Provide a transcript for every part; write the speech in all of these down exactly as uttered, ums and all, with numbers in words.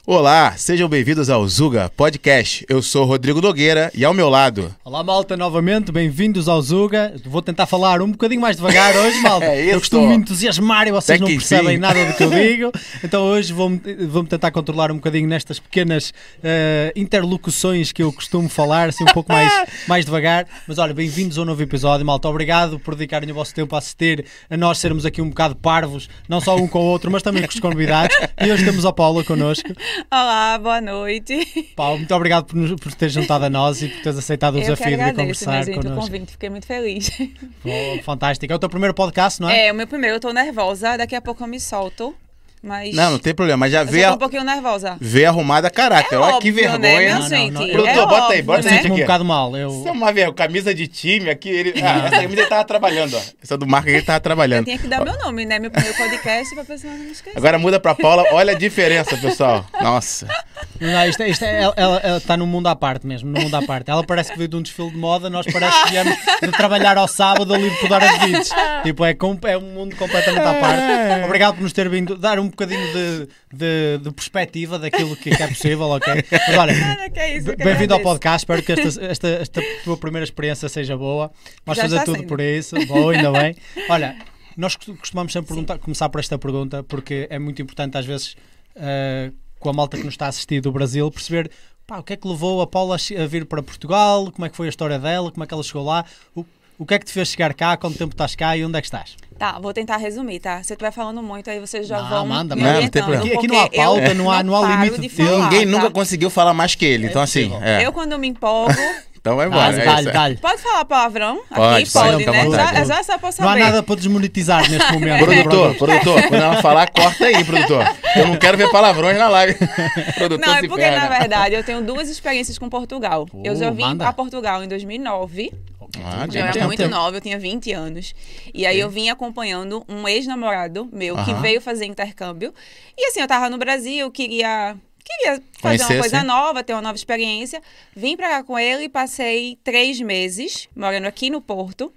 Olá, sejam bem-vindos ao Zuga Podcast. Eu sou Rodrigo Nogueira e ao meu lado... Olá, malta, novamente, bem-vindos ao Zuga. Vou tentar falar um bocadinho mais devagar hoje, malta. É isso. Eu costumo me entusiasmar e vocês não percebem enfim. nada do que eu digo. Então hoje vou-me vou tentar controlar um bocadinho nestas pequenas uh, interlocuções que eu costumo falar, assim um pouco mais, mais devagar. Mas olha, bem-vindos ao novo episódio, malta. Obrigado por dedicarem o vosso tempo a assistir, a nós sermos aqui um bocado parvos, não só um com o outro, mas também com os convidados. E hoje temos a Paula connosco. Olá, boa noite. Paulo, muito obrigado por, nos, por teres juntado a nós e por teres aceitado o eu desafio que de conversar gente, connosco. o convite, fiquei muito feliz. Oh, fantástico. É o teu primeiro podcast, não é? É, o meu primeiro, eu tô nervosa, daqui a pouco eu me solto, mas... Não, não tem problema, mas já eu veio, tô a... um pouquinho nervosa. veio arrumada a caráter. É Olha que óbvio, vergonha. né, minha Não, não, gente? não, eu- Produtor, É bota aí, óbvio, bota Eu né? aí. sinto-me um aqui. bocado mal. Eu... Isso é uma vergonha, camisa de time aqui. Ele... Ah, essa camisa ele tava trabalhando, ó. Essa do marketing ele tava Eu trabalhando. tinha que dar meu nome, né? Meu primeiro podcast, pra pessoa não me esquecer. Agora muda pra Paula, olha a diferença, pessoal. Nossa. Não, isto, é- isto é- ela, ela- ela está num mundo à parte mesmo, num mundo à parte. Ela parece que veio de um desfile de moda, nós parece que viemos de trabalhar ao sábado ali de podar as vides. Tipo, é, com- é um mundo completamente à parte. Obrigado por nos ter vindo dar um bocadinho de, de, de perspectiva daquilo que, que é possível, ok? Mas olha, Nada, que é isso, eu que bem-vindo ao agradeço. podcast, espero que esta, esta, esta tua primeira experiência seja boa. Vamos Já fazer está tudo sendo. por isso. Boa, ainda bem. Olha, nós costu- costumamos sempre perguntar- começar por esta pergunta, porque é muito importante às vezes, uh, com a malta que nos está a assistir do Brasil, perceber pá, o que é que levou a Paula a che- a vir para Portugal, como é que foi a história dela, como é que ela chegou lá, o, o que é que te fez chegar cá, quanto tempo estás cá e onde é que estás? Tá, vou tentar resumir, tá? Se eu estiver falando muito, aí vocês já Não, vão manda, me manda, não tem orientando, problema. Aqui- aqui porque não há pauta, eu não há- não há paro limite de de tempo. falar, Ninguém tá? nunca conseguiu falar mais que ele, então assim... possível. É. Eu, quando me empolgo... Então vai Dá-lhe, embora. é dá-lhe, isso. dá-lhe. Pode falar palavrão? Pode, Aqui pode, pode, fica à né? vontade. Já, já só posso Não há saber. nada para desmonetizar neste momento. Produtor, produtor, quando ela falar, corta aí, produtor. Eu não quero ver palavrões na live. Produtor Não, é se porque, ferra. na verdade, eu tenho duas experiências com Portugal. Pô, eu já vim manda. a Portugal em dois mil e nove. Ah, Eu tem era tempo. muito nova, eu tinha vinte anos. E aí eu vim acompanhando um ex-namorado meu que Aham. veio fazer intercâmbio. E assim, eu tava no Brasil, queria... Queria fazer Conhecer, uma coisa sim. nova, ter uma nova experiência. Vim pra cá com ele e passei três meses morando aqui no Porto.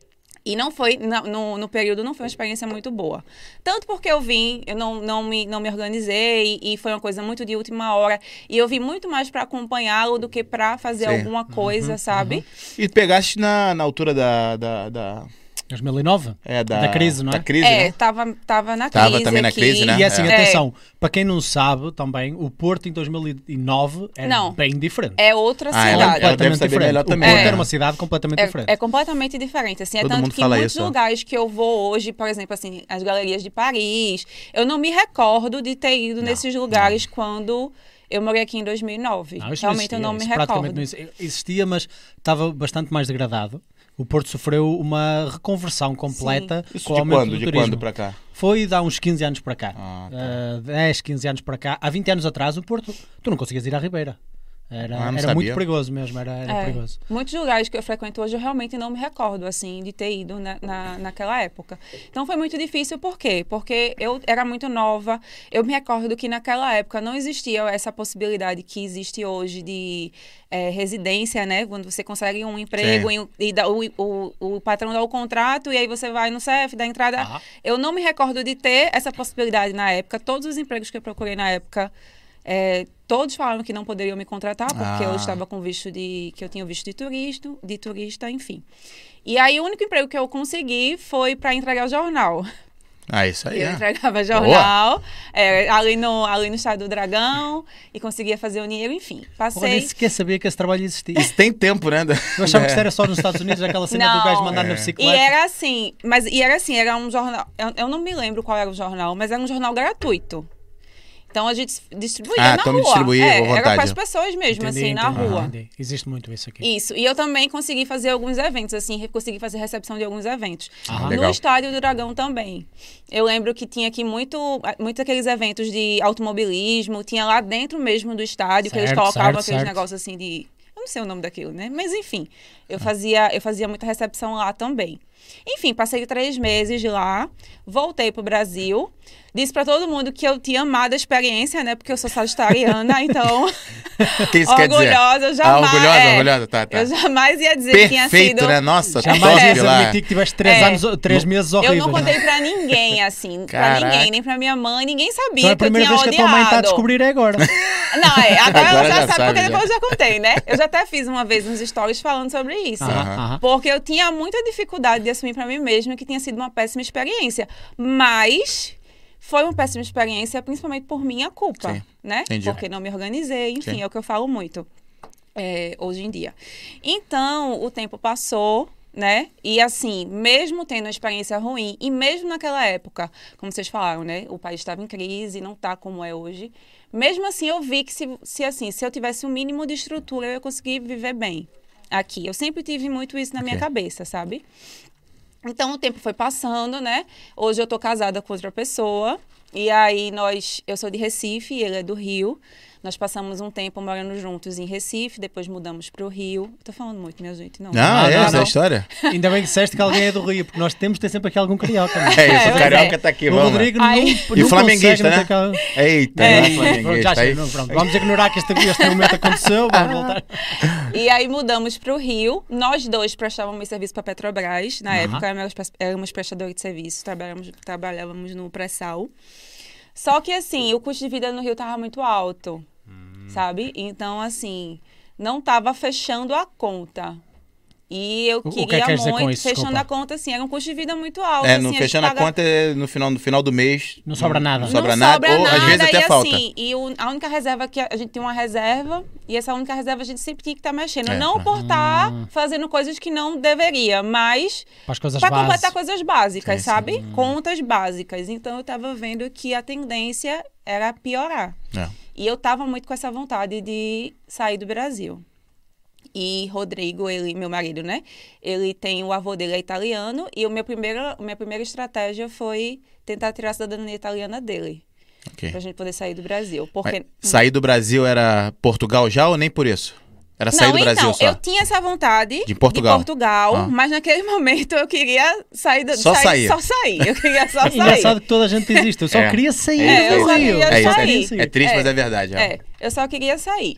E não foi, na- no, no período, não foi uma experiência muito boa. Tanto porque eu vim, eu não, não, me, não me organizei e foi uma coisa muito de última hora. E eu vim muito mais para acompanhá-lo do que para fazer Sim. alguma coisa, sabe? E pegaste na, na altura da... da, da... dois mil e nove? É, da, Da crise, não é? Da crise, É, né? tava, tava na Tava crise também na aqui. crise, né? E assim, É. atenção, para quem não sabe também, o Porto em dois mil e nove era Não. bem diferente. É outra Ah, ela- cidade. ela deve saber diferente. melhor O também, Porto né? era uma cidade completamente diferente. É, é completamente diferente, assim, é Todo tanto mundo que fala muitos isso, ó. lugares que eu vou hoje, por exemplo, assim, as galerias de Paris, eu não me recordo de ter ido nesses lugares quando eu morei aqui em dois mil e nove. Não, isso não Realmente eu existia, não me isso praticamente recordo. não existia. Existia, mas estava bastante mais degradado. O Porto sofreu uma reconversão completa Isso com o de aumento quando? do De turismo. quando pra cá? Foi de há uns quinze anos para cá. Ah, tá. Uh, dez, quinze anos para cá. Há vinte anos atrás, o Porto, tu não conseguias ir à Ribeira. Era, Ah, não era sabia. muito perigoso mesmo, era, era É, perigoso. muitos lugares que eu frequento hoje eu realmente não me recordo, assim, de ter ido na, na, naquela época. Então foi muito difícil, por quê? Porque eu era muito nova, eu me recordo que naquela época não existia essa possibilidade que existe hoje de é, residência, né? Quando você consegue um emprego Sim. e, e dá, o, o, o patrão dá o contrato e aí você vai no C E F, dá entrada. Ah. Eu não me recordo de ter essa possibilidade na época. Todos os empregos que eu procurei na época... É, todos falaram que não poderiam me contratar porque Ah. eu estava com visto de que eu tinha o visto de turista, de turista, enfim. E aí o único emprego que eu consegui foi para entregar o jornal. Ah, isso aí, Eu é. entregava jornal é, ali no ali no Estado do Dragão e conseguia fazer o dinheiro, enfim. Porra, nem Passei. sequer sabia que esse trabalho existia. Isso tem tempo, né? Eu achava que isso era só nos Estados Unidos, aquela cena do gajo mandar É. na E bicicleta. era assim, mas e era assim, era um jornal. Eu, eu não me lembro qual era o jornal, mas era um jornal gratuito. Então a gente distribuía Ah, na então me rua. distribuía é, à vontade. era para as pessoas mesmo, Entendi, assim, na entendi, rua. entendi. Existe muito isso aqui. Isso. E eu também consegui fazer alguns eventos, assim, re- consegui fazer recepção de alguns eventos. Ah, no legal. Estádio do Dragão também. Eu lembro que tinha aqui muito, muito aqueles eventos de automobilismo, tinha lá dentro mesmo do estádio, que eles Certo, colocavam certo, aqueles certo. negócios assim de... Eu não sei o nome daquilo, né? Mas enfim, eu fazia, eu fazia muita recepção lá também. Enfim, passei três meses lá, voltei pro Brasil, disse pra todo mundo que eu tinha amado a experiência, né? Porque eu sou sagitariana, então O que isso quer dizer? Orgulhosa, eu jamais... Ah, orgulhosa, é, orgulhosa, tá, tá. Eu jamais ia dizer que tinha Perfeito, sido... né? Nossa, Jamais top ias lá. admitir que tiveste três, É. anos, três meses horríveis. Eu não né? contei pra ninguém, assim. Pra Caraca. ninguém, nem pra minha mãe. Ninguém sabia Então é a que eu primeira tinha vez que a odiado. tua mãe está a descobrir é agora. Não, é. Agora, Agora ela já, já sabe, sabe, porque já. depois eu já contei, né? Eu já até fiz uma vez uns stories falando sobre isso. Aham, Aham. aham. Porque eu tinha muita dificuldade de assumir pra mim mesma que tinha sido uma péssima experiência. Mas foi uma péssima experiência, principalmente por minha culpa, Sim, né? entendi. Porque não me organizei, enfim, Sim. é o que eu falo muito é, hoje em dia. Então, o tempo passou, né? E assim, mesmo tendo uma experiência ruim, e mesmo naquela época, como vocês falaram, né? O país estava em crise, não tá como é hoje. Mesmo assim, eu vi que se, se, assim, se eu tivesse um mínimo de estrutura, eu ia conseguir viver bem aqui. Eu sempre tive muito isso na minha Ok. cabeça, sabe? Então, o tempo foi passando, né? Hoje eu tô casada com outra pessoa. E aí, nós... Eu sou de Recife, ele é do Rio. Nós passamos um tempo morando juntos em Recife, depois mudamos pro Rio. Tô falando muito, minha gente, não. Ah, é não, essa não. a história? Ainda bem que disseste que alguém é do Rio, porque nós temos de ter sempre aqui algum carioca. Não? É isso, É, o pois carioca é. tá aqui, O vamos lá. Rodrigo Ai. não, E não o flamenguista, consegue né? meter aquela- Eita, É. não é Pronto, já flamenguista. chega, Aí... não, pronto. Vamos ignorar que este, este momento aconteceu. Vamos voltar. E aí, mudamos pro Rio. Nós dois prestávamos serviço pra Petrobras. Na Aham. época, éramos, éramos prestadores de serviço. Trabalhávamos, trabalhávamos no pré-sal. Só que, assim, o custo de vida no Rio tava muito alto. Sabe? Então, assim, não tava fechando a conta. E eu O- o que é que queria queres dizer com muito, isso? fechando Desculpa. a conta, assim, era um custo de vida muito alto. É, assim, no, a gente fechando a paga- conta, é no final, no final do mês. Não sobra nada. Não sobra não nada, sobra ou às nada, vezes até e falta. assim, e o- a única reserva que a, a gente tem uma reserva, e essa única reserva a gente sempre tinha que estar mexendo. É. Não por estar Hum. fazendo coisas que não deveria, mas Para as coisas para básicas. completar coisas básicas, Sim, sim. sabe? Contas básicas. Então eu tava vendo que a tendência era piorar. É. E eu tava muito com essa vontade de sair do Brasil. E Rodrigo, ele, meu marido, né? Ele tem o avô dele é italiano e o meu primeira, a minha primeira estratégia foi tentar tirar a cidadania italiana dele, Ok. pra gente poder sair do Brasil. Porque Mas sair do Brasil era Portugal já ou nem por isso? Era sair não, do Brasil então, só? eu tinha essa vontade De Portugal. Portugal, Ah. mas naquele momento eu queria sair do, Só sair. Só sair. Eu queria só sair. Engraçado que toda a gente diz isto. Eu só É. queria sair É, do eu só Rio. queria É isso, sair. queria sair. É triste, É. mas é verdade. É. É, eu só queria sair.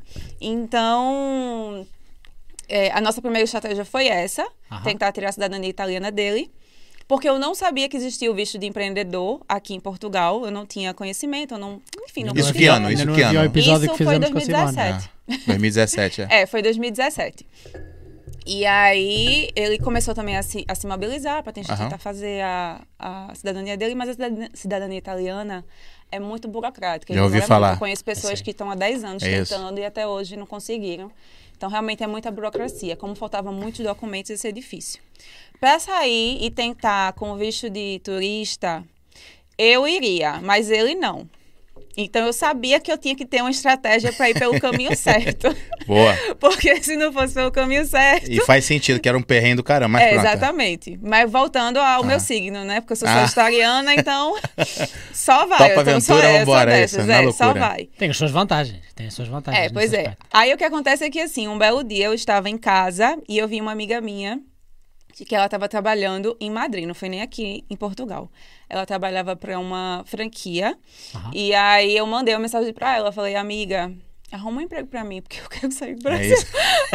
Então, é, a nossa primeira estratégia foi essa, Aham. tentar tirar a cidadania italiana dele, porque eu não sabia que existia o visto de empreendedor aqui em Portugal, eu não tinha conhecimento, eu não, enfim, não Isso Ainda que conseguia. ano? Ainda Isso não que havia o ano? episódio Isso que foi fizemos com a Simone. dois mil e dezessete. dois mil e dezessete, é. É, foi dois mil e dezessete. E aí, ele começou também a se, a se mobilizar para tentar Aham. fazer a, a cidadania dele, mas a cidadania, cidadania italiana é muito burocrática. Já ouvi demora falar. muito. Eu conheço pessoas Sim. que estão há dez anos É isso. tentando e até hoje não conseguiram. Então, realmente é muita burocracia. Como faltavam muitos documentos, ia ser difícil. Para sair e tentar com visto de turista, eu iria, mas ele não. Então, eu sabia que eu tinha que ter uma estratégia para ir pelo caminho certo. Boa. Porque se não fosse pelo caminho certo... E faz sentido, que era um perrengue do caramba, mas É, pronto. exatamente. Mas voltando ao Ah. meu signo, né? Porque eu sou Ah. sagitariana, então só vai. Topa eu tô- só aventura, é, vambora, só é isso, dessas, na é, só loucura. vai. Tem as suas vantagens. Tem as suas vantagens. É, pois nesse é. aspecto. Aí o que acontece é que, assim, um belo dia eu estava em casa e eu vi uma amiga minha que ela estava trabalhando em Madrid, não foi nem aqui em Portugal. Ela trabalhava para uma franquia Aham. e aí eu mandei uma mensagem para ela, falei, amiga, arruma um emprego para mim, porque eu quero sair do É Brasil. isso.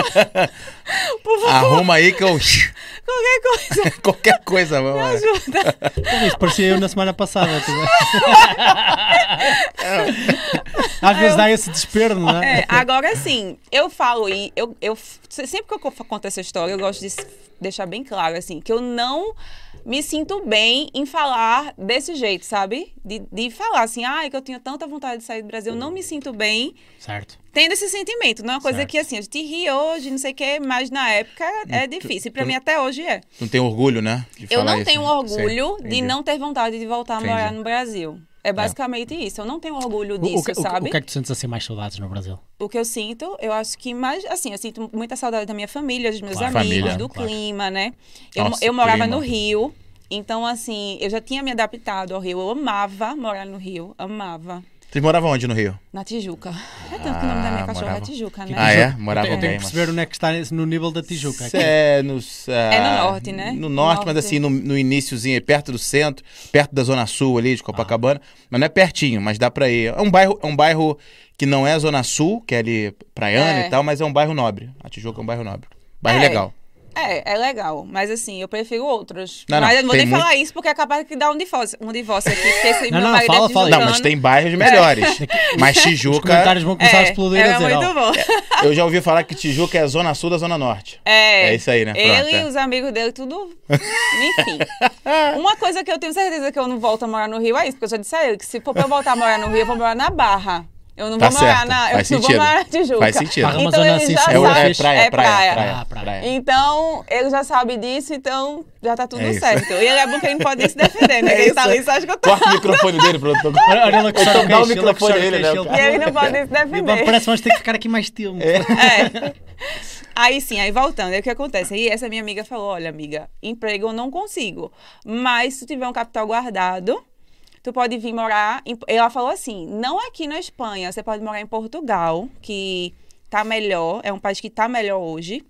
Por favor, Arruma aí que eu... qualquer coisa, Qualquer coisa, vamos lá. ajuda. Então, isso parecia eu na semana passada. tu vê. Às vezes dá esse desespero, não é? É, agora sim, eu falo e eu, eu sempre que eu conto essa história, eu gosto de deixar bem claro assim, que eu não me sinto bem em falar desse jeito, sabe? De, de falar assim, ai, que eu tinha tanta vontade de sair do Brasil, eu não me sinto bem Certo. tendo esse sentimento. Não é uma coisa Certo. que assim, a gente ri hoje, não sei o quê, mas na época é difícil. E pra tu- mim até hoje é. Não tem orgulho, né? de Eu falar não isso, tenho né? orgulho Sei, de entendi. não ter vontade de voltar a Entendi. morar no Brasil. É basicamente isso. Eu não tenho orgulho O, disso, o, que- o, sabe? o que é que tu sentes assim mais saudades no Brasil? O que eu sinto, eu acho que mais, assim, eu sinto muita saudade da minha família, dos meus Claro. amigos, Família, do claro. clima, né? Eu, Nossa, eu morava clima. no Rio, então, assim, eu já tinha me adaptado ao Rio. Eu amava morar no Rio, amava. Vocês moravam onde no Rio? Na Tijuca. É tanto que o nome da minha Ah, cachorra morava. é Tijuca, né? Ah, é? Eu Moravam tenho, eu tenho bem, que mas... perceber onde é que está nesse- no nível da Tijuca. aqui. É no, ah, É no norte, né? No norte, Norte. mas assim, no, no iniciozinho, perto do centro, perto da Zona Sul ali, de Copacabana. Mas não é pertinho, mas dá pra ir. É um bairro, é um bairro que não é Zona Sul, que é ali praiana É. e tal, mas é um bairro nobre. A Tijuca é um bairro nobre. Bairro É. legal. É, é legal. Mas assim, eu prefiro outros. Não, não, mas eu não vou tem nem muito- falar isso porque é capaz de dar um divórcio, um divórcio aqui. Porque esse Não, meu não, marido fala, é fala. Não, tijucano. mas tem bairros melhores. Mas Os Tijuca... comentários vão começar a É, explodir é a dizer, muito ó, bom. Eu já ouvi falar que Tijuca é a Zona Sul da Zona Norte. É, É isso aí, né? Ele Pronto, e é. os amigos dele, tudo. Enfim. Uma coisa que eu tenho certeza que eu não volto a morar no Rio é isso, porque eu já disse a ele que se for pra eu voltar a morar no Rio, eu vou morar na Barra. Eu não Tá vou morar certo, na. Eu faz não vou sentido. morar na Tijuca. Faz sentido. Barra, uma Então zona ele assim, já É, o- sabe. é praia, é praia, praia, Ah, praia. praia. Então, ele já sabe disso, então já tá tudo É isso. certo. E ele é bom que ele não pode nem se defender, né? É Ele tá isso. ali só escutando. Corta o microfone dele, produtor. Olha, olha ele a coçar Então o dá o queixo, ele a coçar microfone o dele, queixo, né? E ele não pode nem se E vamos- defender. Parece que vamos ter que ficar aqui mais tempo. É. Aí sim, aí voltando, aí o que acontece? Aí essa minha amiga falou, olha amiga, emprego eu não consigo, mas se tu tiver um capital guardado, tu pode vir morar, em... ela falou assim, não aqui na Espanha, você pode morar em Portugal, que tá melhor, é um país que tá melhor hoje,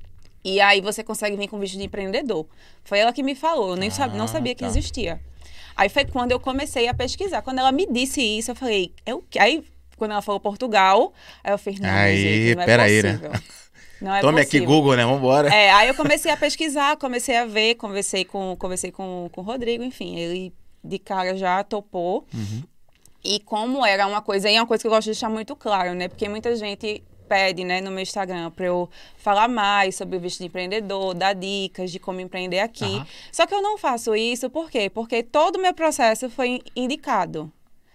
e aí você consegue vir com visto de empreendedor. Foi ela que me falou, eu nem Ah, sabia, não sabia que tá. existia. Aí foi quando eu comecei a pesquisar, quando ela me disse isso, eu falei, é o quê? Aí quando ela falou Portugal, aí eu falei, não, Aí, gente, não é pera aí, né? possível. Não é Tome aqui possível. Google, né? Vambora. É, aí eu comecei a pesquisar, comecei a ver, conversei com, conversei com, com o Rodrigo, enfim, ele de cara já topou. Uhum. E como era uma coisa, e é uma coisa que eu gosto de deixar muito claro, né? Porque muita gente pede, né, no meu Instagram para eu falar mais sobre o visto de empreendedor, dar dicas de como empreender aqui. Aham. Só que eu não faço isso, por quê? Porque todo o meu processo foi indicado.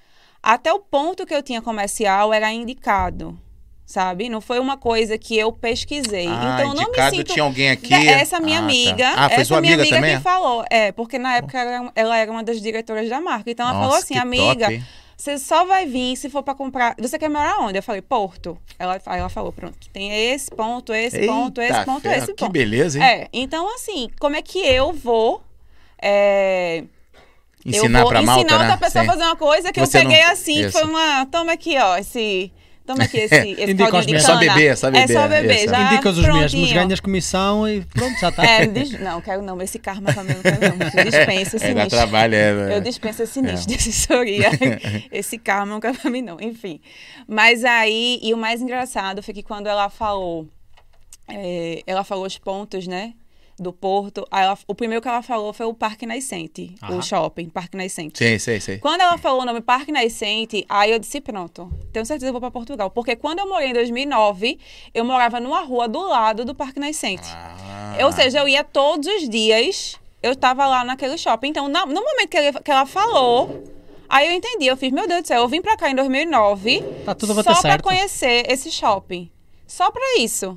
Até o ponto que eu tinha comercial era indicado. Sabe? Não foi uma coisa que eu pesquisei. Ah, então, eu não me indicado sinto... tinha alguém aqui. Da- Essa minha Ah, tá. amiga, Ah, foi essa sua minha amiga amiga também? que falou. É, porque na época ela, ela era uma das diretoras da marca. Então, ela Nossa, falou assim, que amiga, top, hein? você só vai vir se for pra comprar... Você quer morar onde? Eu falei, Porto. Ela, aí ela falou, pronto, tem esse ponto, esse ponto, esse Eita ponto, ferro, esse que ponto. beleza, hein? É, então assim, como é que eu vou... é, Ensinar eu vou pra malta, ensinar né? outra pessoa Sim. a fazer uma coisa que Você eu peguei não- assim, Isso. foi uma... Toma aqui, ó, esse... Toma aqui esse, esse Indica caldinho os de mesmos. cana. Só beber, só beber, É só beber, isso. já Indicas os mesmos, prontinho. ganhas comissão e pronto, já está. É, diz- não, quero não, esse karma também não quero não. Eu dispenso esse É, dá nicho. trabalho, é. Eu dispenso esse nicho de assessoria. Esse karma não quero pra mim, não. Enfim. Mas aí, e o mais engraçado foi que quando ela falou, é, ela falou os pontos, né? Do Porto. Aí ela- o primeiro que ela falou foi o Parque Nascente, Aham. o shopping, Parque Nascente. Sei, sei, sei. Quando ela falou o nome Parque Nascente, aí eu disse, pronto, tenho certeza que eu vou para Portugal. Porque quando eu morei em dois mil e nove, eu morava numa rua do lado do Parque Nascente. Ah. Ou seja, eu ia todos os dias, eu estava lá naquele shopping. Então, na- no momento que, ele- que ela falou, aí eu entendi. Eu fiz, meu Deus do céu, eu vim para cá em dois mil e nove Tá tudo a bater só para certo. conhecer esse shopping. Só para isso.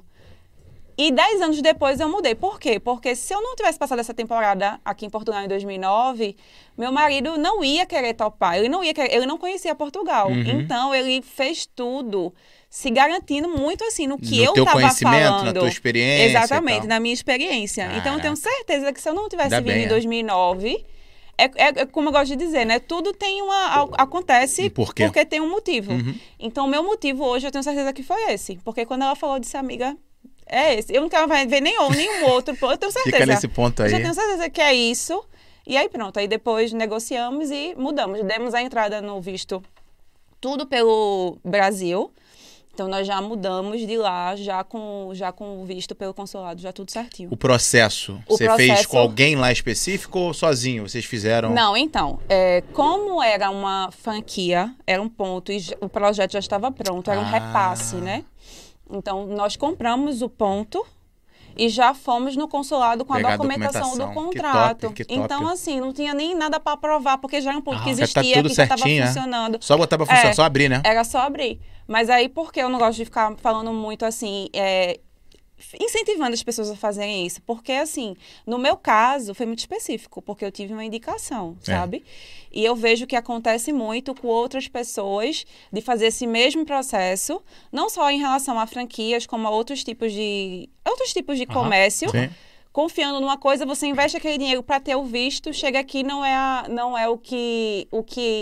E dez anos depois eu mudei. Por quê? Porque se eu não tivesse passado essa temporada aqui em Portugal em dois mil e nove, meu marido não ia querer topar. Ele não ia querer, ele não conhecia Portugal. Uhum. Então ele fez tudo se garantindo muito assim no que No eu teu estava conhecimento, falando. na tua experiência e Exatamente, tal. na minha experiência. Então eu tenho Caraca. certeza que se eu não tivesse Ainda vindo bem, em é. dois mil e nove, é, é- é como eu gosto de dizer, né? Tudo tem uma... a- Acontece Um porquê. porque tem um motivo. Uhum. Então, o meu motivo hoje, eu tenho certeza que foi esse. Porque quando ela falou, eu disse, amiga, é esse. Eu não quero ver nenhum, nenhum outro. Eu tenho certeza. Fica nesse ponto Eu aí. já tenho certeza que é isso. E aí, pronto. Aí depois negociamos e mudamos. Demos a entrada no visto tudo pelo Brasil. Então, nós já mudamos de lá, já com, já com o visto pelo consulado, já tudo certinho. O processo, O você fez processo- com alguém lá específico ou sozinho? Vocês fizeram? Não, então, é, como era uma franquia, era um ponto e j- o projeto já estava pronto, era um Ah. repasse, né? Então, nós compramos o ponto e já fomos no consulado com a Pegar a documentação, do documentação. Que contrato. top, que top. Então, assim, não tinha nem nada para provar, porque já era um ponto Ah, que já tá existia, tudo que já estava certinho, é? funcionando. Só botar pra funcionar, É. só abrir, né? Era só abrir. Mas aí, porque eu não gosto de ficar falando muito assim, é, incentivando as pessoas a fazerem isso? Porque, assim, no meu caso, foi muito específico, porque eu tive uma indicação, É. sabe? E eu vejo que acontece muito com outras pessoas de fazer esse mesmo processo, não só em relação a franquias, como a outros tipos de, outros tipos de Aham. comércio. Sim. Confiando numa coisa, você investe aquele dinheiro para ter o visto, chega aqui não é, a, não é o que, o que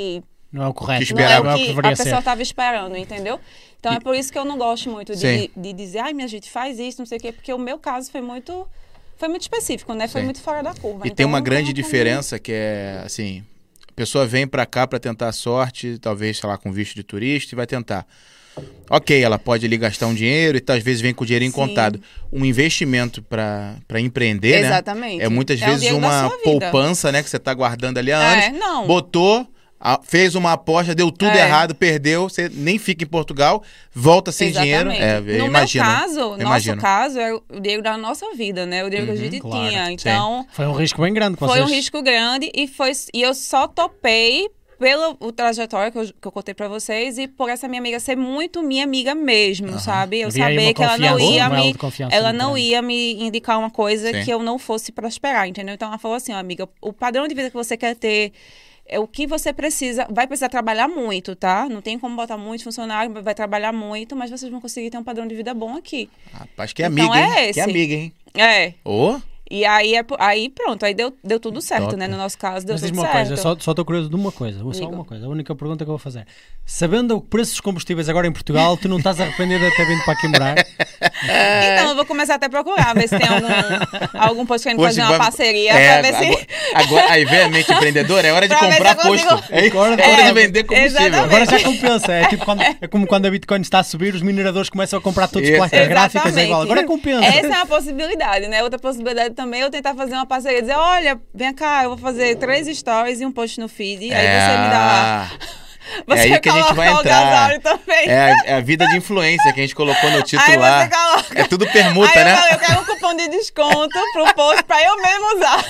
Não é o correto. Que Não é esperava. não é o o que que deveria a pessoa ser. estava esperando, entendeu? Então é por isso que eu não gosto muito Sim. de, de dizer, ai, minha gente, faz isso, não sei o quê, porque o meu caso foi muito, foi muito específico, né? Foi Sim. muito fora da curva. E Então, tem uma não- grande não- diferença que é, assim, a pessoa vem pra cá pra tentar a sorte, talvez, sei lá, com visto de turista e vai tentar. Ok, ela pode ali gastar um dinheiro e tal, às vezes vem com o dinheirinho Sim. contado. Um investimento pra pra empreender, né? Exatamente. É muitas É o vezes dinheiro da uma sua vida. poupança, né? Que você tá guardando ali há anos. É, não. Botou, a- fez uma aposta, deu tudo É. errado, perdeu, você nem fica em Portugal, volta sem dinheiro. Exatamente. É, eu no imagino. meu caso, Eu nosso imagino. caso, é o dinheiro da nossa vida, né? O dinheiro que a gente claro. tinha. Sim. Então, Foi um risco bem grande. que foi um vocês- risco grande e, foi, e eu só topei pela o trajetória que eu, que eu contei pra vocês e por essa minha amiga ser muito minha amiga mesmo, sabe? Eu Havia aí saber uma que ela não confiança, ia um elo me de confiança ela muito não grande. ia me indicar uma coisa Sim. que eu não fosse prosperar, entendeu? Então ela falou assim, ó, amiga, o padrão de vida que você quer ter é o que você precisa, vai precisar trabalhar muito, tá? Não tem como botar muito funcionário, vai trabalhar muito, mas vocês vão conseguir ter um padrão de vida bom aqui. Rapaz, que Então amiga, hein? é Que esse. amiga, hein? É. Ô, E aí, é, po- aí pronto, aí deu, deu tudo certo, Top. né? No nosso caso, deu Mas tudo diz-me uma certo. coisa, só só estou curioso de uma coisa, só Diga. uma coisa, a única pergunta que eu vou fazer. Sabendo o preço dos combustíveis agora em Portugal, tu não estás arrependido de ter vindo para aqui morar? Então, eu vou começar até a procurar, ver se tem algum, algum posto querendo fazer uma vai- parceria é, pra ver se... agora, agora- aí vem a mente empreendedora, é hora de Pra ver comprar se eu consigo- posto. É, Agora- é hora de é, vender combustível. exatamente. Agora já compensa, é tipo quando, é como quando a Bitcoin está a subir, os mineradores começam a comprar todos os Isso. placas gráficas, é Exatamente. igual. Agora compensa. Essa é uma possibilidade, né? Outra possibilidade também é eu tentar fazer uma parceria, dizer, olha, vem cá, eu vou fazer três stories e um post no feed, e aí você me dá... Você É aí que a gente coloca vai o entrar. gasóleo também. É a, é a vida de influência que a gente colocou no título Aí lá. você coloca... É tudo permuta, aí eu né? falo, eu quero um cupom de desconto pro post pra eu mesmo usar.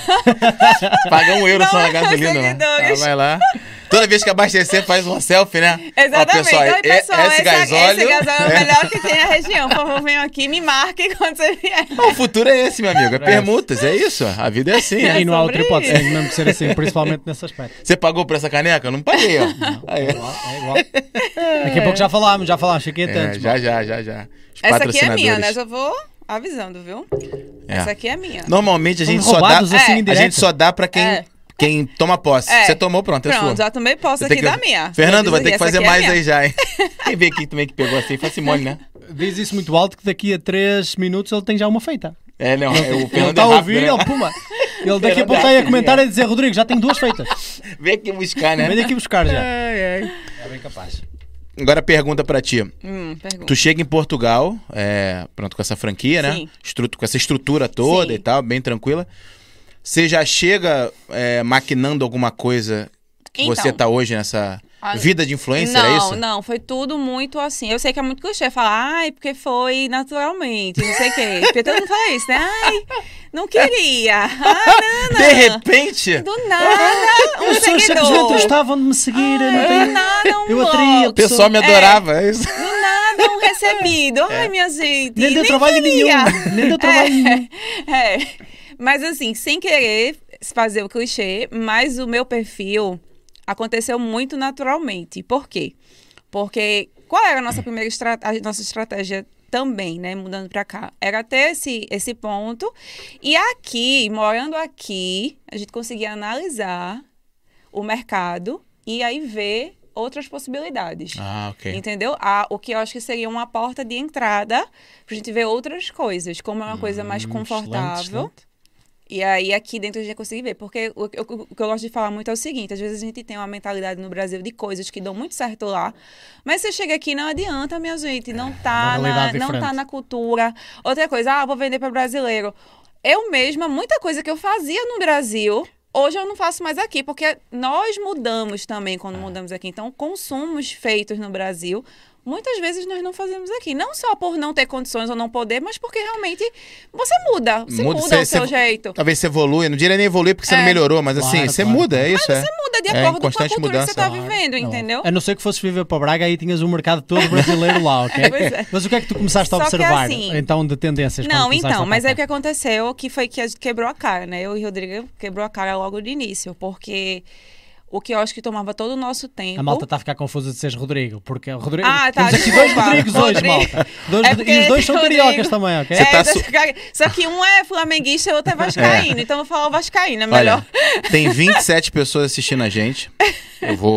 Paga um euro Não só na é gasolina. Né? seguidores. Ah, vai lá. Toda vez que abastecer, faz uma selfie, né? Exatamente. Ó, pessoal, então, e- pessoal, esse esse, gasóleo... esse gasóleo é o melhor que tem na região. Por favor, venham aqui, me marque quando você vier. O futuro é esse, meu amigo. É permutas, é isso. A vida é assim, né? E não há outra sobre hipótese, isso. tem mesmo que ser assim, principalmente nesse aspecto. Você pagou por essa caneca? Eu não paguei, ó. Aí, É igual, é igual. Daqui a pouco já falámos, já falámos, fiquem é, atentos. já, já, já, já. Os Essa aqui é minha, patrocinadores. né? Já vou avisando, viu? É. Essa aqui é minha. Normalmente a gente Somos só dá... roubados assim É, em A direto. gente só dá pra quem, É. quem toma posse. É. Você tomou, pronto, é Pronto, sua. já também posso Você aqui tem que- da minha. Fernando, Vou vai ter dizer, que essa fazer aqui é mais minha. aí já, hein? Quem vê aqui também que pegou assim, foi a Simone, né? Diz isso muito alto que daqui a três minutos ele tem já uma feita. É, não, é, o Ele Fernando está é a rápido, ouvir, né? ele puma. Ele daqui a Fernando pouco é está aí a rápido, comentar é. e a dizer, Rodrigo, já tem duas feitas. Vem aqui buscar, né? Vem daqui buscar já. Ai, ai. É bem capaz. Agora pergunta pra ti. Hum, pergunta. Tu chega em Portugal, é, pronto, com essa franquia, né? Sim. Estru- com essa estrutura toda Sim. e tal, bem tranquila. Você já chega é, maquinando alguma coisa que Então. você tá hoje nessa Ah, vida de influencer, não, é isso? não, foi tudo muito assim. Eu sei que é muito clichê falar, ai, porque foi naturalmente, não sei o quê. Porque todo mundo fala isso, né? Ai, não queria. Ai, não, não. De repente, Do nada, um As pessoas simplesmente seguidor. gostavam de me seguir. eu não Do tenho... nada, um Eu atraía bloco. o pessoal me adorava, é isso? Do nada, um recebido. Ai, minha gente. Nem deu trabalho queria. nenhum. Nem deu trabalho nenhum. É, mas assim, sem querer fazer o clichê, mas o meu perfil aconteceu muito naturalmente. Por quê? Porque qual era a nossa primeira estratégia, a nossa estratégia também, né, mudando pra cá? Era ter esse, esse ponto. E aqui, morando aqui, a gente conseguia analisar o mercado e aí ver outras possibilidades. Ah, ok. Entendeu? Ah, o que eu acho que seria uma porta de entrada pra gente ver outras coisas, como é uma coisa mais Hum, confortável. excelente, excelente. E aí aqui dentro a gente vai conseguir ver. Porque o, o- o que eu gosto de falar muito é o seguinte, às vezes a gente tem uma mentalidade no Brasil de coisas que dão muito certo lá, mas você chega aqui não adianta, minha gente, não tá, uma na, realidade não tá diferente. na cultura. Outra coisa, ah, vou vender para brasileiro. Eu mesma, muita coisa que eu fazia no Brasil, hoje eu não faço mais aqui, porque nós mudamos também quando mudamos aqui. Então, consumos feitos no Brasil, muitas vezes nós não fazemos aqui. Não só por não ter condições ou não poder, mas porque realmente você muda. Você muda, Muda, o você- seu você- jeito. Talvez você evolui, não diria nem evoluir porque você não É. melhorou, mas assim, Claro, você claro. muda, é isso, é. Você muda de É, em acordo com a constante cultura que você mudança. está vivendo, entendeu? A não ser que fosses viver para Braga, aí tinhas o mercado todo brasileiro lá, ok? Pois é. Mas o que é que tu começaste a Só que observar, assim- então, de tendências? quando Não, começaste então, a mas aí o passar? que aconteceu que foi que a gente quebrou a cara, né? Eu e o Rodrigo quebrou a cara logo de início, porque o que eu acho que tomava todo o nosso tempo... A malta está a ficar confusa de seres Rodrigo, porque o Rodrigo... Ah, tá, temos aqui dois desculpa. Rodrigos hoje, Rodrigo. malta. Dois, É porque e os dois são Rodrigo- cariocas também, ok? Você É, tá tá su- fica- Só que um é flamenguista e o outro é vascaíno, então eu vou falar o vascaíno, é melhor. Olha, tem vinte e sete pessoas assistindo a gente. Eu vou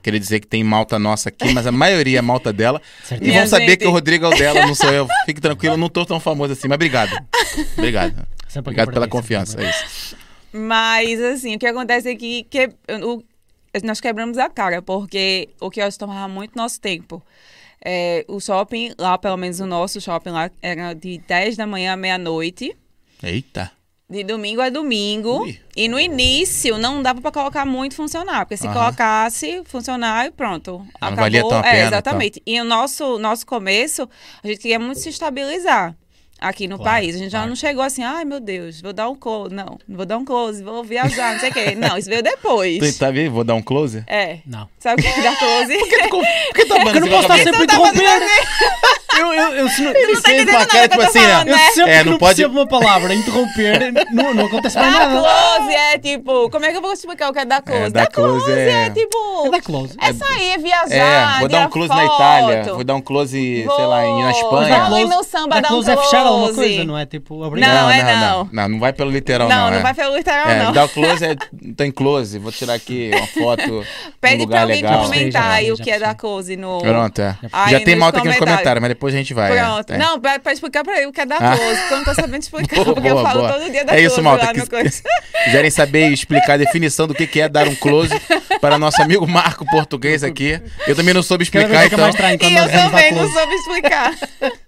queria dizer que tem malta nossa aqui, mas a maioria é malta dela. Certo. E Minha vão saber gente. que o Rodrigo é o dela, não sou eu. Fique tranquilo, eu não tô tão famoso assim, mas obrigado. Obrigado. Sempre Obrigado aqui pela para ti, confiança, sempre é isso. Mas, assim, o que acontece é que, que o- nós quebramos a cara, porque o que nós tomava muito nosso tempo. É, o shopping, lá, pelo menos o nosso shopping lá, era de dez da manhã à meia-noite, Eita. de domingo a domingo. Ui. E no início não dava para colocar muito funcionário, porque se Aham. colocasse funcionário, pronto. Não acabou. valia tão a É, pena, exatamente. E o nosso, nosso começo, a gente queria muito se estabilizar aqui no Claro, país. A gente já claro. não chegou assim, ai meu Deus, vou dar um close. Não, não vou dar um close, vou viajar, não sei o quê. Não, isso veio depois. Tu tá vendo? Vou dar um close? É. Não. Sabe o que é dar close? Por que tá Porque eu não posso estar sempre a interromper. Eu, eu, eu, se não, Tu não tá Fez entendendo uma nada cara, que eu tipo tô assim, falando, né? eu né? sempre É, que não não pode- percebo uma palavra, interromper, não, não acontece mais Dar nada. close é tipo, como é que eu vou explicar o que é dar close? É, dar close é- tipo, É dar close. é sair, é viajar, É, vou dar um tirar close foto. na Itália, vou dar um close, sei lá, em- na Vou. Espanha. Vou ir no samba, dar dar um close é fechar alguma close. coisa, não é? Tipo, obrigado. Não, é não. não. Não, não vai pelo literal, não. Não, não é. vai pelo literal, É, não. dar o close é. Tem close, vou tirar aqui uma foto num Pede pra lugar alguém legal. comentar Já aí o já que é dar percebi. close no... Pronto, é. Aí Já tem nos malta aqui nos comentários. comentários, mas depois a gente vai. é, Pronto. é. Não, pra, pra explicar pra ele o que é dar Ah. close, porque eu não tô sabendo explicar, Boa, porque eu boa, falo boa. todo dia da É close isso, malta. lá que- no coisa. Quiserem saber e explicar a definição do que que é dar um close para nosso amigo Marco Português aqui. Eu também não soube Cada vez explicar, fica então. mais estranho quando E eu nós vamos dar também não close. soube explicar.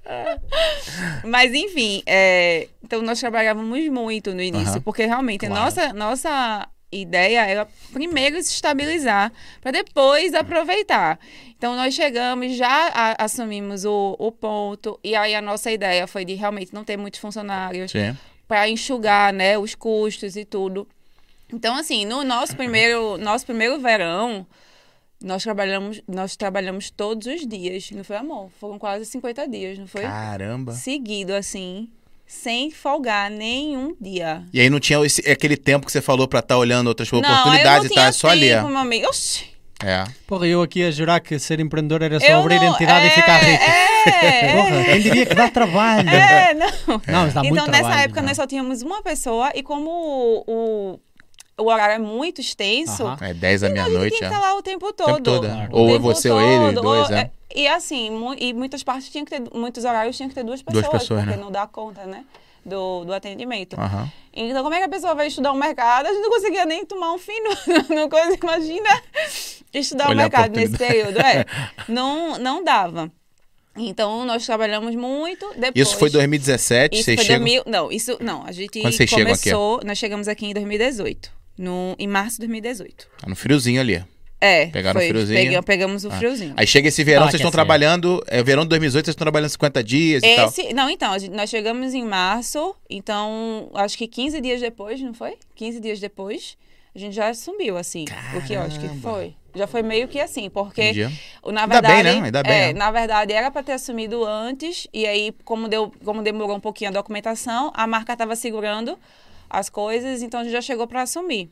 Mas, enfim, é, então nós trabalhávamos muito no início, Aham. porque realmente a Claro. nossa, nossa ideia era primeiro se estabilizar, para depois aproveitar. Então, nós chegamos, já a- assumimos o, o ponto, e aí a nossa ideia foi de realmente não ter muitos funcionários, Sim. para enxugar, né, os custos e tudo. Então, assim, no nosso primeiro, nosso primeiro verão, nós trabalhamos, nós trabalhamos todos os dias, não foi, amor? Foram quase cinquenta dias, não foi? Caramba. Seguido, assim, sem folgar nenhum dia. E aí não tinha esse- aquele tempo que você falou pra estar olhando outras Não, oportunidades eu e não tal, tinha é só ali. tempo, meu amigo. Oxi, É. Porra, eu aqui a jurar que ser empreendedor era só eu abrir não- entidade é, e ficar rico. É, Porra, quem diria que dá trabalho? é, não. Não, mas dá muito Então, trabalho. nessa época, não. nós só tínhamos uma pessoa e como o, o, o horário é muito extenso, Aham. É dez da a gente meia-noite, tinha é. que estar lá o tempo todo. tempo todo, é. Claro. Ou O é tempo você ou ele, todo, dois, ou- é. E assim, mu- e muitas partes tinham que ter, muitos horários tinham que ter duas pessoas, Duas pessoas, porque né? não dá conta, né? Do, do atendimento. Aham. Então, como é que a pessoa vai estudar o mercado? A gente não conseguia nem tomar um fim no, no coisa, imagina estudar o Olhar a mercado nesse oportunidade. período. É, não, não dava. Então, nós trabalhamos muito. Depois, Isso foi dois mil e dezessete, isso vocês foi chegam... dois mil, não, isso não. A gente Quando vocês chegam aqui? começou, nós chegamos aqui em dois mil e dezoito, no, em março de dois mil e dezoito. Tá no friozinho ali. É, Pegaram o foi, friozinho. pega- pegamos o Ah. friozinho. Aí chega esse verão, Ah, vocês quer estão ser. trabalhando... É verão de dois mil e dezoito, vocês estão trabalhando cinquenta dias e tal. Esse, não, então, a gente- nós chegamos em março, então, acho que quinze dias depois, não foi? quinze dias depois, a gente já subiu, assim, o que eu acho que Caramba. foi. Já foi meio que assim, porque, Entendi. o- na Ainda verdade... bem, né? Ainda bem, é, né? na verdade, era para ter assumido antes, e aí, como, deu, como demorou um pouquinho a documentação, a marca estava segurando as coisas, então a gente já chegou para assumir.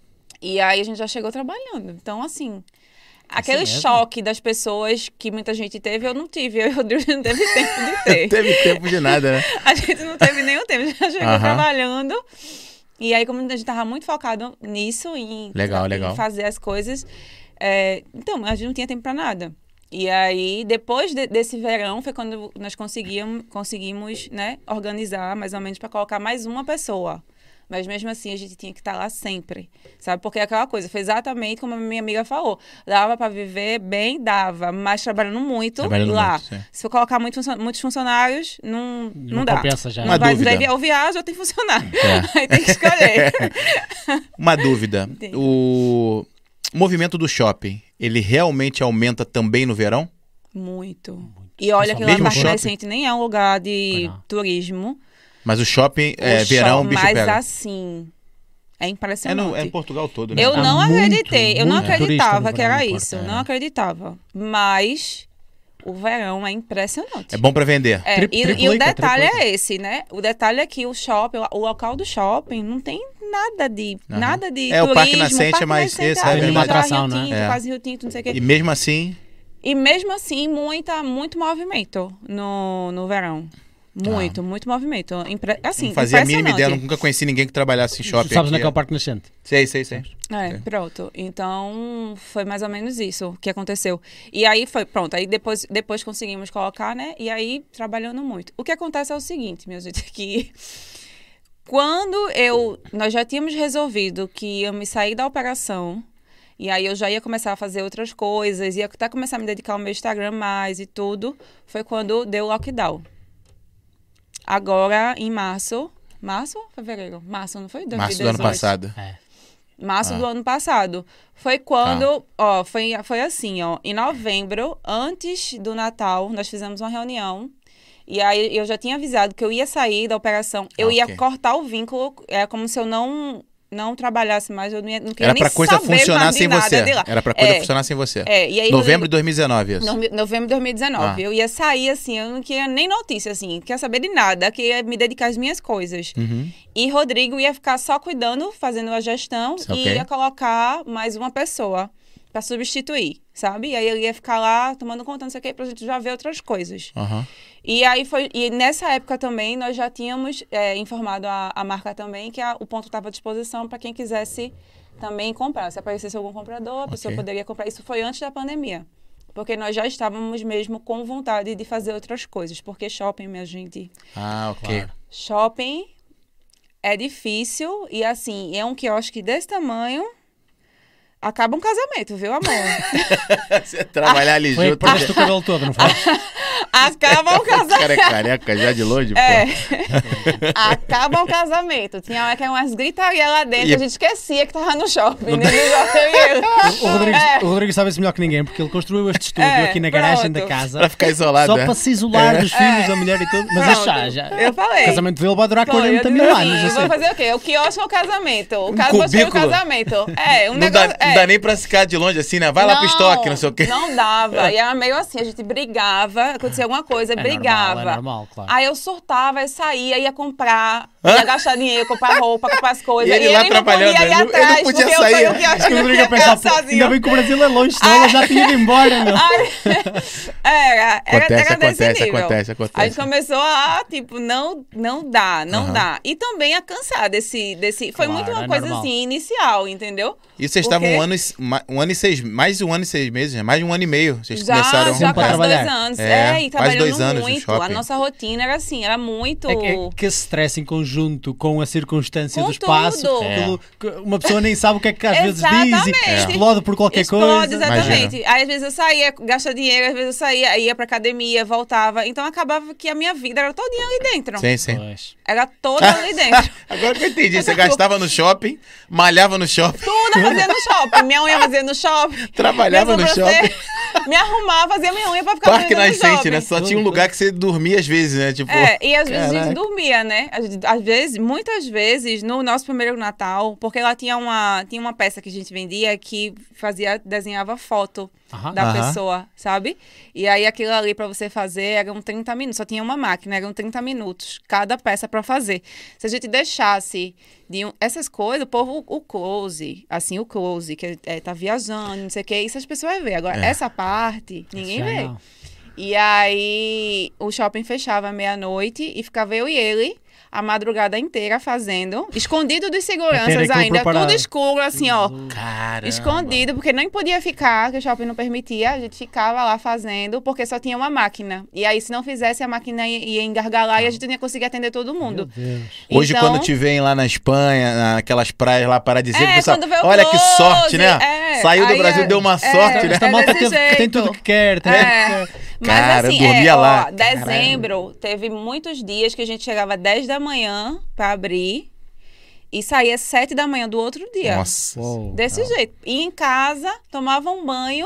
E aí, a gente já chegou trabalhando. Então, assim... Aquele mesmo? choque das pessoas que muita gente teve, eu não tive. Eu e o Rodrigo não teve tempo de ter. Teve tempo de nada, né? A gente não teve nenhum tempo, já chegou Aham. trabalhando. E aí, como a gente tava muito focado nisso, em, Legal, em legal. fazer as coisas, é, então, a gente não tinha tempo para nada. E aí, depois de- desse verão, foi quando nós conseguíamos, conseguimos, né, organizar mais ou menos para colocar mais uma pessoa. Mas mesmo assim, a gente tinha que estar lá sempre, sabe? Porque é aquela coisa, foi exatamente como a minha amiga falou. Dava para viver bem, dava, mas trabalhando muito Trabalhando lá. muito, sim. Se eu colocar muito funcio- muitos funcionários, não, não, Não dá. compensa já. Uma Não vai, dúvida. daí ou viaja ou tem funcionário. É. Aí tem que escolher. Uma dúvida. Sim. O movimento do shopping, ele realmente aumenta também no verão? Muito. E olha que lá Mesmo Parque shopping? Nascente nem é um lugar de Não. turismo. Mas o shopping, é, O verão, o show- bicho mas pega. assim, é É, impressionante. no, é em Portugal todo, né? Eu Tá não muito, acreditei, eu não muito turista acreditava no que verão era no isso, Porto, não é. acreditava. Mas o verão é impressionante. É bom pra vender. É, Tri- e, e o triplica, detalhe triplica. é esse, né? O detalhe é que o shopping, o local do shopping, não tem nada de, Aham. nada de É, o turismo. Parque Nascente é mais- Nascente, esse é ah, verdade. Uma Rio atração, né? Tinto, É. quase Rio Tinto, não sei o quê. E mesmo assim, E mesmo assim, muita, muito movimento no, no verão. Muito, muito movimento. Impre... Assim, Não fazia a mínima ideia, impressionante. nunca conheci ninguém que trabalhasse em shopping. Tu sabes onde é aqui. que é o Parque Nascente? Sei, sei, sei. É, Sim. pronto. Então, foi mais ou menos isso que aconteceu. E aí foi, pronto, aí depois, depois conseguimos colocar, né? E aí, trabalhando muito. O que acontece é o seguinte, minha gente, que quando eu, nós já tínhamos resolvido que ia me sair da operação, e aí eu já ia começar a fazer outras coisas, ia até começar a me dedicar ao meu Instagram mais e tudo, foi quando deu o lockdown. Agora, em março, março ou fevereiro? Março, não foi? Março do ano passado. É. Março Ah. do ano passado. Foi quando, ó, foi, foi assim, ó, em novembro, antes do Natal, nós fizemos uma reunião. E aí eu já tinha avisado que eu ia sair da operação, eu Ok. ia cortar o vínculo, é como se eu não, não trabalhasse mais, eu não, ia, não queria Era nem pra coisa saber funcionar mais de sem nada você. de lá. Era pra coisa É, funcionar sem você. É, e aí Novembro de dois mil e dezenove, isso. No- novembro de dois mil e dezenove. Ah. Eu ia sair, assim, eu não queria nem notícia, assim, não queria saber de nada, queria me dedicar às minhas coisas. Uhum. E Rodrigo ia ficar só cuidando, fazendo a gestão, Isso, e ok. ia colocar mais uma pessoa pra substituir, sabe? E aí ele ia ficar lá tomando conta, não sei o quê, pra gente já ver outras coisas. Aham. E aí foi. E nessa época também nós já tínhamos é, informado a, a marca também que a- o ponto estava à disposição para quem quisesse também comprar. Se aparecesse algum comprador, a pessoa Ok. poderia comprar. Isso foi antes da pandemia. Porque nós já estávamos mesmo com vontade de fazer outras coisas. Porque shopping, minha gente. Ah, ok. Claro. Shopping é difícil. E assim, é um quiosque desse tamanho. Acaba um casamento, viu, amor? Você trabalhar ali Foi aí que junto. perdeste o cabelo todo, não foi? Acaba um O casamento. cara é careca já de longe, É. pô. Acaba o casamento. Tinha hora que era umas gritarias lá dentro, E- a gente esquecia que tava no shopping. né? Eu e ele. O Rodrigo, É. o Rodrigo sabe isso melhor que ninguém, porque ele construiu este estúdio É, aqui na garagem pronto. da casa. Pra ficar isolado, Só né? para se isolar É. dos filhos, É. da mulher e tudo. Mas Pronto. já, já. Eu falei. O casamento dele vai durar Pô, eu quarenta disse mil assim, anos. eu Eu vou sei. fazer o quê? O quiosque ou o casamento? O Um caso foi o cubículo. casamento. É, um Não negócio. dá, é. não dá nem pra ficar de longe assim, né? Vai lá pro estoque, não sei o quê. Não dava. E era meio assim, a gente brigava, acontecia alguma coisa, É brigava. normal, é normal, claro. Aí eu surtava, eu saía, ia comprar, ia gastar dinheiro, comprar roupa, comprar as coisas. E ele lá não trabalhando, podia ir ele não- ele não atrás, podia porque sair. eu fui o que acho O que não Rodrigo tinha a pensar, ficado "Pô, ainda sozinho. bem que o Brasil é longe, senão ela já tinha ido embora, meu. Aí, era, era, Acontece, era desse acontece, nível. acontece, acontece. A gente começou a, tipo, não, não dá, não Aham. dá. E também a cansar desse, desse... Foi Claro, muito uma é coisa, normal. assim, inicial, entendeu? E vocês Porque estavam um ano, e, ma- um ano e seis, mais de um ano e seis meses, né? Mais de um ano e meio. Vocês Já, começaram. já Sempre a quase trabalhar. dois anos. É, É, e quase trabalhando dois anos no muito. shopping. A nossa rotina era assim, era muito... É que, é que esse stress em conjunto com a circunstância Com do espaço, tudo. aquilo que uma pessoa nem sabe o que é que às vezes diz e Exatamente. explode por qualquer Explode, coisa. exatamente. Aí às vezes eu saía, gastava dinheiro, às vezes eu saía, ia pra academia, voltava. Então acabava que a minha vida era todinha ali dentro. Sim, sim. Pois. Era toda ali dentro. Agora que eu entendi. Você gastava no shopping, malhava no shopping, Tudo eu fazia no shopping. Minha unha fazia no shopping. trabalhava no minha shopping. sobrancelha- Me arrumava, fazia minha unha pra ficar Parque bonita no Nascente, shopping. né? Só Tudo, tinha um tudo. lugar que você dormia às vezes, né? Tipo, É, e às vezes a caraca. gente dormia, né? A gente- Às vezes, muitas vezes, no nosso primeiro Natal, porque lá tinha uma, tinha uma peça que a gente vendia que fazia, desenhava foto Aham. da Aham. pessoa, sabe? E aí aquilo ali pra você fazer eram trinta minutos, só tinha uma máquina, eram trinta minutos cada peça pra fazer. Se a gente deixasse de um- essas coisas, o povo, o close, assim, o close, que é, tá viajando, não sei o que, isso as pessoas vão ver. Agora, É. essa parte, ninguém Já vê. não. E aí o shopping fechava meia-noite e ficava eu e ele a madrugada inteira fazendo, escondido dos Ter seguranças aquilo ainda, preparado. tudo escuro, assim, ó. Caramba. Escondido, porque nem podia ficar, que o shopping não permitia. A gente ficava lá fazendo, porque só tinha uma máquina. E aí, se não fizesse, a máquina ia, ia engargalar e a gente não ia conseguir atender todo Meu mundo. Deus. Hoje, Então- quando te vem lá na Espanha, naquelas praias lá paradisíacas, É, o pessoal, quando vê o olha que close, sorte, né? é. Saiu do Aí Brasil, é- deu uma é, sorte, né? Esta é malta desse teve- tem jeito. tudo que quer. Tem É. Mas Cara, eu assim, dormia é, lá. ó, dezembro, teve muitos dias que a gente chegava dez da manhã pra abrir e saía sete da manhã do outro dia. Nossa. Uou. Desse jeito. Ia em casa, tomava um banho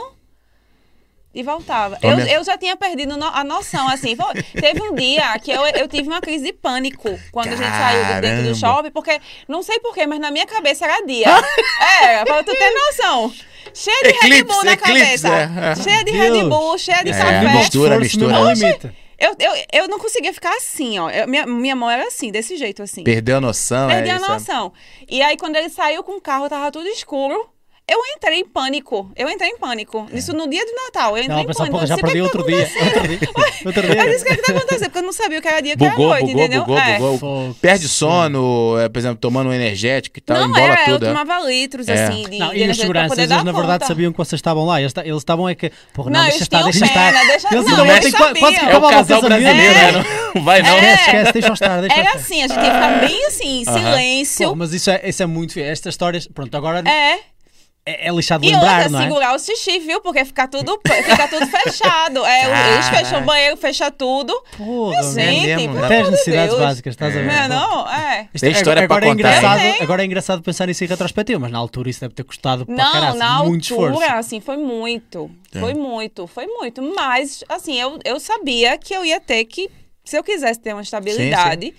e voltava. Ô, Eu, minha- eu já tinha perdido no- a noção, assim. Foi- teve um dia que eu, eu tive uma crise de pânico quando a gente saiu de dentro do Caramba. shopping, porque, não sei porquê, mas na minha cabeça era dia. É, pra tu ter noção. Cheia de Red Eclipse, Bull na eclipse, cabeça. é, é. Cheia de Deus. Red Bull, cheia de É, café. mistura, Esforço mistura. mesmo ao Oxe, limite. Eu, eu, eu não conseguia ficar assim, ó. Eu- minha, minha mão era assim, desse jeito, assim. Perdeu a noção, Perdi é a isso. noção. E aí, quando ele saiu com o carro, tava tudo escuro. Eu entrei em pânico. Eu entrei em pânico. Isso no dia do Natal. Eu entrei Ela em pensava, pânico. porra, já Eu disse, perdi "O que outro que dia. tá acontecendo?" Outro dia. Outro dia. Eu disse, o que é que tá acontecendo? Porque eu não sabia o que era dia que Bugou, era noite, bugou, entendeu? bugou, é. bugou. Fogo. Perde sono, é, por exemplo, tomando um energético e tal, Não, embola era, tudo. eu é. tomava litros, É. assim, de, Não, de e os energético pra seguranças, poder eles dar na verdade conta. sabiam que vocês estavam lá. Eles ta- eles estavam é que. Porra, não, Não, deixa eles estar, tinham deixa estar. pena, deixa- Eles não, não eles metem quase sabiam. quase que É o acabava casal casamento. brasileiro, É. né? Não vai não. Esquece, esquece, deixa estar, deixa Era estar. assim, a gente ia ficar bem assim, em Aham. silêncio. Pô, mas isso é, isso é muito fixe. Estas histórias, pronto, agora É. é, é lixado de E lembrar, outra, não é? segurar o xixi, viu? Porque fica tudo, fica tudo fechado. É, eles Caraca. fecham o banheiro, fecham tudo. Porra, Gente, mesmo, pelo né? até as amor de necessidades Deus. básicas, estás a ver? Não é não? É. Isto Tem história agora pra é contar, hein? engraçado, Tem. agora é engraçado pensar nisso em retrospectiva, mas na altura isso deve ter custado para Não, caralho, na muito altura, esforço. assim, foi muito. É. Foi muito, foi muito. Mas, assim, eu, eu sabia que eu ia ter que, se eu quisesse ter uma estabilidade,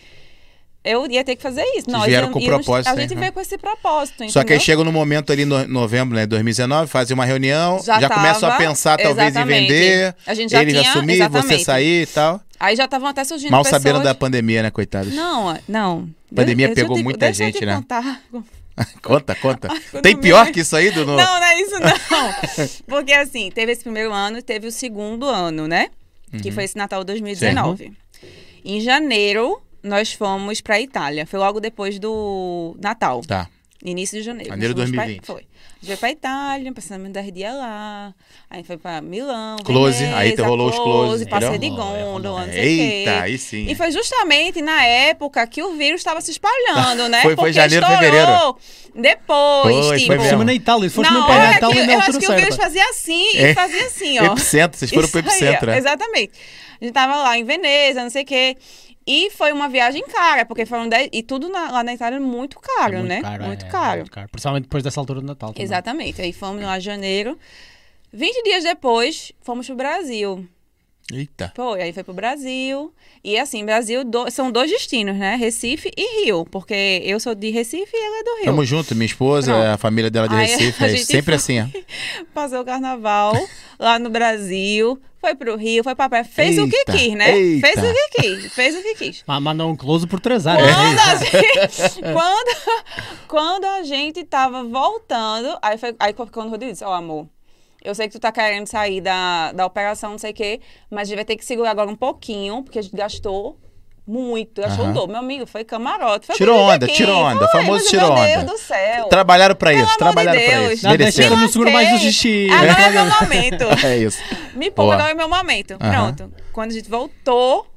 eu ia ter que fazer isso. Nós vieram ia- com íamos- propósito, A gente né? veio com esse propósito, entendeu? Só que aí chega no momento ali no novembro, né, dois mil e dezenove, fazem uma reunião, já, Já começam a tava, pensar talvez exatamente. em vender, A gente já ele tinha, assumir, você exatamente. sair e tal. Aí já estavam até surgindo Mal pessoas... sabendo da pandemia, né, coitados. Não, não. Pandemia Deixa eu pegou te- muita deixa eu gente, te né? contar. Conta, conta. Quando Tem me pior lembro- que isso aí, Dudu? Não, não é isso não. Porque assim, teve esse primeiro ano e teve o segundo ano, né? Que foi esse Natal dois mil e dezenove. Em janeiro, nós fomos pra Itália. Foi logo depois do Natal. Tá. Início de janeiro. Janeiro de Nós fomos dois mil e vinte. Pra, foi. A gente foi pra Itália, passamos dez dias lá. Aí foi pra Milão, Close, Veneza, aí te rolou os close, passeio de entendeu? gôndola, não sei o quê. Eita, aí sim. E foi justamente na época que o vírus estava se espalhando, né? Foi- foi Porque janeiro, estourou fevereiro. Depois, Foi, tipo... foi Por cima na Itália, se fosse na mesmo para a hora que, Itália, na eu acho altura que o vírus certa. fazia assim É. e fazia assim, ó. Epicentro, vocês foram pro Isso aí, epicentro, ó, é. Exatamente. A gente tava lá em Veneza, não sei o quê. E foi uma viagem cara, porque foram dez... E tudo na- lá na Itália muito caro, É muito né? caro, é, muito é caro. muito caro. Principalmente depois dessa altura do Natal. também. Exatamente. Aí fomos lá em janeiro. vinte dias depois, fomos pro Brasil. Eita. Foi, aí foi pro Brasil. E assim, Brasil do- são dois destinos, né? Recife e Rio. Porque eu sou de Recife e ela é do Rio. Tamo junto, minha esposa, Pronto. a família dela de Aí Recife, a é gente sempre foi. assim, ó. Passou o carnaval lá no Brasil. Foi pro Rio, foi pra praia. Fez o que Eita, quis, né? eita. Fez o que quis. Fez o que quis. Mas mandou um close por três anos. Quando a, gente, quando, quando a gente tava voltando, aí foi aí quando o Rodrigo disse, ó, amor, eu sei que tu tá querendo sair da, da operação, não sei o quê, mas a gente vai ter que segurar agora um pouquinho, porque a gente gastou muito, gastou Aham. o dobro. Meu amigo, foi camarote. Foi Tirou coisa onda, aqui. tirou onda, Foi, famoso mas, tirou meu onda. Deus do céu. Trabalharam pra Pelo isso, amor trabalharam de pra Deus. isso. Não, deixa Mereceram. que eu não seguro mais o xixi. Agora é meu momento. É isso. Me poupa, Boa. agora é meu momento. Aham. Pronto. Quando a gente voltou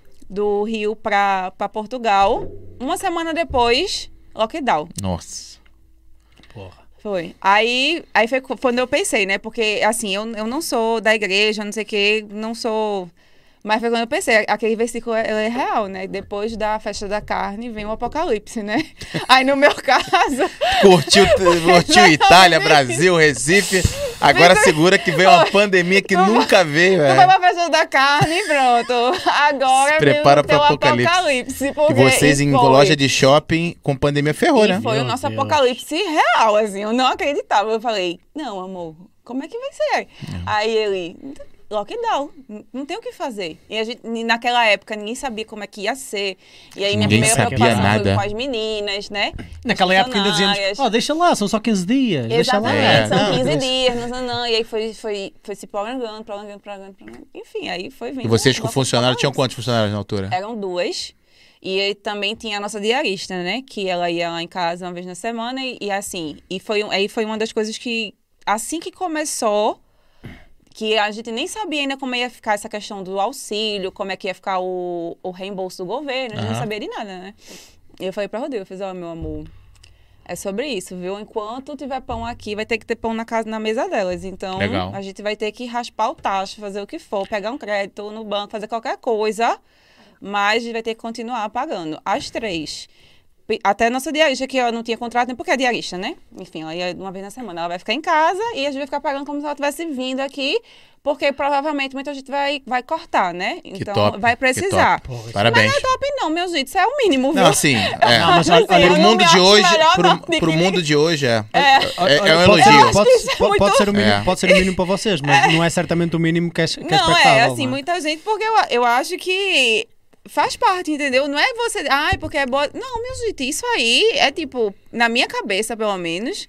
do Rio pra, pra Portugal, uma semana depois, lockdown. Nossa. Porra. Foi. Aí, aí foi quando eu pensei, né? Porque, assim, eu, eu não sou da igreja, não sei o quê, não sou... Mas foi quando eu pensei, aquele versículo é, é real, né? Depois da festa da carne vem o apocalipse, né? Aí, no meu caso... Curtiu, curtiu Itália, Brasil, Recife. Agora segura que veio uma pandemia que Não nunca veio. Não foi É. pra festa da carne e pronto. Agora Se prepara veio o pro apocalipse. apocalipse. E porque- vocês e em foi. loja de shopping com pandemia ferrou, E né? foi Meu o nosso Deus. apocalipse real, assim. Eu não acreditava. Eu falei, não, amor, como é que vai ser? Aí ele, lockdown, n- não tem o que fazer. E a gente, e naquela época, ninguém sabia como é que ia ser. E aí minha Ninguém primeira sabia preocupação nada. foi com as meninas, né? Naquela As época ainda dizíamos, funcionárias. ó, deixa lá, são só quinze dias. Deixa lá. Exatamente, É, são não, quinze deixa. dias, não, não, não. E aí foi, foi, foi se prolongando, prolongando, prolongando, prolongando. Enfim, aí foi vindo. E vocês com o funcionário tinham apocalipse. quantos funcionários na altura? Eram duas. E aí também tinha a nossa diarista, né? Que ela ia lá em casa uma vez na semana. E, e assim, e foi, um- aí foi uma das coisas que, assim que começou, que a gente nem sabia ainda como ia ficar essa questão do auxílio, como é que ia ficar o, o reembolso do governo, a gente Aham. não sabia de nada, né? E eu falei pra Rodrigo, eu fiz, ó, meu amor, é sobre isso, viu? Enquanto tiver pão aqui, vai ter que ter pão na casa, na mesa delas. Então, Legal. a gente vai ter que raspar o tacho, fazer o que for, pegar um crédito no banco, fazer qualquer coisa, mas a gente vai ter que continuar pagando. As três. Pe- Até a nossa diarista, que ela não tinha contrato nem porque é diarista, né? Enfim, ela ia uma vez na semana. Ela vai ficar em casa e a gente vai ficar pagando como se ela tivesse vindo aqui, porque provavelmente muita gente vai, vai cortar, né? Que Então, top, vai que precisar. top. Porra, Parabéns. Mas não é top não, meu gente. Isso é o mínimo, viu? Não, assim, é. Não, mas olha- Assim, olha, eu pro não mundo me de acho hoje, melhor, pro, não, pro de mundo de hoje é. É. É, Olha, é um olha, pode- elogio. Pode, isso é pode- pode muito- ser o mínimo, É. pode ser o mínimo para vocês, mas não é certamente o mínimo que é, que é Não, expectável. é assim, não é? muita gente, porque eu, eu acho que faz parte, entendeu? Não é você, ai, porque é boa. Não, meu gente, isso aí é tipo, na minha cabeça, pelo menos,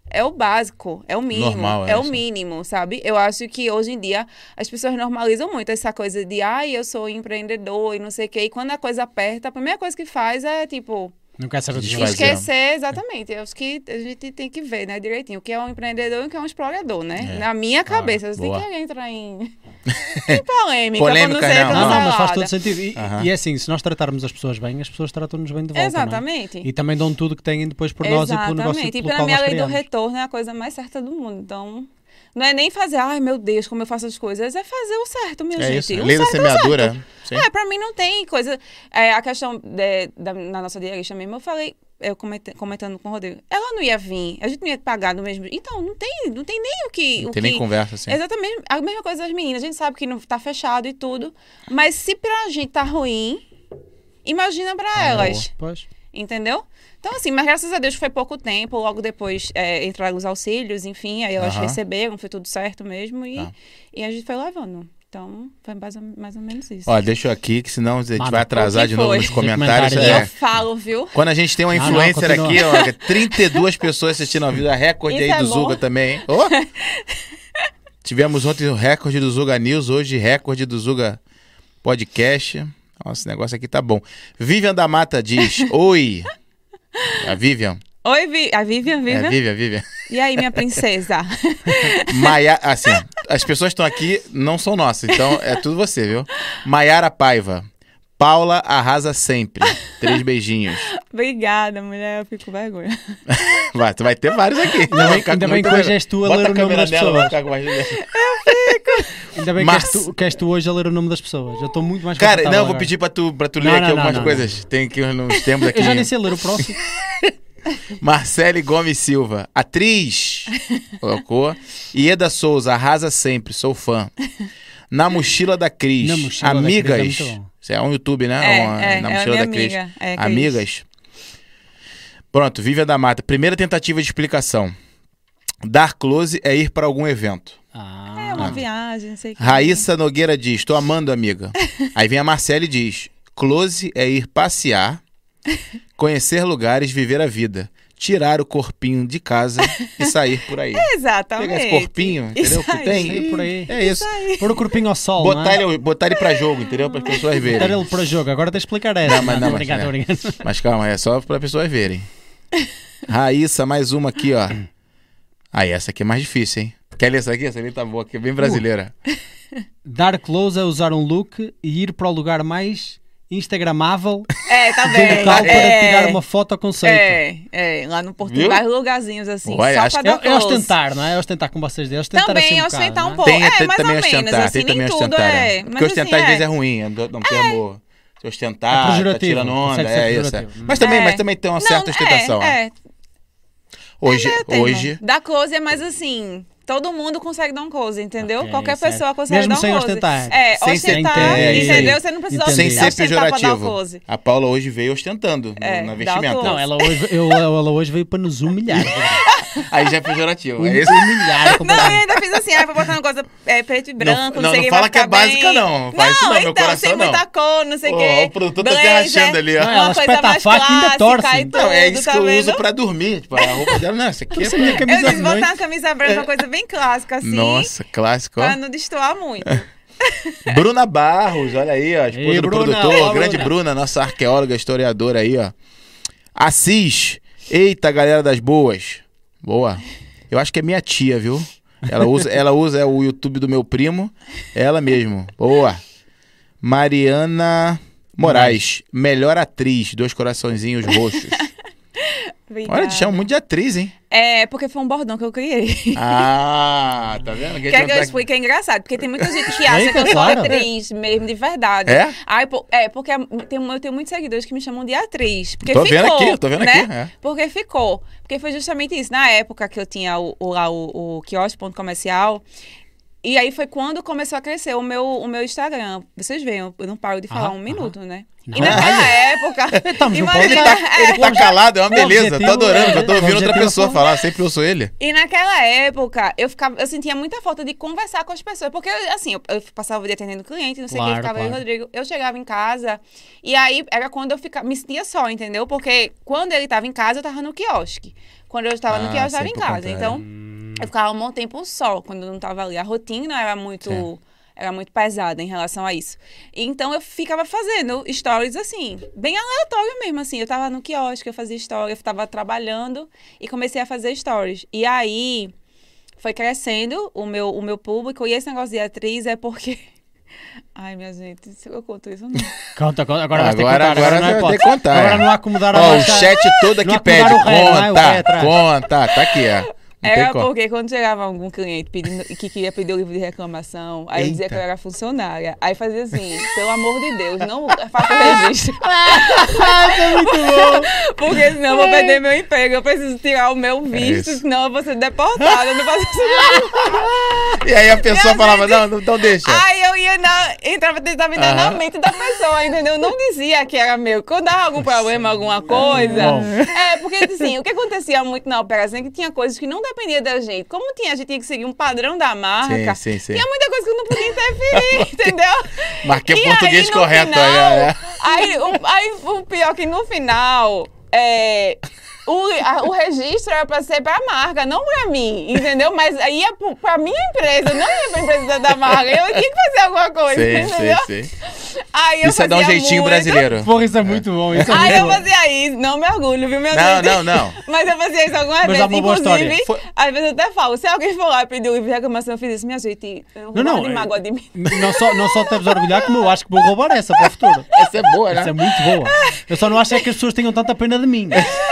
é o básico, é o mínimo. Normal, é é o isso. mínimo, sabe? Eu acho que hoje em dia as pessoas normalizam muito essa coisa de, ai, eu sou empreendedor e não sei o quê. E quando a coisa aperta, a primeira coisa que faz é, tipo, Não quer saber dos Desfazer. outros. esquecer, exatamente. Eu acho que a gente tem que ver, né, direitinho, o que é um empreendedor e o que é um explorador, né? É. Na minha cabeça, você boa. tem que entrar em, em polêmica, Polêmica, pra não ser não. Não, não, mas faz cancelada. todo sentido. E, Aham. e é assim, se nós tratarmos as pessoas bem, as pessoas tratam-nos bem de volta. não é? Exatamente. E também dão tudo que têm depois por nós e pelo negócio Exatamente. E pelo pra qual mim, a nós lei do criamos. retorno é a coisa mais certa do mundo. Então, não é nem fazer, ai meu Deus, como eu faço as coisas. É fazer o certo, minha É gente. isso. O Lei da certo é o semeadura. certo. Sim. É, pra mim não tem coisa. É, a questão de- da, na nossa diarista mesmo, eu falei, eu comente- comentando com o Rodrigo, ela não ia vir, a gente não ia pagar no mesmo. Então, não tem, não tem nem o que. Não o tem que... nem conversa, assim. Exatamente. A mesma coisa das meninas. A gente sabe que não tá fechado e tudo. Mas se pra gente tá ruim, imagina pra elas. Pois. Entendeu? Então, assim, mas graças a Deus foi pouco tempo. Logo depois é, entraram os auxílios, enfim, aí elas Aham. receberam, foi tudo certo mesmo. E, Tá. e a gente foi levando. Então, foi mais ou, mais ou menos isso. Ó, deixa eu aqui, que senão a gente Manda. vai atrasar O que de novo foi? nos Os comentários. comentários, E É. eu falo, viu? Quando a gente tem uma Não, não, influencer continua. aqui, ó, trinta e duas pessoas assistindo ao vivo, a recorde Isso aí é do bom. Zuga também, hein? Ó. Tivemos ontem o recorde do Zuga News, hoje recorde do Zuga Podcast. Nossa, esse negócio aqui tá bom. Vivian da Mata diz, oi. A Vivian. Oi, Vi- a Vivian, É, Vivian. a Vivian, Vivian. E aí, minha princesa? Maia, assim, ó, as pessoas que estão aqui não são nossas, então é tudo você, viu? Maiara Paiva. Paula arrasa sempre. Três beijinhos. Obrigada, mulher. Eu fico com vergonha. Vai, tu vai ter vários aqui. Ainda Vai bem, ficar ainda com bem que muita hoje és tu a Bota ler a o nome câmera das dela, vai pessoas. ficar com mais... Ainda bem Mas- que, és tu, que és tu hoje a ler o nome das pessoas. Eu estou muito mais Cara, confortável não, eu vou agora. pedir pra tu, pra tu ler Não, aqui não, algumas não, não, coisas. Tem aqui uns tempos aqui. Eu já nem sei ler o próximo. Marcele Gomes Silva, atriz. Colocou. Ieda Souza, arrasa sempre, sou fã. Na Mochila da Cris. Na Mochila da Amigas. Cris é muito bom. Isso é um YouTube, né? É, Uma- é, Na é a Mochila minha da Cris. amiga, é, Cris. Amigas. Pronto, Vivian da Mata. Primeira tentativa de explicação. Dar close é ir para algum evento. Ah, É uma viagem, não sei o que. Raíssa Nogueira diz, tô amando, amiga. Aí vem a Marcele e diz, close é ir passear, conhecer lugares, viver a vida, tirar o corpinho de casa e sair por aí. Exatamente. Pegar esse corpinho, entendeu? Isso Que tem. aí, por aí. É isso. pôr o corpinho ao sol, Botar não é? ele, botar ele pra jogo, entendeu? Para as pessoas verem. Botar ele para jogo. Agora tens de explicar essa. Não, mas não, tô mas- brincando, tô é. brincando. Mas calma, é só para as pessoas verem. Raíssa, mais uma aqui, ó. Aí, essa aqui é mais difícil, hein? Quer ler essa aqui? Essa ali tá boa, aqui é bem brasileira. Dar close é usar um look e ir para o lugar mais instagramável É, tá do bem. local para é, tirar uma foto a conceito. É, é, lá no Porto Viu? tem vários lugarzinhos assim, Olha, só acho pra que dar É, é close. ostentar, não é? É ostentar com vocês dizem. Ostentar Também assim um ostentar bocado, um não é? pouco. Tem, é, tem mais também ou menos, ostentar, assim, tem também nem tudo ostentar. é. É. Porque Mas ostentar assim, às é. vezes é ruim, é um termo se É ostentar, tá pejorativo, tirando onda, consegue ser é isso. é. pejorativo. Mas também, É. mas também tem uma Não, certa ostentação. ó. É, é, Hoje, é o termo. hoje, Dar close é mais assim, todo mundo consegue dar um close, entendeu? Ok, Qualquer certo. pessoa consegue Mesmo dar um sem close. ostentar. É, Sem ser- ostentar, é, isso aí. entendeu? Você não precisa Entendi. sem ser ostentar pra dar o pejorativo. close. A Paula hoje veio ostentando no- É, na dá o vestimenta. close. Não, ela hoje, eu, ela hoje veio para nos humilhar. Aí já é pejorativo. É isso? Humilhar Não, e completamente. ainda fiz assim, ah, vou botar uma coisa é, preto e branco, não, não, sei não o que fala vai que é ficar bem. básica, não. Faz isso não, meu então, coração sem não. muita cor, não sei o Ó, quê. o produtor tá se Blazer, rachando ali, ó. Não, ela Uma coisa espeta a mais faca e ainda clássica torce. e tudo, Não, é isso tá que eu vendo? uso pra dormir. Tipo, a roupa dela, não, isso aqui é Você minha pra... camisa Eu de disse botar noite. uma camisa branca, uma coisa bem clássica, assim, Nossa, clássico, ó. pra não destoar muito. Bruna Barros, olha aí, ó, a esposa Ei, do Bruna, produtor, ó, grande Bruna. Bruna, nossa arqueóloga, historiadora aí, ó. Assis, eita, galera das boas. Boa. Eu acho que é minha tia, viu? Ela usa, ela usa o YouTube do meu primo, ela mesmo. Boa. Mariana Moraes, melhor atriz, dois coraçõezinhos roxos. Obrigada. Olha, te chamo muito de atriz, hein? É, porque foi um bordão que eu criei. Ah, tá vendo? Quer que eu explique? É engraçado, porque tem muita gente que acha Eita, que eu sou claro. atriz mesmo, de verdade. É? Ai, pô, é, porque tem, eu tenho muitos seguidores que me chamam de atriz. Porque Tô ficou, vendo aqui, tô vendo né? aqui, é. Porque ficou. Porque foi justamente isso. Na época que eu tinha o, o, lá o, o quiosque ponto comercial, e aí foi quando começou a crescer o meu, o meu Instagram. Vocês veem, eu não paro de falar Aham, um minuto, né? Não, E naquela olha. época... Estamos no imagina- Ele tá, ele tá calado, é uma o beleza. Tô objetivo adorando, é- que eu tô o ouvindo outra objetivo é pessoa falar. falar. Sempre ouço ele. E naquela época, eu ficava, eu sentia muita falta de conversar com as pessoas. Porque, assim, eu, eu passava o dia atendendo cliente, não sei o Claro, que, ficava claro. aí, Rodrigo. Eu chegava em casa, e aí era quando eu ficava, me sentia só, entendeu? Porque quando ele tava em casa, eu tava no quiosque. Quando eu estava no Ah, quiosque, eu tava em sempre o casa. contrário. Então, eu ficava um bom tempo só, quando eu não tava ali. A rotina era muito... Sim. Era muito pesada em relação a isso. Então, eu ficava fazendo stories, assim, bem aleatório mesmo, assim. Eu tava no quiosque, eu fazia stories, eu tava trabalhando e comecei a fazer stories. E aí, foi crescendo o meu, o meu público. E esse negócio de atriz é porque... Ai, minha gente, se eu conto isso, não. Conta, conta. Agora vais ter que Agora, contar. agora não é você vai ter hipótese. que contar. Agora é. não há acomodar a Ó, o baixa- chat todo aqui não pede. acomodar o ré, não é? O ré Conta, atrás. conta. Tá aqui, ó. Não Era tem como. porque quando chegava algum cliente pedindo, que queria pedir o livro de reclamação, aí eu dizia Eita. que eu era funcionária. Aí fazia assim, pelo amor de Deus, não faça o registro. é muito bom. Porque senão eu vou perder meu emprego. Eu preciso tirar o meu visto, isso. senão eu vou ser deportada. Eu não faço isso não. E aí a pessoa Minha falava, gente- não, não, então deixa. Aí eu ia na, entrava, tentava entrar na Aham. mente da pessoa, entendeu? Eu não dizia que era meu. Quando dava algum problema, alguma coisa. Bom. É, porque assim, o que acontecia muito na operação é que tinha coisas que não dependiam da gente. Como tinha, a gente tinha que seguir um padrão da marca. Sim, sim, sim. Tinha muita coisa que eu não podia interferir, entendeu? Marquei o E português aí, no correto. final, olha, é. aí, o, aí o pior é que no final, é, o, a- o registro era pra ser pra marca, não pra mim, entendeu? Mas aí ia pro- pra minha empresa, não ia pra empresa da, da marca. Eu tinha que fazer alguma coisa, Sei, entendeu? sei, sei. Aí eu Isso é dar um fazia jeitinho muito. brasileiro. Porra, isso é muito bom. Isso é Aí muito eu bom. fazia isso, não me orgulho, viu, meu Não, Deus? não, não. Mas eu fazia isso algumas Mas vezes, dá uma boa história. inclusive, Foi- às vezes eu até falo, se alguém for lá pedir o livro de reclamação, eu fiz isso, minha gente, eu Não, não, não, de é- mágoa de mim. Não só, não só te deves orgulhar, como eu acho que vou roubar essa para o futuro. Essa é boa, né? Essa é muito boa. Eu só não acho é que as pessoas tenham tanta pena de mim.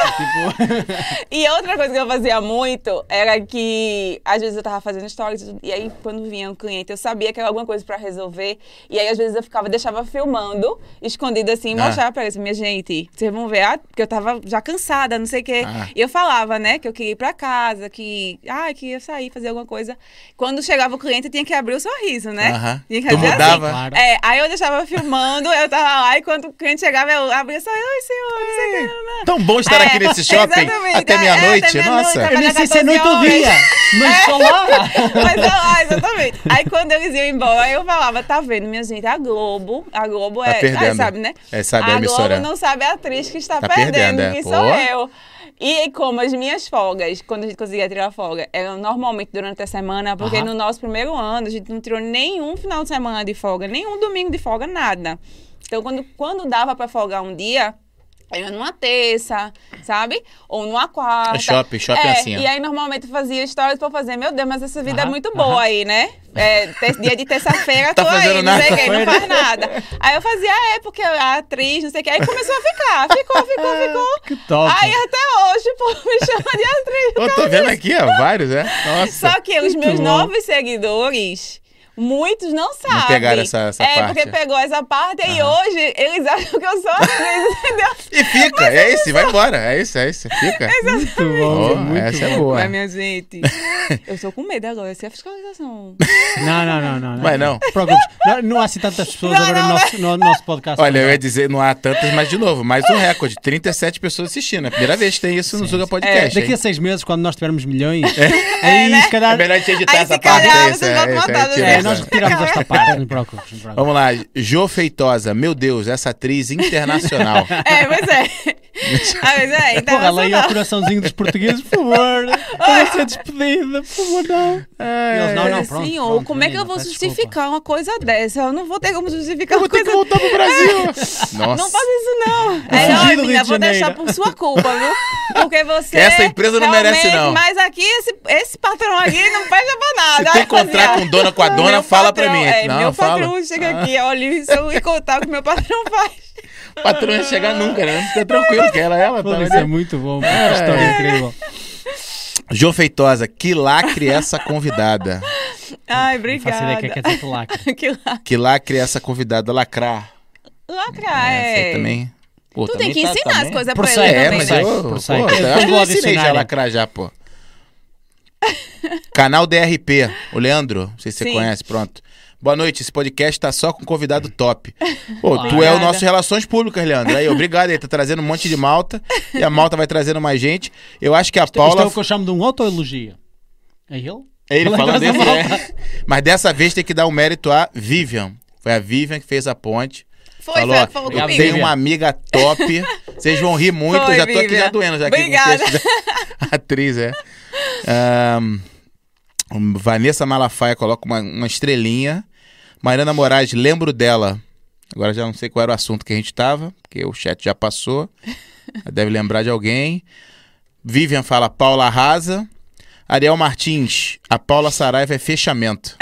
Tipo, E outra coisa que eu fazia muito era que, às vezes, eu tava fazendo stories e tudo, e aí, quando vinha um cliente, eu sabia que era alguma coisa pra resolver. E aí, às vezes, eu ficava, deixava filmando, escondido assim, e Ah. mostrava pra eles, minha gente, vocês vão ver, ah, porque eu tava já cansada, não sei o quê. Ah. E eu falava, né, que eu queria ir pra casa, que, ah, que ia sair, fazer alguma coisa. Quando chegava o cliente, eu tinha que abrir o sorriso, né? Aham. Tinha que Tu fazer mudava? assim. Claro. É, aí eu deixava filmando, eu tava lá, e quando o cliente chegava, eu abria só, oi, senhor, não sei o que. não, não. Tão bom estar É, aqui nesse shopping exatamente, até é, meia-noite. até meia-noite, Nossa. eu nem sei se é catorze noite ou horas. dia, mas só lá. Mas sei lá, exatamente. Aí quando eles iam embora, eu falava, tá vendo, minha gente, a Globo, a Globo Tá é, perdendo. ah, sabe, né? É, sabe, é a a emissora. Globo não sabe a atriz que está Tá perdendo, perdendo, é. que Pô. sou eu. E como as minhas folgas, quando a gente conseguia tirar folga, eram normalmente durante a semana, porque Aham. no nosso primeiro ano a gente não tirou nenhum final de semana de folga, nenhum domingo de folga, nada. Então, quando, quando dava pra folgar um dia, era numa terça, sabe? Ou numa quarta. Shopping, shopping é, assim, ó. E aí, normalmente, eu fazia stories pra fazer, meu Deus, mas essa vida Aham, é muito boa aham. aí, né? É, ter- dia de terça-feira, Tá tô fazendo aí, não sei o nada. quê, não faz nada. Aí eu fazia, ah, é, porque a atriz, não sei o quê. Aí começou a ficar, ficou, ficou, ficou. Que top. Aí até hoje, pô, me chama de atriz. por Eu tô causa vendo disso. aqui, ó, vários, né? Nossa. Só que os Muito meus bom. novos seguidores, muitos não sabem. pegaram essa- essa é, parte. porque pegou essa parte e hoje eles acham que eu sou atriz, entendeu? E fica, é esse, vai embora. É isso, é isso, fica. Muito bom, Oh, muito essa é bom. boa. Mas, minha gente, eu tô com medo agora, essa é a fiscalização. Não, não, não, não. Mas não. Não te preocupes. Não, não há assim tantas pessoas Não, agora no não, nosso, no nosso podcast. Olha, eu ia dizer, não há tantas, mas de novo, mais um recorde. trinta e sete pessoas assistindo. É a primeira vez que tem isso no Zuga Podcast. Daqui a hein? seis meses, quando nós tivermos milhões, aí né? se calhar É melhor a gente editar Aí, essa se parte. calhar, é isso, vocês é botam isso, uma é, tabela, tira é, essa. nós retiramos esta parte, não te preocupes. Não te preocupes. Vamos lá, Jô Feitosa. Meu Deus, essa atriz internacional. É, pois é. Ah, pois é, Porra, leia o internacional. coraçãozinho dos portugueses, por favor. Vai ser despedida, por favor, não. Eles, não, não, pronto. Senhor, pronto, como é que menina, eu vou peço justificar uma coisa dessa? Eu não vou ter como justificar Eu vou uma ter que coisa... voltar pro Brasil. Nossa. Não faz isso, não. Eu É, fugi não, do Rio menina, de vou deixar Janeiro. por sua culpa, viu? Porque você. Essa empresa não merece, realmente- não. Mas aqui, esse, esse patrão aqui não presta pra nada. Se tu Aí encontrar fazia- com dona, com a dona, Meu fala pra patrão- mim. É, Não, meu fala. patrão chega aqui, olha, e se eu me contar o que meu patrão faz. O patrão ia chegar nunca, né? Fica tranquilo, que ela, ela Pô, tá isso é muito bom, pô, que história incrível. Jô Feitosa, que lacre essa convidada. Ai, Não faço ideia o que é que obrigada. quer dizer que lacre. Que la- Que lacre essa convidada, lacrar. lacrar, Essa aí é. também. Pô, Tu também tem que tá- ensinar as também- coisas pra Prossegue, ele É, também. mas Prossegue, eu, prossegue. pô, Eu eu tô acho que no eu ensinei já a dicionário. lacrar já, pô. Canal D R P, o Leandro, não sei se você Sim. conhece, pronto. Boa noite, esse podcast tá só com convidado top. Pô, tu é o Obrigada. nosso Relações Públicas, Leandro. Aí, obrigado, ele tá trazendo um monte de malta e a malta vai trazendo mais gente. Eu acho que a Isto, isto Paula... é o que eu chamo de um autoelogio. É ele? É ele Ele falando traz a desse, malta. é. Mas dessa vez tem que dar um mérito à Vivian. Foi a Vivian que fez a ponte. Foi, Falou, foi, ó, falou eu comigo. tenho uma amiga top. Vocês vão rir muito. Foi, eu já tô aqui Vivian. já doendo. Já aqui com o Obrigada. texto da atriz, é. Ahn, Vanessa Malafaia coloca uma, uma estrelinha. Mariana Moraes, lembro dela. Agora já não sei qual era o assunto que a gente tava, porque o chat já passou. Deve lembrar de alguém. Vivian fala, Paula arrasa. Ariel Martins, a Paula Saraiva é fechamento.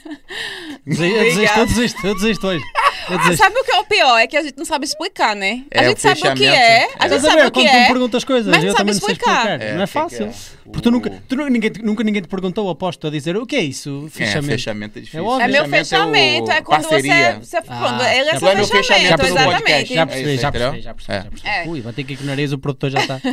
Desi- Eu desisto, Obrigada. eu desisto, eu desisto hoje. Eu Ah, desisto. sabe o que é o pior? É que a gente não sabe explicar, né? É, a o gente sabe o que fechamento. é, a É. gente Estás a sabe ver? o que Quando tu me é, perguntas coisas, mas eu não também sabe não sei explicar. explicar. É, não é que fácil. que é? Porque tu O- nunca, tu, nu- ninguém, te- nunca ninguém te perguntou, aposto, a dizer o que é isso? É, Fechamento. fechamento é difícil. É óbvio. É meu Fechamento fechamento, é, o- quando parceria. você... você Ah, quando ele é já seu percebi. É meu fechamento fechamento, do exatamente. podcast. Já É percebi, isso, já entendeu? percebi, já percebi, É. já percebi. É. Ui, vai ter que ir com o nariz, o produtor já está.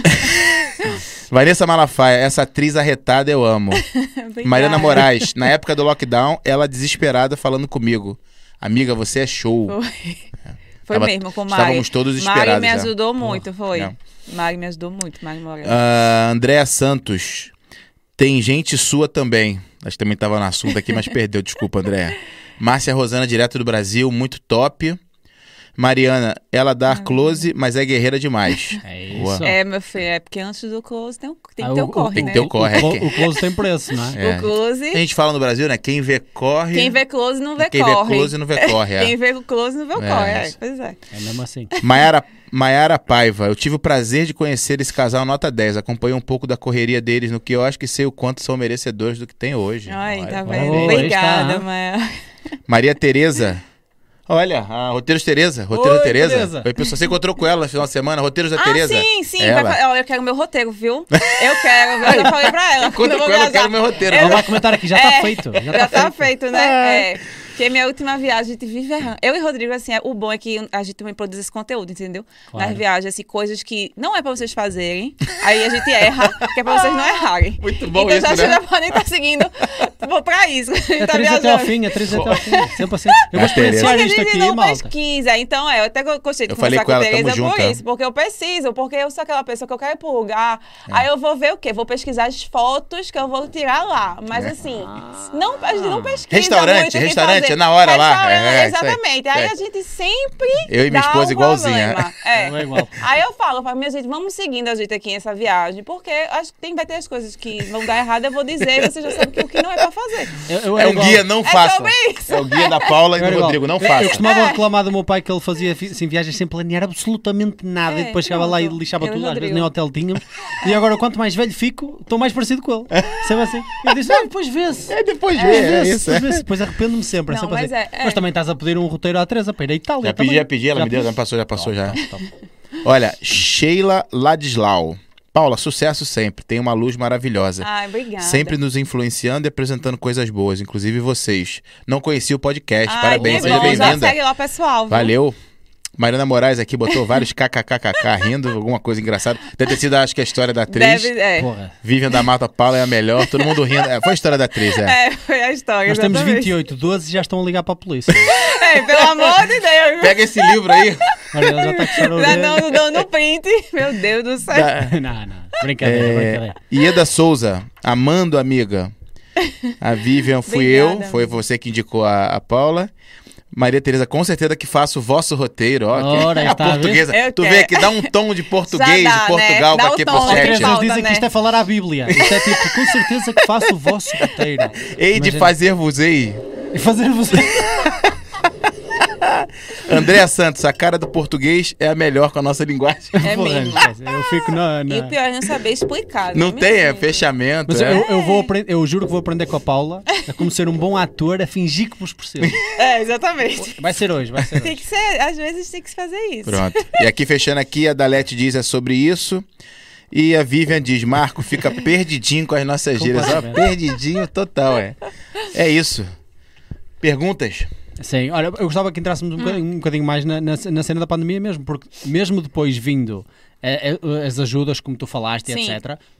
Vanessa Malafaia, essa atriz arretada eu amo. Obrigada. Mariana Moraes, na época do lockdown, ela desesperada falando comigo. Amiga, você é show. Foi, foi Tava- mesmo com o Mari. estávamos todos Mari esperados me já. ajudou muito, foi. Não. Mari me ajudou muito, Mari Moreira. Ah, Andréa Santos, tem gente sua também. Acho que também estava no assunto aqui, mas perdeu. Desculpa, Andréa. Márcia Rosana, direto do Brasil, muito top. Mariana, ela dá close, mas é guerreira demais. É Boa. isso. É, meu filho, é porque antes do close tem, um- tem que Ah, ter o- o corre, tem que né? ter o corre. O, clo- o close tem preço, não é? É. O close, A gente fala no Brasil, né? Quem vê corre. quem vê close não vê quem corre. vê close não vê corre. É. Quem vê o close não vê o É, corre, é, isso. pois é. É mesmo assim. Maiara, Maiara Paiva, eu tive o prazer de conhecer esse casal nota dez. Acompanhei um pouco da correria deles no que eu acho que sei o quanto são merecedores do que tem hoje. Ai, Olha, tá olha vendo? aí. Oh, aí Obrigada, está. Maia. Maria Tereza. Olha, a Roteiros Tereza. Roteiros Oi, da Tereza. Tereza. Oi, pessoal. Você encontrou com ela no final de semana? Roteiros da Ah, Tereza. sim, sim. Ela. Vai, fa- ó, eu quero meu roteiro, viu? Eu quero, eu já falei pra ela. quando Encontra eu vou com ela, eu viajar. quero meu roteiro. Ela vai comentar aqui, já está É, feito. Já, Já está tá feito. feito, né? É. Porque minha última viagem a gente vive errando. Eu e Rodrigo, assim, é- o bom é que a gente também produz esse conteúdo, entendeu? Claro. Nas viagens, assim, coisas que não é pra vocês fazerem. Aí a gente erra, que é pra vocês não errarem. Muito bom então isso, já, né? já podem estar seguindo vou pra isso. A gente tá Atriz até ao viajando. fim, atriz até ao fim. Sempre assim. Eu vou A experienciar Porque a isto gente aqui, não malta. pesquisa. Então, é, eu até gostei de Eu falei conversar com ela, a Tereza tamo por junto, isso. Porque eu preciso, porque eu sou aquela pessoa que eu quero ir pro lugar. Aí eu vou ver o quê? Vou pesquisar as fotos que eu vou tirar lá. Mas assim, não, a gente não pesquisa Restaurante, muito o que restaurante, fazer. é na hora lá. Restaurante, É, é, isso aí. exatamente. Aí É. a gente sempre Eu e minha dá esposa um igualzinha. problema. É. Não é igual. Aí eu falo, eu falo, minha gente, vamos seguindo a gente aqui nessa viagem, porque acho que tem, vai ter as coisas que vão dar errado, eu vou dizer, você já sabe que o que não é pra fazer. Eu, eu É era um igual. guia, não É faça. sobre isso. É o guia da Paula e Eu era do igual. Rodrigo, não Eu- Eu faça. costumava reclamar do meu pai que ele fazia fi- assim, viagens sem planear absolutamente nada É, e depois chegava lá e pronto. lixava Eu e tudo, às vezes Rodrigo. nem hotel tínhamos. E agora, quanto mais velho fico, estou mais parecido com ele. Sempre assim. Eu disse, não, depois vê-se. É, depois vê, Depois é vê-se, isso. depois É. vê-se. Depois arrependo-me sempre. é Não, sempre mas assim. é- é. Mas também estás a pedir um roteiro à Teresa para ir à Itália. Já pedi, também. já pedi, ela me deu, pedi? já passou, já passou já. Top, top. Olha, Sheila Ladislau. Paula, sucesso sempre. Tem uma luz maravilhosa. Ai, obrigada. Sempre nos influenciando e apresentando coisas boas, inclusive vocês. Não conheci o podcast, Ai, parabéns, que seja bom, já bem-vinda. segue lá o pessoal, viu? Valeu. Mariana Moraes aqui botou vários kkkk rindo, alguma coisa engraçada. Deve ter sido, acho que a história da atriz. Deve, é. Porra. Vivian da Mata Paula é a melhor, todo mundo rindo. É, foi a história da atriz, é. É, foi a história. Nós temos exatamente. vinte e oito, doze e já estão a ligar para a polícia. É, pelo amor de Deus. Pega esse livro aí. Olha, ele já está a coçar a Já orelha. não dando print. Meu Deus do céu. Da- Não, não. Brincadeira, É, brincadeira. Ieda Souza, amando amiga. A Vivian fui Obrigada, eu, foi amiga. você que indicou a, a Paula. Maria Tereza, com certeza que faço o vosso roteiro. Ó, que- Ora, a está a ver? portuguesa. Eu Tu quero. vê que dá um tom de português Já dá, de Portugal né? Dá o aqui tom, pro Os né? chat. três Falta, dizem que né? isto é falar à Bíblia. Isto é tipo, com certeza que faço o vosso roteiro. Hei de Imagina. fazer-vos-ei. E fazer você. Andréa Santos, a cara do português é a melhor com a nossa linguagem. É Porra, mesmo. esquece. Eu fico na. na- E o pior é não saber explicar. Não né, tem, minha é gente? fechamento. Mas é. eu, eu, vou aprender, eu juro que vou aprender com a Paula a como ser um bom ator, a fingir que vos percebo. É, exatamente. Vai ser hoje, vai ser Tem hoje. que ser, às vezes tem que se fazer isso. Pronto. E aqui, fechando aqui, a Dalete diz é sobre isso. E a Vivian diz, Marco, fica perdidinho com as nossas gírias. Ó, Completamente. perdidinho total, é. É isso. Perguntas? Sim, olha, eu gostava que entrássemos um, bocadinho, um bocadinho mais na, na, na cena da pandemia mesmo, porque mesmo depois vindo eh, eh, as ajudas, como tu falaste, Sim. etcétera,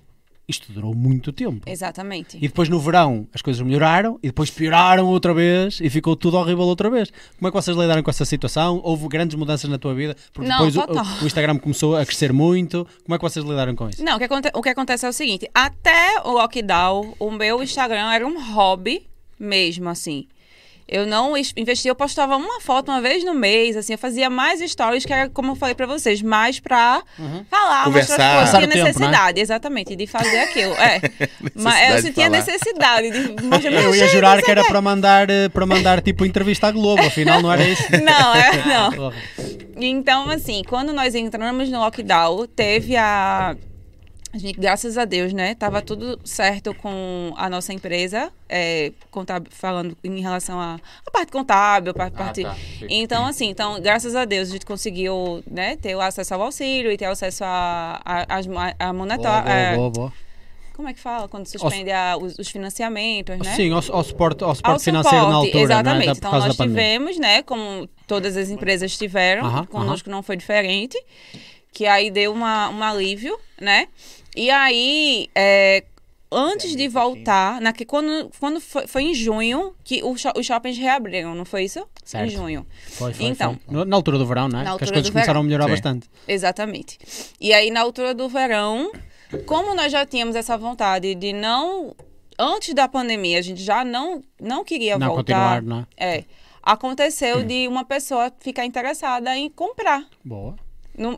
isto durou muito tempo. Exatamente. E depois no verão as coisas melhoraram e depois pioraram outra vez e ficou tudo horrível outra vez. Como é que vocês lidaram com essa situação? Houve grandes mudanças na tua vida? Porque Não, depois total. o, o Instagram começou a crescer muito. Como é que vocês lidaram com isso? Não, o que, aconte- o que acontece é o seguinte, até o lockdown, o meu Instagram era um hobby mesmo, assim. Eu não es- investia, eu postava uma foto uma vez no mês, assim, eu fazia mais stories, que era, como eu falei pra vocês, mais pra Uhum. falar, Conversar. mostrar as coisas, Passar tinha o tempo, necessidade, exatamente, de fazer aquilo. É. Mas eu de sentia falar. necessidade de mostrar. Eu Mas, ia gente, jurar não que sei era o quê. para mandar, eh, para mandar tipo entrevista à Globo, afinal não era isso. Não, é, não. Porra. Então, assim, quando nós entramos no lockdown, teve a... A gente, graças a Deus, né? Tava tudo certo com a nossa empresa, é, contábil, falando em relação à à parte contábil, a parte... tá. Então, assim, então, graças a Deus, a gente conseguiu, né, ter o acesso ao auxílio e ter acesso a, a, as- a, a monetária... Boa, é, boa, boa. como é que fala? Quando suspende a- os, os financiamentos, né? Sim, ao, ao suporte, ao Ao suporte financeiro na suporte, altura, exatamente. não é? Da- por Então, causa nós da pandemia. tivemos, né, como todas as empresas tiveram, Aham, conosco não foi diferente, que aí deu uma, um alívio, né? E aí, é, antes de voltar, na, que quando, quando foi, foi em junho que o sho- os shoppings reabriram, não foi isso? Certo. Em junho. Foi, foi, Então. foi. No- Na altura do verão, não é? Na Que as altura coisas do começaram a verão. melhorar Sim. bastante. Exatamente. E aí, na altura do verão, como nós já tínhamos essa vontade de não... Antes da pandemia, a gente já não, não queria Não voltar. continuar, não é? É. Aconteceu de uma pessoa ficar interessada em comprar. Boa. No-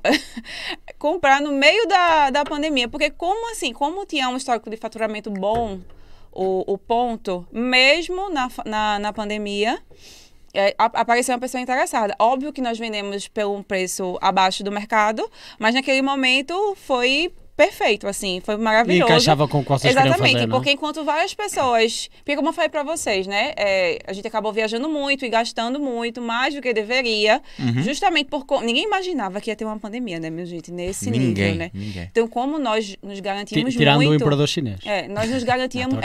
comprar no meio da, da pandemia. Porque como assim, como tinha um histórico de faturamento bom, o, o ponto, mesmo na, fa- na, na pandemia, é, a- apareceu uma pessoa interessada. Óbvio que nós vendemos pelo um preço abaixo do mercado, mas naquele momento foi perfeito, assim, foi E maravilhoso. encaixava com o que vocês queriam Exatamente, fazer, não é? porque enquanto várias pessoas, porque como eu falei pra vocês, né, é, a gente acabou viajando muito e gastando muito, mais do que deveria, Uhum. justamente por... co- Ninguém imaginava que ia ter uma pandemia, né, minha gente, nesse Ninguém, nível, né. ninguém. Então, como nós nos Ti- garantíamos Tirando o muito... imperador chinês. É, nós nos garantíamos...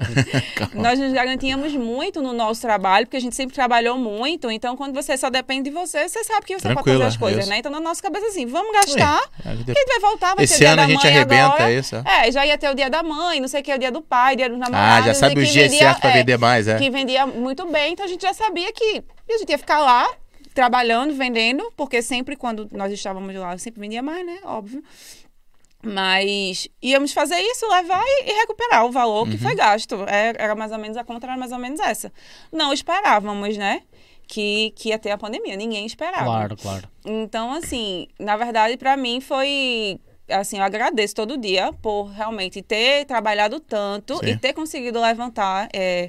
Ah, tô nós nos garantíamos muito no nosso trabalho, porque a gente sempre trabalhou muito, então quando você só depende de você, você sabe que você pode Tranquilo, fazer as coisas, isso. né. Então, na nossa cabeça, assim, vamos gastar, Ué, a gente- a gente vai voltar, vai ter o Esse dia ano da a gente mãe arrebenta, agora. é isso? É, já ia ter o dia da mãe, não sei o que, o dia do pai, dia dos Ah, namorados. já sabe e os que dias vendia- certos pra é, vender mais, é? Que vendia muito bem, então a gente já sabia que a gente ia ficar lá, trabalhando, vendendo, porque sempre quando nós estávamos lá, sempre vendia mais, né? Óbvio. Mas íamos fazer isso, levar e, e recuperar o valor que foi gasto. É, era mais ou menos, a conta era mais ou menos essa. Não esperávamos, né? Que, que ia ter a pandemia, ninguém esperava. Claro, claro. Então, assim, na verdade, pra mim foi... Assim, eu agradeço todo dia por realmente ter trabalhado tanto Sim. e ter conseguido levantar é,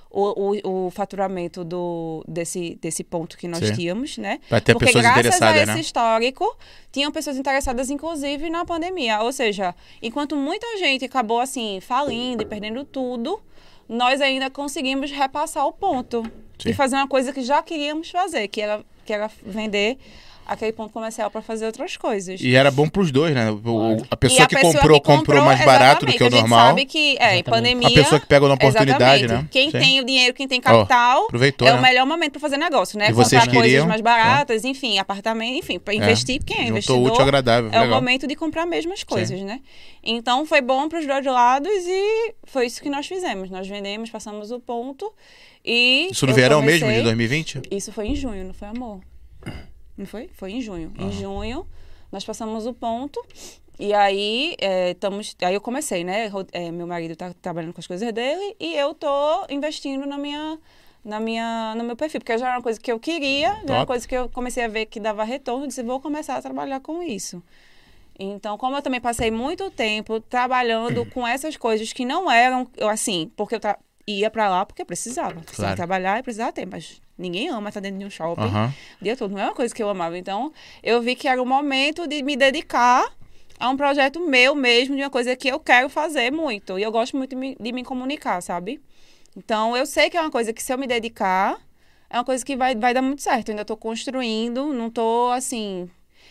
o, o, o faturamento do, desse, desse ponto que nós Sim. tínhamos, né? Vai ter Porque pessoas graças interessadas, a esse né? histórico, tinham pessoas interessadas, inclusive, na pandemia. Ou seja, enquanto muita gente acabou, assim, falindo e perdendo tudo, nós ainda conseguimos repassar o ponto. Sim. E fazer uma coisa que já queríamos fazer, que era, que era vender aquele ponto comercial para fazer outras coisas. E era bom pros dois, né? O- Claro. A pessoa E a que pessoa comprou, que comprou, comprou mais barato do que o exatamente, normal. A gente sabe que, é, em Exatamente. pandemia... A pessoa que pega na oportunidade, exatamente. né? Quem Sim. tem o dinheiro, quem tem capital, aproveitou, é né? o melhor momento para fazer negócio, né? E vocês Comprar coisas queriam, mais baratas, enfim, apartamento, enfim, para investir, quem é Juntou investidor... útil ao agradável, É o legal. momento de comprar mesmo as coisas, né? Então, foi bom para os dois lados e foi isso que nós fizemos. Nós vendemos, passamos o ponto e... Isso no eu verão comecei- mesmo, de dois mil e vinte? Isso foi em junho, não foi, amor? Não foi? Foi em junho. Em junho, nós passamos o ponto e aí, é, estamos, aí eu comecei, né? Ro- é, meu marido tá trabalhando com as coisas dele e eu tô investindo na minha... Na minha, no meu perfil, porque já era uma coisa que eu queria, já era uma Top. coisa que eu comecei a ver que dava retorno, disse, vou começar a trabalhar com isso. Então, como eu também passei muito tempo trabalhando com essas coisas que não eram, eu, assim, porque eu tra- ia pra lá porque eu precisava. Precisava Claro. trabalhar e precisava ter, mas ninguém ama estar dentro de um shopping Aham. o dia todo. Não é uma coisa que eu amava. Então, eu vi que era o momento de me dedicar a um projeto meu mesmo, de uma coisa que eu quero fazer muito. E eu gosto muito de me, de me comunicar, sabe? Então, eu sei que é uma coisa que se eu me dedicar, é uma coisa que vai, vai dar muito certo. Eu ainda tô construindo, não tô, assim...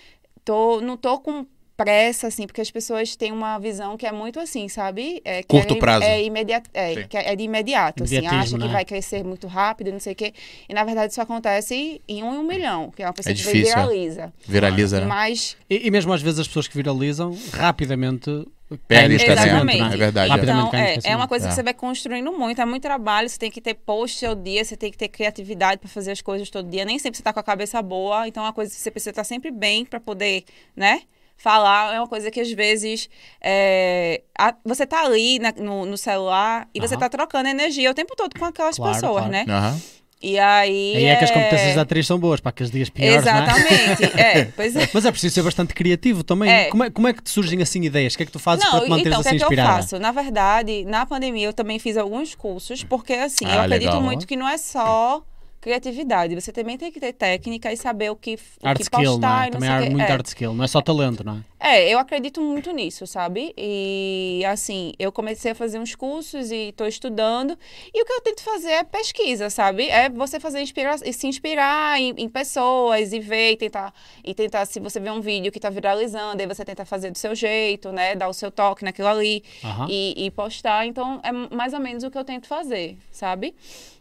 Tô, não tô com pressa, assim, porque as pessoas têm uma visão que é muito assim, sabe? É, que Curto é, prazo. É, imediato, é, Sim. que é de imediato, assim. Imediatismo, Acha que né? vai crescer muito rápido, não sei o quê. E, na verdade, isso acontece em um em um milhão, que é uma pessoa É que difícil, é. viraliza. Viraliza, né? Mas... E, e mesmo às vezes as pessoas que viralizam, rapidamente Perde esquecimento, Exatamente. não é verdade. Rapidamente Então, cai no é, é esquecimento. uma coisa É. que você vai construindo muito, é muito trabalho, você tem que ter post ao dia, você tem que ter criatividade para fazer as coisas todo dia. Nem sempre você tá com a cabeça boa, então é uma coisa que você precisa estar sempre bem para poder, né? Falar é uma coisa que às vezes é, a- você tá ali na- no, no celular e você Aham. tá trocando energia o tempo todo com aquelas Claro, pessoas, claro. né? Aham. E aí. Aí é que as competências da atriz são boas, para aqueles dias piores, não é? Exatamente. É, pois é. Mas é preciso ser bastante criativo também. É. Como, é, como é que te surgem assim ideias? O que é que tu fazes para te manteres então, o que assim é que eu inspirada? faço? Na verdade, na pandemia eu também fiz alguns cursos, porque assim, eu Ah, acredito legal. muito que não é só criatividade, você também tem que ter técnica e saber o que, o Art que skill, não postar é? e não Também sei há o quê. muito É. art skill, não é só talento, não é? É, eu acredito muito nisso, sabe? E assim, eu comecei a fazer uns cursos e estou estudando. E o que eu tento fazer é pesquisa, sabe? É você fazer inspira se inspirar em, em pessoas e ver e tentar, e tentar, se você vê um vídeo que está viralizando, aí você tenta fazer do seu jeito, né? Dar o seu toque naquilo ali Aham. e, e postar. Então, é mais ou menos o que eu tento fazer, sabe?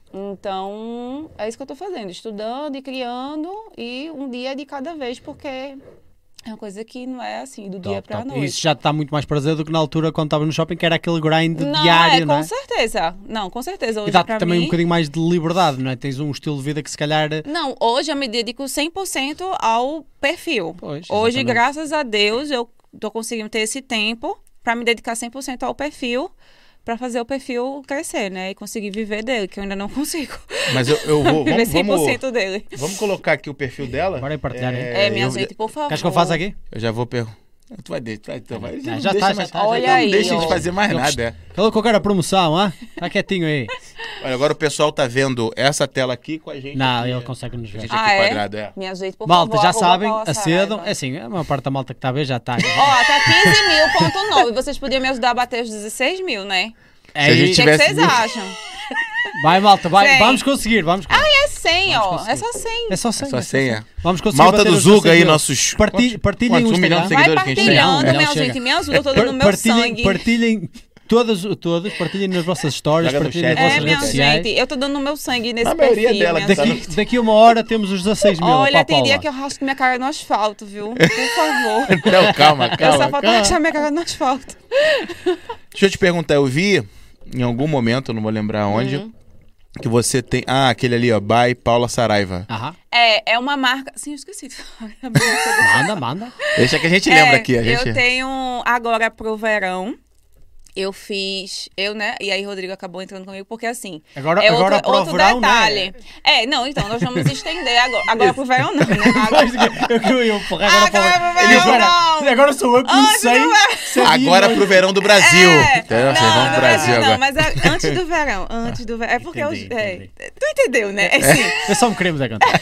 Então, é isso que eu tô fazendo, estudando e criando, e um dia de cada vez, porque é uma coisa que não é assim, do dia Top, pra top. noite. Isso já te dá muito mais prazer do que na altura quando estava no shopping, que era aquele grind Não, diário, é, não com é? certeza. Não, com certeza. E Hoje, dá-te pra também mim... um bocadinho mais de liberdade, não é? Tens um estilo de vida que se calhar... Não, hoje eu me dedico cem por cento ao perfil. Pois, Hoje, exatamente. graças a Deus, eu tô conseguindo ter esse tempo pra me dedicar cem por cento ao perfil, pra fazer o perfil crescer, né? E conseguir viver dele, que eu ainda não consigo. Mas eu, eu vou. Viver Vamos, cem por vamos, cento dele. vamos colocar aqui o perfil dela. Bora aí partilhar, hein? É, minha eu, gente, por favor. Queres que eu faça aqui? Eu já vou perguntar. Tu vai deixar, tu vai, tu vai, Já não está, deixa já mais- está, já Olha não aí, deixa ó. de fazer mais Eu nada. é. Falou que eu quero a promoção, ah? Está quietinho aí. Olha, agora o pessoal tá vendo essa tela aqui com a gente. Não, aqui, ele consegue nos a ver. gente aqui Ah, é? quadrado, é. Minha gente, por Malta, favor. já arroba sabem, Paula acedam. Saraiva. É assim, a maior parte da malta que está a ver já está. Ó, tá quinze mil ponto nove. Vocês podiam me ajudar a bater os dezesseis mil, né? Se a gente O que, que tivesse vocês mil- acham? Vai, malta, vai. cem. Vamos conseguir, vamos conseguir. É cem, Vamos ó. conseguir. É só cem. É só cem. É só é senha. Vamos conseguir Malta bater do os Zuga dezesseis aí, mil. nossos. Parti- quantos- partilhem quantos? o Um milhão de Instagram. Vai seguidores que a gente tem. partilhando, Não, minha chega. gente. Me ajuda, eu tô dando no meu Partilhem, sangue. partilhem todas, todas, partilhem nas vossas stories, Joga no partilhem nas chat. É, vossas minha redes sociais. gente, eu tô dando no meu sangue nesse A maioria perfil, dela minha que tá gente. no- Daqui a uma hora temos os dezesseis mil. Olha, pá, tem dia Paula. que eu rasgo minha cara no asfalto, viu? Por favor. Não, calma, Eu calma. só falta calma. rachar minha cara no asfalto. Deixa eu te perguntar, eu vi em algum momento, eu não vou lembrar onde, Uhum. que você tem. Ah, aquele ali, ó, by Paula Saraiva. Aham. É, é uma marca... Sim, eu esqueci de falar. Manda, manda. Deixa que a gente É, lembra aqui. A gente... Eu tenho agora pro verão. Eu fiz, eu, né? E aí Rodrigo acabou entrando comigo, porque assim. Agora, é agora outro, para o outro verão, detalhe. né? É, não, então, nós vamos estender agora. Agora pro verão, não, né? Agora, Eu que eu ia empurrar agora para o Agora verão. pro Ele verão, agora, não. agora sou eu que não Antes sei. do verão. se é Agora dia, pro verão do Brasil. É, Entendeu? Vocês não, vão no pro Brasil não, agora. mas é antes do verão, antes do verão. É porque Entendi, eu, é, entendi. tu entendeu, né? É, assim, Eu só me queremos é cantar.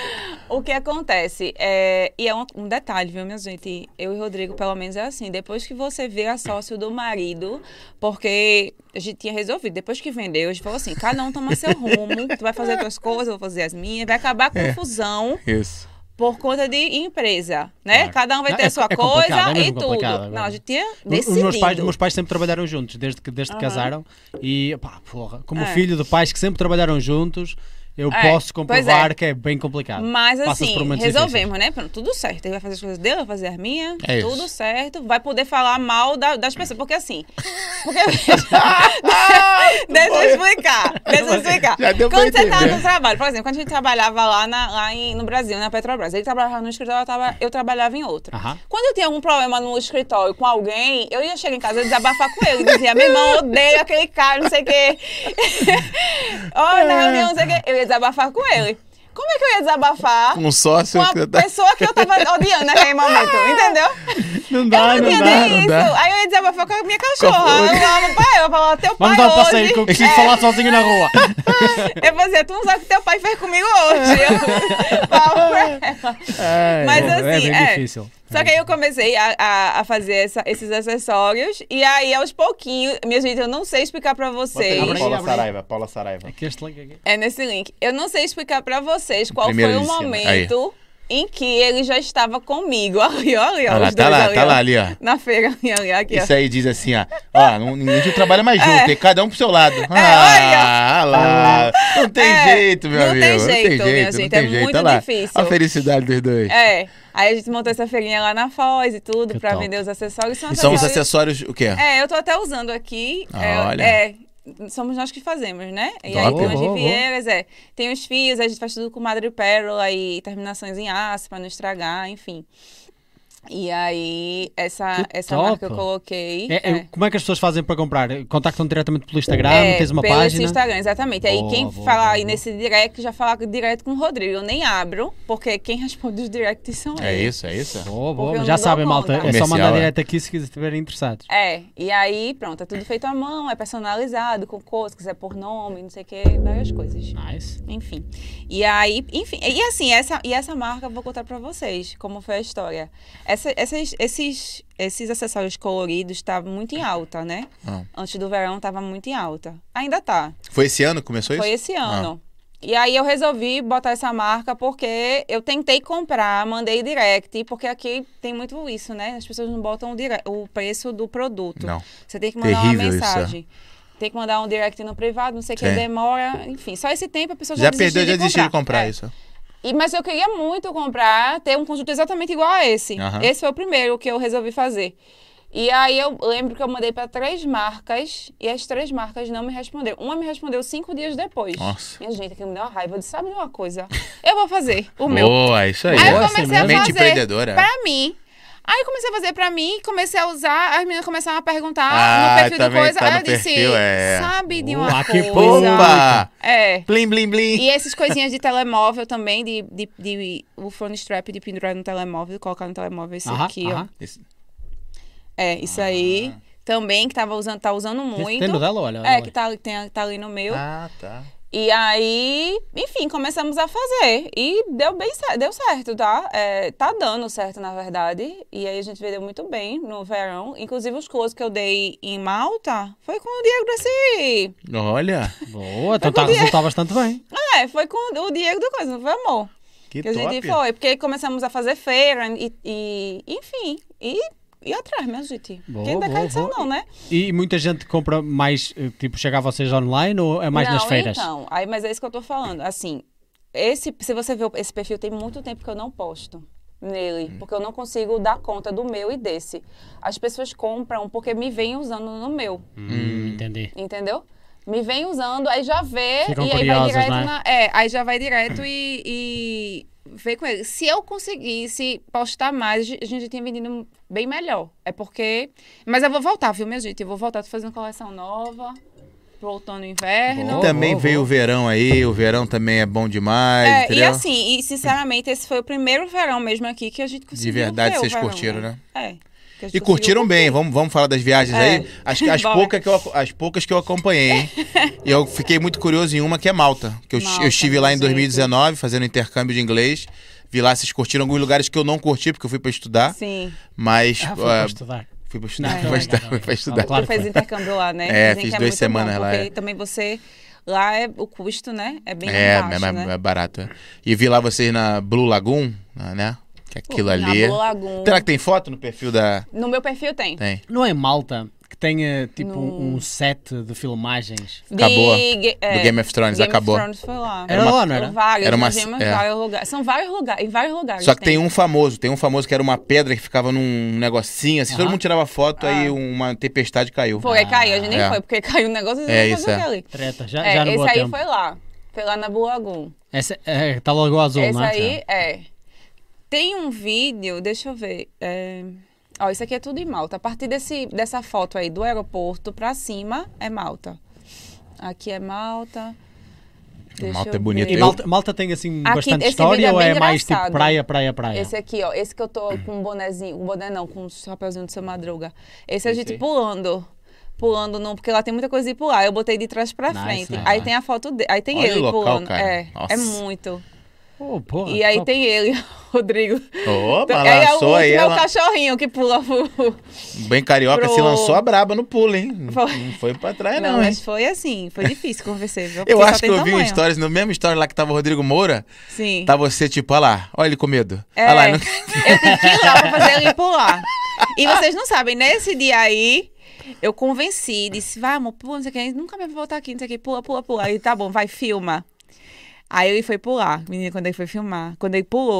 o que acontece, é, e é um, um detalhe, viu, minha gente? Eu e Rodrigo, pelo menos, é assim. Depois que você vira sócio do marido, porque a gente tinha resolvido, depois que vendeu, a gente falou assim, cada um toma seu rumo, tu vai fazer as tuas coisas, eu vou fazer as minhas, vai acabar a confusão Isso. por conta de empresa, né? Claro. Cada um vai Não, ter é- a sua é complicado, é coisa mesmo e tudo. complicado agora. Não, a gente tinha Os decidido. meus pais, meus pais sempre trabalharam juntos, desde que, desde que Aham. casaram. E, pá, porra, como É. filho de pais que sempre trabalharam juntos, eu É, posso pois comprovar é. que é bem complicado. Mas Passas assim, por momentos resolvemos, né? Pronto, tudo certo. Ele vai fazer as coisas dele, eu vou fazer as minhas. É isso. Tudo certo. Vai poder falar mal da- das pessoas. Porque assim. Porque. Deixa eu explicar. Deixa eu explicar. Já deu pra Quando você tá entender. no trabalho, por exemplo, quando a gente trabalhava lá, na, lá em- no Brasil, na Petrobras, ele trabalhava no escritório, eu, tava- eu trabalhava em outro. Aham. Quando eu tinha algum problema no escritório com alguém, eu ia chegar em casa e desabafar com ele. Dizia, meu irmão, eu odeio aquele cara, não sei o quê. Olha, na reunião, não sei o quê. Eu ia desabafar com ele. Como é que eu ia desabafar Com um sócio. com a que tá- pessoa que eu tava odiando naquele momento? Entendeu? Não Eu dá, não não tinha dá. nem não isso. dá. Aí eu ia desabafar com a minha cachorra. Com- Eu falava, pai, eu falava, teu pai Vamos dar um hoje... passeio que eu preciso É. falar sozinho na rua. Eu fazia, tu não sabe o que teu pai fez comigo hoje. Eu falava pra ela. É, Mas é, assim, bem é. difícil. Só que aí eu comecei a, a, a fazer essa- esses acessórios. E aí, aos pouquinhos, minha gente, eu não sei explicar pra Bota vocês. aí, Abre aí, Paula abre aí. Saraiva, Paula Saraiva. Aqui este link aqui. É nesse link. Eu não sei explicar pra vocês qual Primeiro foi o de cima. momento em que ele já estava comigo. Ali, ó, ali, ó, Olha lá, os tá dois lá, ali, tá ó. lá ali, ó. Na feira, ali, ali, aqui, ó. Isso aí diz assim, ó. Ó, não, ninguém não trabalha mais junto, É. tem cada um pro seu lado. olha. Ah, lá. Não tem É, jeito, meu não amigo. tem não jeito, tem minha jeito, não gente, tem é jeito. muito Olha lá, difícil. a felicidade dos dois. É. Aí a gente montou essa feirinha lá na Foz e tudo, Que pra top. vender os acessórios. São E são os acessórios- acessórios, o quê? É, eu tô até usando aqui. É, Olha. é, somos nós que fazemos, né? E aí Top. tem umas Boa, boa. rivieiras, é. Tem os fios, a gente faz tudo com madrepérola e terminações em aço pra não estragar, enfim. E aí, essa, Que essa top. marca eu coloquei. É, é, é. Como é que as pessoas fazem para comprar? Contactam diretamente pelo Instagram? É, Tens uma pelo página? Instagram, exatamente. Aí Boa, quem boa, falar boa, aí boa. nesse direct já fala direto com o Rodrigo. Eu nem abro, porque quem responde os directs são É eles. isso, é isso? Boa, Porque boa. eu Já não dou sabem, malta. conta. É só Comercial, mandar é. direto aqui se estiverem interessados. É, e aí, pronto, é tudo feito à mão, é personalizado, com cor, se quiser por nome, não sei o que, várias coisas. Nice. Enfim. E aí, enfim, e assim, essa, e essa marca eu vou contar pra vocês como foi a história. Essa, essas, esses, esses acessórios coloridos estavam muito em alta, né? Ah. Antes do verão tava muito em alta. Ainda tá. Foi esse ano que começou isso? Foi esse ano. E aí eu resolvi botar essa marca porque eu tentei comprar, mandei direct, porque aqui tem muito isso, né? As pessoas não botam o, dire- o preço do produto. Não. Você tem que mandar Terrível uma isso, mensagem. Tem que mandar um direct no privado, não sei o que, Sim. demora. Enfim, só esse tempo a pessoa já, Já desistiu perdeu, já de desistiu de comprar. comprar É. isso. E, mas eu queria muito comprar, ter um conjunto exatamente igual a esse. Aham. Esse foi o primeiro que eu resolvi fazer. E aí eu lembro que eu mandei para três marcas e as três marcas não me responderam. Uma me respondeu cinco dias depois. Nossa. Minha gente, aquilo me deu uma raiva. Eu disse, sabe de uma coisa? Eu vou fazer o meu. Boa, isso aí. Aí eu Boa, comecei assim a mesmo. Mente fazer empreendedora. pra mim. Aí eu comecei a fazer pra mim, comecei a usar, as meninas começaram a perguntar Ah, no perfil do também coisa. tá aí no eu disse, perfil, é. sabe de Boa, uma que coisa? Opa! É. Blim, blim, blim. E essas coisinhas de telemóvel também, de, de, de o phone strap de pendurar no telemóvel, colocar no telemóvel esse Aham, aqui, aham. Esse- ó. É, isso aí. Também, que tava usando, tá usando Tem- muito. Tem no dela, olha. olha É, lá. que tá, ali- tem, tá ali no meu. Ah, tá. E aí, enfim, começamos a fazer. E deu bem certo, deu certo, tá? É, tá dando certo, na verdade. E aí a gente vendeu muito bem no verão. Inclusive, os close que eu dei em Malta foi com o Diego desse. Olha, Boa, então está a resultar bastante bem. É, foi com o Diego do coisa, não foi amor? que Que a gente top. foi. Porque aí começamos a fazer feira e, e enfim, e ir atrás, minha gente. Boa, Quem dá boa, caição boa. não, né? E muita gente compra mais, eh, tipo, chega a vocês online ou é mais não, nas feiras? Então, aí, mas é isso que eu tô falando. Assim, esse, se você ver esse perfil, tem muito tempo que eu não posto nele, porque eu não consigo dar conta do meu e desse. As pessoas compram porque me vêm usando no meu, Hum, entendi. entendeu? Me vem usando, aí já vê, Ficam e aí vai curiosas, direto não é? na. É, aí já vai direto e, e vê com ele. Se eu conseguisse postar mais, a gente tinha vendido bem melhor. É porque. Mas eu vou voltar, viu, minha gente? Eu vou voltar, tô fazendo coleção nova, pro outono e inverno. Boa. Também boa, veio boa. o verão aí, o verão também é bom demais, É, e entendeu? assim, e sinceramente, esse foi o primeiro verão mesmo aqui que a gente conseguiu. De verdade, ver o vocês verão, curtiram, né? É. que a gente E curtiram conseguiu bem, curtir. vamos, vamos falar das viagens É. aí. As, as, Bora. poucas que eu, as poucas que eu acompanhei, hein? E eu fiquei muito curioso em uma que é Malta. Que eu, Malta, eu estive lá em gente. dois mil e dezenove fazendo intercâmbio de inglês. Vi lá, vocês curtiram alguns lugares que eu não curti, porque eu fui pra estudar. Sim. Mas. Ah, foi ah, para estudar. fui pra estudar, Não, fui pra não, estudar, não, fui não. pra estudar. Claro Tu que fez foi. intercâmbio lá, né? É, Dizem fiz que duas muito semanas bom, lá, Porque é. também você. Lá é o custo, né? É bem É, baixo, é, né? é barato. E vi lá vocês na Blue Lagoon, né? Que é aquilo Na ali. Blue Lagoon. Será que tem foto no perfil da. No meu perfil tem. Tem. Não é Malta que tenha tipo No- um set de filmagens? De Acabou. Ga- é, Do Game of Thrones, Game acabou. of Thrones foi lá. Era uma- lá, não era? São vários, Era uma- nós vimos é. vários lugares. São vários lugares, em vários lugares. Só que tem um famoso, tem um famoso que era uma pedra que ficava num negocinho, assim, todo Aham. mundo tirava foto, aí Ah. uma tempestade caiu. Foi, aí caiu, a gente nem É. foi, porque caiu um negócio e É, não isso fazer é. ali. Treta, já, É, já no esse bom aí tempo. foi lá. Foi lá na Blue Lagoon. Essa é, tá logo azul, Esse não é? aí, é. Tem um vídeo, deixa eu ver. É... Ó, isso aqui é tudo em Malta. A partir desse, dessa foto aí do aeroporto pra cima é Malta. Aqui é Malta. Deixa Malta eu é bonito. ver. E Malta, Malta tem assim Aqui, bastante esse história vídeo é ou é bem mais tipo engraçado. praia, praia, praia? Esse aqui, ó. Esse que eu tô com um bonezinho. Um boné não, com um chapeuzinho do seu Madruga. Esse é a Esse gente aí? pulando. Pulando, não, porque lá tem muita coisa de pular. Eu botei de trás pra Nice, frente. nice, Aí nice. tem a foto dele. Aí tem Olha ele o local, pulando. cara. É, Nossa. é muito. Oh, porra, E aí top. tem ele, Rodrigo. Ô, Então, aí é o balançou último, aí, é o ela, cachorrinho que pula. pro- bem carioca, pro- se lançou a braba no pulo, hein? Foi. Não foi pra trás, Não, não, hein? mas foi assim, foi difícil convencer, viu? Eu Porque só acho que tem eu vi um tamanho. stories, no mesmo story lá que tava o Rodrigo Moura, Sim. tá você tipo, olha lá, olha ele com medo. É, Olha lá, não... eu tive que ir lá pra fazer ele pular. E vocês não sabem, nesse dia aí, eu convenci, disse, vai amor, pula, não sei o que, nunca mais vou voltar aqui, não sei o que, pula, pula, pula. Aí, tá bom, vai, filma. Aí ele foi pular, menina, quando ele foi filmar. Quando ele pulou,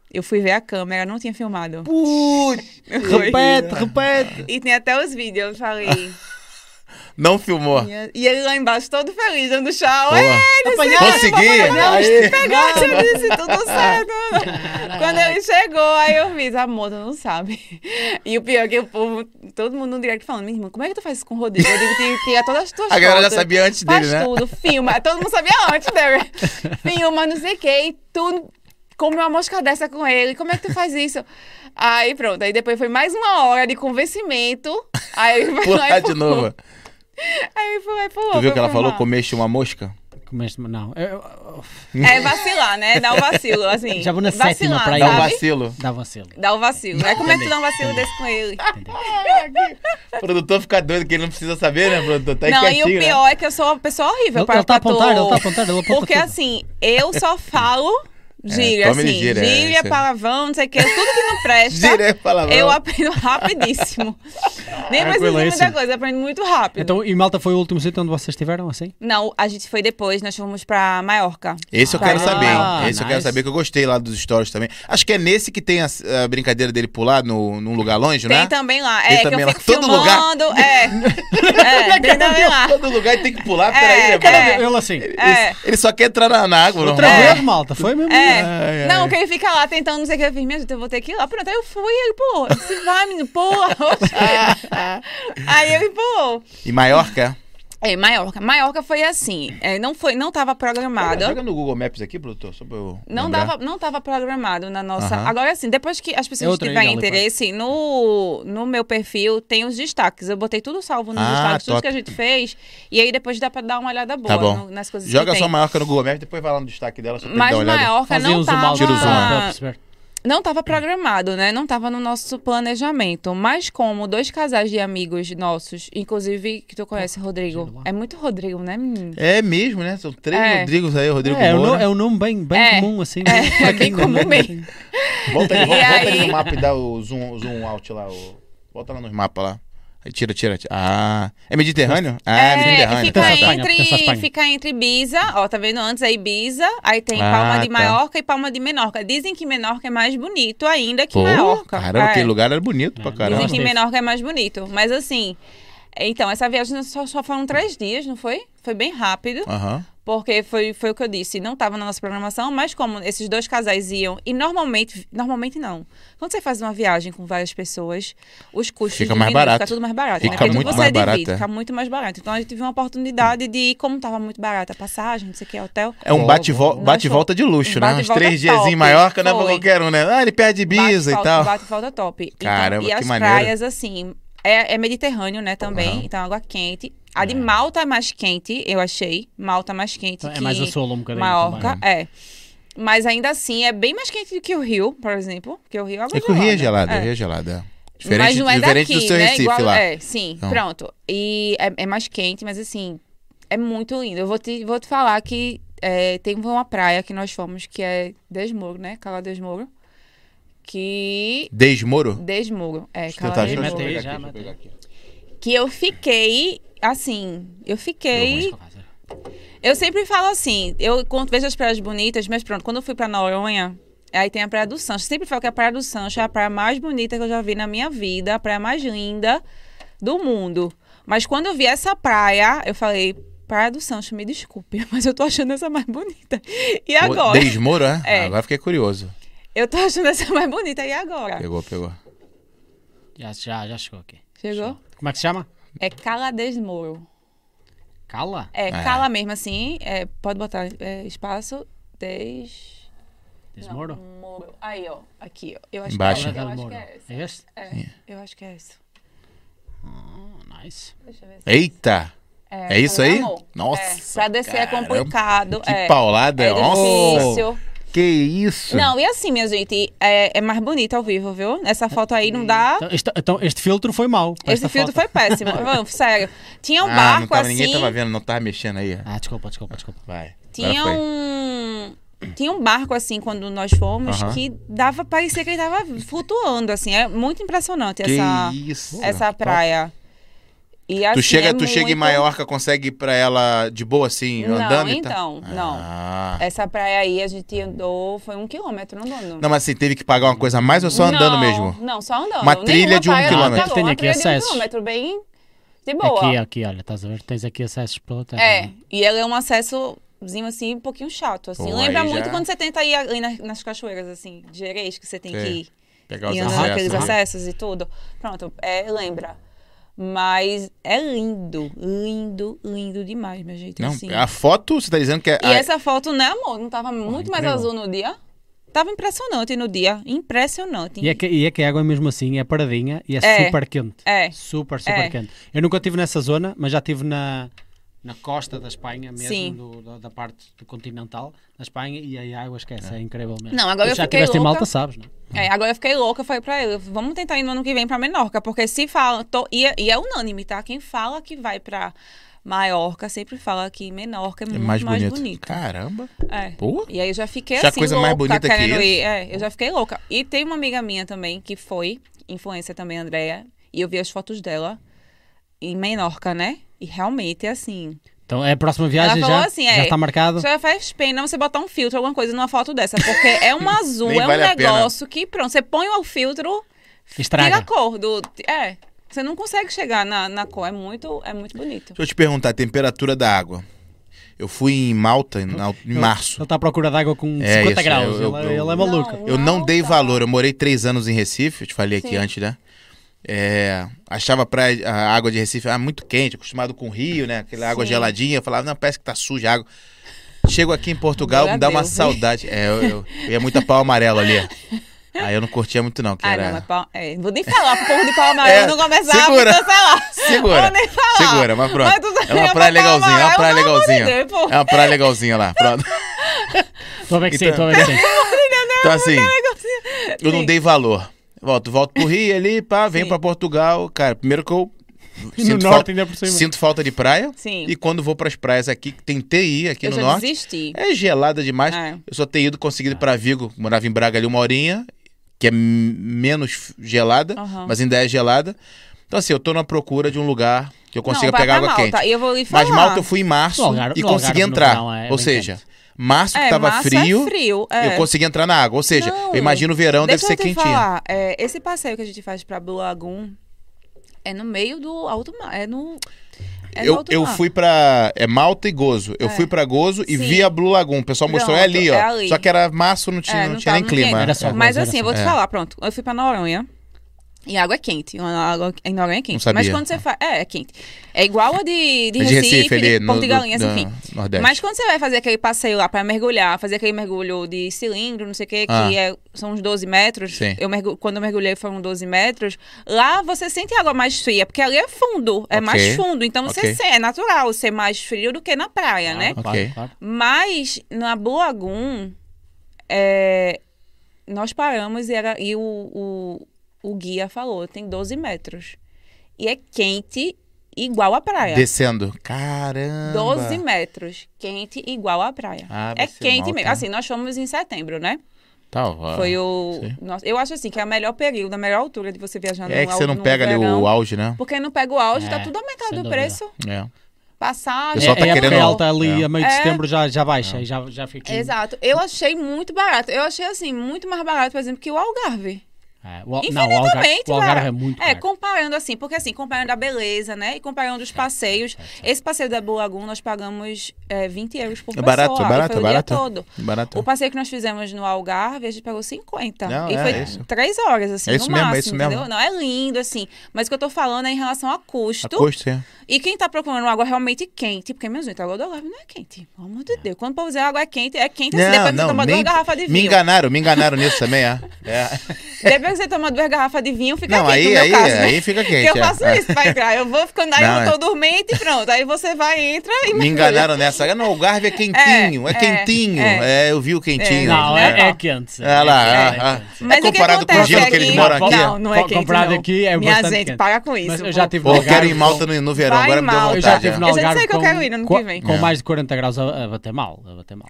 Eu fui ver a câmera, não tinha filmado. Putz, Repete, repete. E tem até os vídeos, eu falei. não filmou. E ele lá embaixo, todo feliz, dando tchau. Boa. É, Apanhar, Consegui! apanhar, Aí. pegasse, eu disse, tudo certo. Quando ele chegou, aí eu fiz, amor, tu não sabe. E o pior é que o povo, todo mundo no direct falando, minha irmã, como é que tu faz isso com o Rodrigo? Eu digo, tira, tira todas as tuas A galera já fotos, sabia antes faz dele, né? tudo, filma. Todo mundo sabia antes dele. Filma, não sei o que, e tu come uma mosca dessa com ele, como é que tu faz isso? Aí pronto, aí depois foi mais uma hora de convencimento. Aí ele foi lá Pular e de pulou. novo. Aí ele foi lá e pulou. Tu viu que ela pra falou, filmar. comeste uma mosca? Comeste, não. Eu- eu- É vacilar, né? Dá um vacilo, assim. Já vou na Vacilar, sétima pra aí. Dá um sabe? vacilo. Dá vacilo. Dá o vacilo. É como é que tu dá um vacilo desse com ele? O produtor fica doido que ele não precisa saber, né, produtor? Tá aí Não, e o quietinho, né? pior é que eu sou uma pessoa horrível. Ele, pra- ele tá a pra apontar, tu- ele tá a apontar, ele aponta Porque tudo. assim, eu só falo gíria, tome assim. gíria, é, Gíria, isso aí. palavrão, não sei o que. Tudo que não presta, Gíria é palavrão. eu aprendo rapidíssimo. Nem precisa de muita Tranquilíssimo. coisa, eu aprendo muito rápido. Então, e Malta foi o último sítio onde vocês estiveram, assim? Não, a gente foi depois, nós fomos pra Maiorca. Esse eu Ah, quero saber, hein? nice. Esse eu quero saber, que eu gostei lá dos stories também. Acho que é nesse que tem a, a brincadeira dele pular no, num lugar longe, Tem né? também lá. Tem É, também que eu lá. fico Todo lugar? filmando. É, é tem também lá. Todo lugar tem que pular, É, peraí, né? é. peraí. Ele assim. É. Ele só quer entrar na, na água, Outra normal. vez, Malta, foi mesmo? É. Ai, ai. Não, que ele fica lá tentando, não sei o que. Eu fiz, minha gente, eu vou ter que ir lá. Pronto, aí eu fui e ele pulou. Eu disse, vai, menino, pula. Aí ele pulou. E Maiorca? É, Maiorca. Maiorca foi assim, é, não foi, não tava programado. Joga no Google Maps aqui, produtor, só pra eu Não lembrar. dava, não tava programado na nossa. Aham. Agora sim, depois que as É pessoas outra tiverem ilha ali, interesse, no, no meu perfil tem os destaques. Eu botei tudo salvo nos Ah, destaques, tudo top. que a gente fez. E aí depois dá pra dar uma olhada boa Tá bom. no- nas coisas Joga que só tem. Maiorca no Google Maps, depois vai lá no destaque dela, só pra Mas dar uma olhada. Maiorca Fazia não um zoom out Tira o zoom. pra tava. perceber. Não estava programado, né? Não estava no nosso planejamento. Mas como dois casais de amigos nossos, inclusive que tu conhece, Rodrigo. É muito Rodrigo, né, menino? É mesmo, né? São três É. Rodrigos aí, o Rodrigo É, é, um Moura. no- é um nome bem, bem É. comum, assim. É, né? Pra é bem quem não- comum mesmo. Volta, ali, E volta, volta ali aí- no mapa e dá o zoom, zoom out lá. O... Volta lá nos mapas lá. Aí tira, tira, tira. Ah, é Mediterrâneo? Ah, é, Mediterrâneo. fica, Pertence à Espanha, entre, pertence à Espanha. fica entre Ibiza, ó, tá vendo antes? É Ibiza, aí tem Ah, Palma de tá. Maiorca e Palma de Menorca. Dizem que Menorca é mais bonito ainda que Pô, Maiorca. caramba, É. aquele lugar era bonito pra É, caramba. Dizem que Nossa. Menorca é mais bonito. Mas assim, então, essa viagem só, só foram três dias, não foi? Foi bem rápido. Aham. Porque foi, foi o que eu disse, não estava na nossa programação, mas como esses dois casais iam, e normalmente, normalmente não. Quando você faz uma viagem com várias pessoas, os custos Fica mais diminuem, barato. fica tudo mais barato. Fica né? Porque muito tudo mais você divide, barato, é. fica muito mais barato. Então a gente teve uma oportunidade de, como estava muito barata a passagem, não sei o que, hotel. É um Pô, bate-vo- nós bate-volta de luxo, um né? Uns bate-volta três dias top. em Maiorca, não é pra Foi. qualquer um, né? Ah, ele perde Ibiza e bate, tal. Bate falta top. Então, Caramba, e que as maneiro. praias, assim, é, é Mediterrâneo, né, também. Aham. Então, água quente. A de Malta é mais quente, eu achei. Malta é mais quente É que mais a sul um bocadinho Maiorca, também. é. Mas ainda assim, é bem mais quente do que o Rio, por exemplo. Porque o Rio é água É que o Rio é gelada. gelado, o Rio É. é gelado. É. Mas Diferente, não é diferente daqui, do seu né? Recife Igual- lá. É, sim, Então. pronto. E é, é mais quente, mas assim, é muito lindo. Eu vou te, vou te falar que é, tem uma praia que nós fomos, que é Desmoro, né? Cala Desmoro. Que... Desmoro? Desmoro, é, Deixa eu Cala tentar, deixa eu Desmoro. Mete aí, pegar já, aqui, deixa eu mete pegar aqui. Que eu fiquei, assim, eu fiquei... Vamos fazer. Eu sempre falo assim, eu quando vejo as praias bonitas, mas pronto, quando eu fui pra Noronha, aí tem a Praia do Sancho. Eu sempre falo que a Praia do Sancho é a praia mais bonita que eu já vi na minha vida, a praia mais linda do mundo. Mas quando eu vi essa praia, eu falei, Praia do Sancho, me desculpe, mas eu tô achando essa mais bonita. E Pô, agora? Desmoro, é? É. Agora fiquei curioso. Eu tô achando essa mais bonita, e agora? Pegou, pegou. Já, já, já chegou aqui. Chegou? Como é que se chama? É Cala Desmoro. Cala? É, É. Cala mesmo assim, é, pode botar é, espaço, Des... Desmoro? Não, Moro. Aí, ó, aqui, ó. Eu acho Embaixo. que é, eu acho Desmoro. que é essa. É este? É, eu acho que é essa. Oh, nice. Deixa eu ver se... Eita! É isso aí? amor. Nossa, É, pra descer caramba. é complicado. Que é, paulada. É Nossa. difícil. Que isso? Não, e assim, minha gente, é, é mais bonito ao vivo, viu? Essa foto aí não dá... Então este, então, este filtro foi mau. para Esse esta filtro foto. foi péssimo. Vamos, sério. Tinha um ah, barco não tava, assim... ninguém tava vendo, não tava mexendo aí. Ah, desculpa, desculpa, desculpa. Vai. Tinha Agora foi. um... Tinha um barco, assim, quando nós fomos, Aham. que dava, parecia que ele tava flutuando, assim. É muito impressionante Que essa, isso? essa praia. E, assim, Tu chega, é tu chega em muito- Maiorca, consegue ir pra ela de boa, assim, Não, andando e então, tal? não. Ah. Essa praia aí a gente andou, foi um quilômetro andando. Não, mas assim, teve que pagar uma coisa a mais ou só andando Não, mesmo? Não, só andando. Uma trilha Nenhuma de um praia quilômetro. pagou, Tem uma aqui trilha de um acessos. quilômetro, bem de boa. Aqui, aqui, olha, estás a ver? Tens aqui acessos pela terra. É, e ele é um acessozinho assim, um pouquinho chato, assim. Pô, Lembra aí muito já- quando você tenta ir ali nas, nas cachoeiras, assim, de Gerês, que você tem Sei. que ir. Pegar os E andando acessos. aqueles né? acessos e tudo. Pronto, é, lembra. Mas é lindo, lindo, lindo demais, minha gente. Não, assim. a foto, você tá dizendo que é... E a- essa foto, né, amor? Não tava muito mais incrível. azul no dia? Tava impressionante no dia. Impressionante. E é, que, e é que a água é mesmo assim, é paradinha e é, É. super quente. É. Super, super É. quente. Eu nunca estive nessa zona, mas já estive na, na costa da Espanha mesmo, Sim. do- da, da parte do continental da Espanha, e aí a água esquece, é, incrível mesmo. Não, agora Tu eu já fiquei estiveste em louca. Malta, sabes, não é? É, agora eu fiquei louca, eu falei pra ele, vamos tentar ir no ano que vem pra Menorca, porque se fala, tô- e, é- e é unânime, tá? Quem fala que vai pra Maiorca sempre fala que Menorca é, É muito mais mais, bonito. bonito. Caramba. É. Pô. E aí eu já fiquei Já assim, coisa louca, mais bonita que querendo isso. ir. É, eu já fiquei louca. E tem uma amiga minha também, que foi, influência também, Andréia, e eu vi as fotos dela em Menorca, né? E realmente é assim... Então é a próxima viagem, Ela falou já, assim, já é, está marcado. Já faz pena você botar um filtro, alguma coisa numa foto dessa, porque é um azul, Nem é um vale a pena. negócio que, pronto, você põe o filtro, Estraga. tira a cor do... É, você não consegue chegar na, na cor, é muito, é muito bonito. Deixa eu te perguntar, a temperatura da água. Eu fui em Malta em, na- em março. Ele está à procura de água com É, cinquenta isso, graus. eu- eu- ele, ele é eu- maluco. Não. Eu não dei Malta. valor, eu morei três anos em Recife, eu te falei aqui Sim. antes, né? É, achava praia, a água de Recife ah, muito quente, acostumado com o Rio, né? Aquela água Sim. geladinha. Eu falava, não, parece que tá suja a água. Chego aqui em Portugal, Glória me dá a uma Deus, hein? saudade. É, eu, eu, eu ia muito a pau amarelo ali. ó. Aí eu não curtia muito, não. Que Ah, era... não, mas pau, é, não vou nem falar pro povo de pau amarelo, É, não começar segura. a me cancelar. Segura, Vou nem falar. segura, mas pronto. Mas tu é uma chama praia pau legalzinha, é uma amarelo, praia pelo amor de legalzinha. Deus, pô. É uma praia legalzinha lá, pronto. Estou a ver que sim, Então- estou a ver que sim. Então assim, eu não Sim. dei valor. Volto, volto pro Rio ali, pá, venho Sim. pra Portugal. Cara, primeiro que eu E no sinto, norte falta, ainda por cima. sinto falta de praia. Sim. E quando vou pras praias aqui, que tentei ir aqui Eu no já norte, desisti. é gelada demais. É. Eu só tenho ido, conseguido ir pra Vigo, morava em Braga ali uma horinha, que é m- menos gelada, Aham. mas ainda é gelada. Então assim, eu tô na procura de um lugar que eu consiga Não, vai pegar pra água Malta. quente. E eu vou lhe falar. Mas Malta eu fui em março No Algarve- e no consegui Algarve no entrar. verão é Ou bem seja, quente. março que É, tava março frio, é frio, é. eu consegui entrar na água. Ou seja, Não, eu imagino o verão deve deixa ser eu te quentinho. falar, é, esse passeio que a gente faz pra Blue Lagoon é no meio do alto mar. É no. É no Eu, alto eu mar. fui pra é, Malta e Gozo. Eu É. fui pra Gozo e Sim. vi a Blue Lagoon. O pessoal mostrou é Pronto, ali, ó. é ali. Só que era março, não tinha, É, não tinha nem tava clima. quente. Era só É. Mas Era assim, eu só- vou te é. falar, pronto. Eu fui pra Noronha. E a água é quente. A água em Noronha é quente. Não sabia. Mas quando você faz. É, é quente. É igual a de, de É de Recife, Recife ali, de Porto no- de do- Galinhas, da- enfim. Nordeste. Mas quando você vai fazer aquele passeio lá pra mergulhar, fazer aquele mergulho de cilindro, não sei o que, Ah. que é, são uns doze metros. Sim. Eu mergu- quando eu mergulhei foram doze metros. Lá você sente a água mais fria, porque ali é fundo, é Ok. mais fundo. Então você Ok. sente, é natural ser mais frio do que na praia, né? Claro, Ok. claro. Mas na Blue Lagoon, é, nós paramos e, era, e o, o, o guia falou, tem doze metros. E é quente igual à praia. Descendo. Caramba. doze metros. Quente igual à praia. Ah, vai é ser quente Malta. mesmo. Assim, nós fomos em setembro, né? Tá, ó. Foi o... sim. Nossa, eu acho assim que é o melhor período, a melhor altura de você viajar no É que você não no pega ali verão, o auge, né? Porque não pega o auge, É, tá tudo aumentado sem o dúvida. preço. É. Passagem. O pessoal É, tá é a época querendo- alta ali, É. a meio de É. setembro já, já baixa, e já, já fica... Exato. Eu achei muito barato. Eu achei, assim, muito mais barato, por exemplo, que o Algarve. É, o, Al- não, o Algarve, Infinitamente o Algarve barato. é muito É, caro. comparando assim, porque assim, comparando a beleza, né? E comparando os passeios. Esse passeio da Blue Lagoon, nós pagamos é, vinte euros por É pessoa. barato, é e barato, foi é o dia barato. todo. Barato. O passeio que nós fizemos no Algarve, a gente pagou cinquenta. Não, e é foi isso. três horas, assim, É isso no mesmo, é máximo, isso mesmo. entendeu? Não, é lindo, assim. Mas o que eu tô falando é em relação a custo. A custo, é. E quem tá procurando água realmente quente, porque, meu gente, a água do Algarve não é quente. Pelo amor de Deus. Quando o povo dizer água é quente, é quente assim. Não, Depois que não, você toma nem- duas garrafas de vinho. Me enganaram, me enganaram nisso também, é. é. Depois que você toma duas garrafas de vinho, fica Não, quente, aí, no meu aí, caso, né? aí fica Que quente. eu é. faço É. isso pra entrar. Eu vou ficando aí, Não, eu tô é. dormente e pronto. Aí você vai, entra e Me mergulha. enganaram nessa. Não, o Algarve é quentinho, é, É, quentinho. é. É, eu vi o quentinho. Não, né? é, é quente. É lá, é, ah, quente, ah. é quente. Mas É o que comparado com o acontece gelo que eles aqui- moram aqui. Não, não é Co- quente, comparado não. aqui é Minha bastante gente, quente. para com isso. Mas eu pô. já tive Pô, no eu quero ir Algarve em Malta com- no, no verão, Vai agora em me deu Malta. Eu já vontade. tive é. no Eu já Algarve sei que eu com, quero ir no ano com- que vem. com É. mais de quarenta graus a, a bater mal. A bater mal. Quê?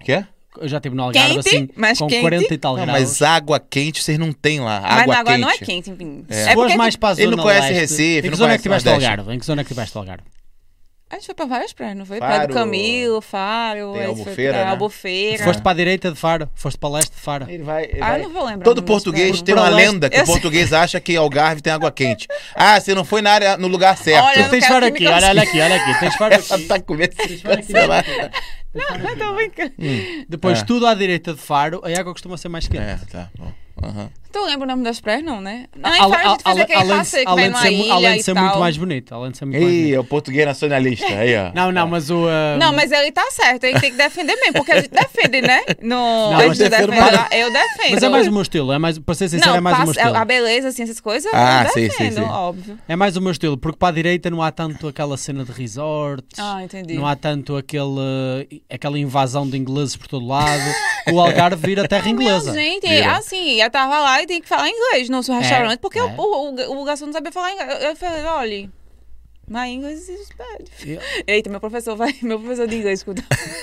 eu já estive no Algarve Quente, assim, mas com quente. quarenta e tal Não, graus. mas água quente vocês não tem lá. Mas Água na água quente. não é quente, enfim. É. Se É fores porque mais para a Ele zona não conhece leste, Recife, em que não zona é que conhece tiveste o Nordeste. Algarve? Em que zona é que tiveste o Algarve? a gente foi pra várias praias, não foi? Faro, Praia do Camilo, Faro, tem aí foi Albufeira, pra né? Albufeira. Foste para a direita de Faro, foste para leste de Faro. Ele vai, ele Ah, vai- eu não vou lembrar. Todo o nome das português praias. tem Para uma leste- lenda que Eu o português acha que Algarve tem água quente. Ah, você não foi na área, no lugar certo. Olha, eu Tens quero Faro que me aqui, olha, olha aqui, olha aqui. Tens Faro Ela aqui. tá com medo de Tens Faro aqui. cancelar. Eu tô brincando. Depois, É. tudo à direita de Faro, a água costuma ser mais quente. É, tá bom. Aham. Tu lembra o nome das praias, não, né? Não, em Ale- Faro a gente fazia ale- aquele além de- passeio que vai além de numa ser mu- ilha além de e ser tal. muito mais bonito. Além de ser muito mais Ih, bonito. é o português nacionalista. Aí, ó. Não, não, mas o. ah, Não, mas ele tá certo, ele tem que defender mesmo, porque a gente defende, né? No... Não, a mas gente defendo defende, para- eu defendo. Mas é mais o meu estilo, é mais, para ser sincero, Não, é mais o meu passa- estilo. a beleza, assim, essas coisas, Ah, eu sei, defendo, sei, sei. óbvio. É mais o meu estilo, porque para a direita não há tanto aquela cena de resorts, Ah, entendi. não há tanto aquele, aquela invasão de ingleses por todo lado. O Algarve vira terra inglesa. Meu, gente, Vira. assim, eu tava lá e tinha que falar inglês no seu restaurante, porque é. o, o, o garçom não sabia falar inglês. Eu falei, olha, my English is bad. Eu- Eita, meu professor vai, meu professor de inglês, escuta.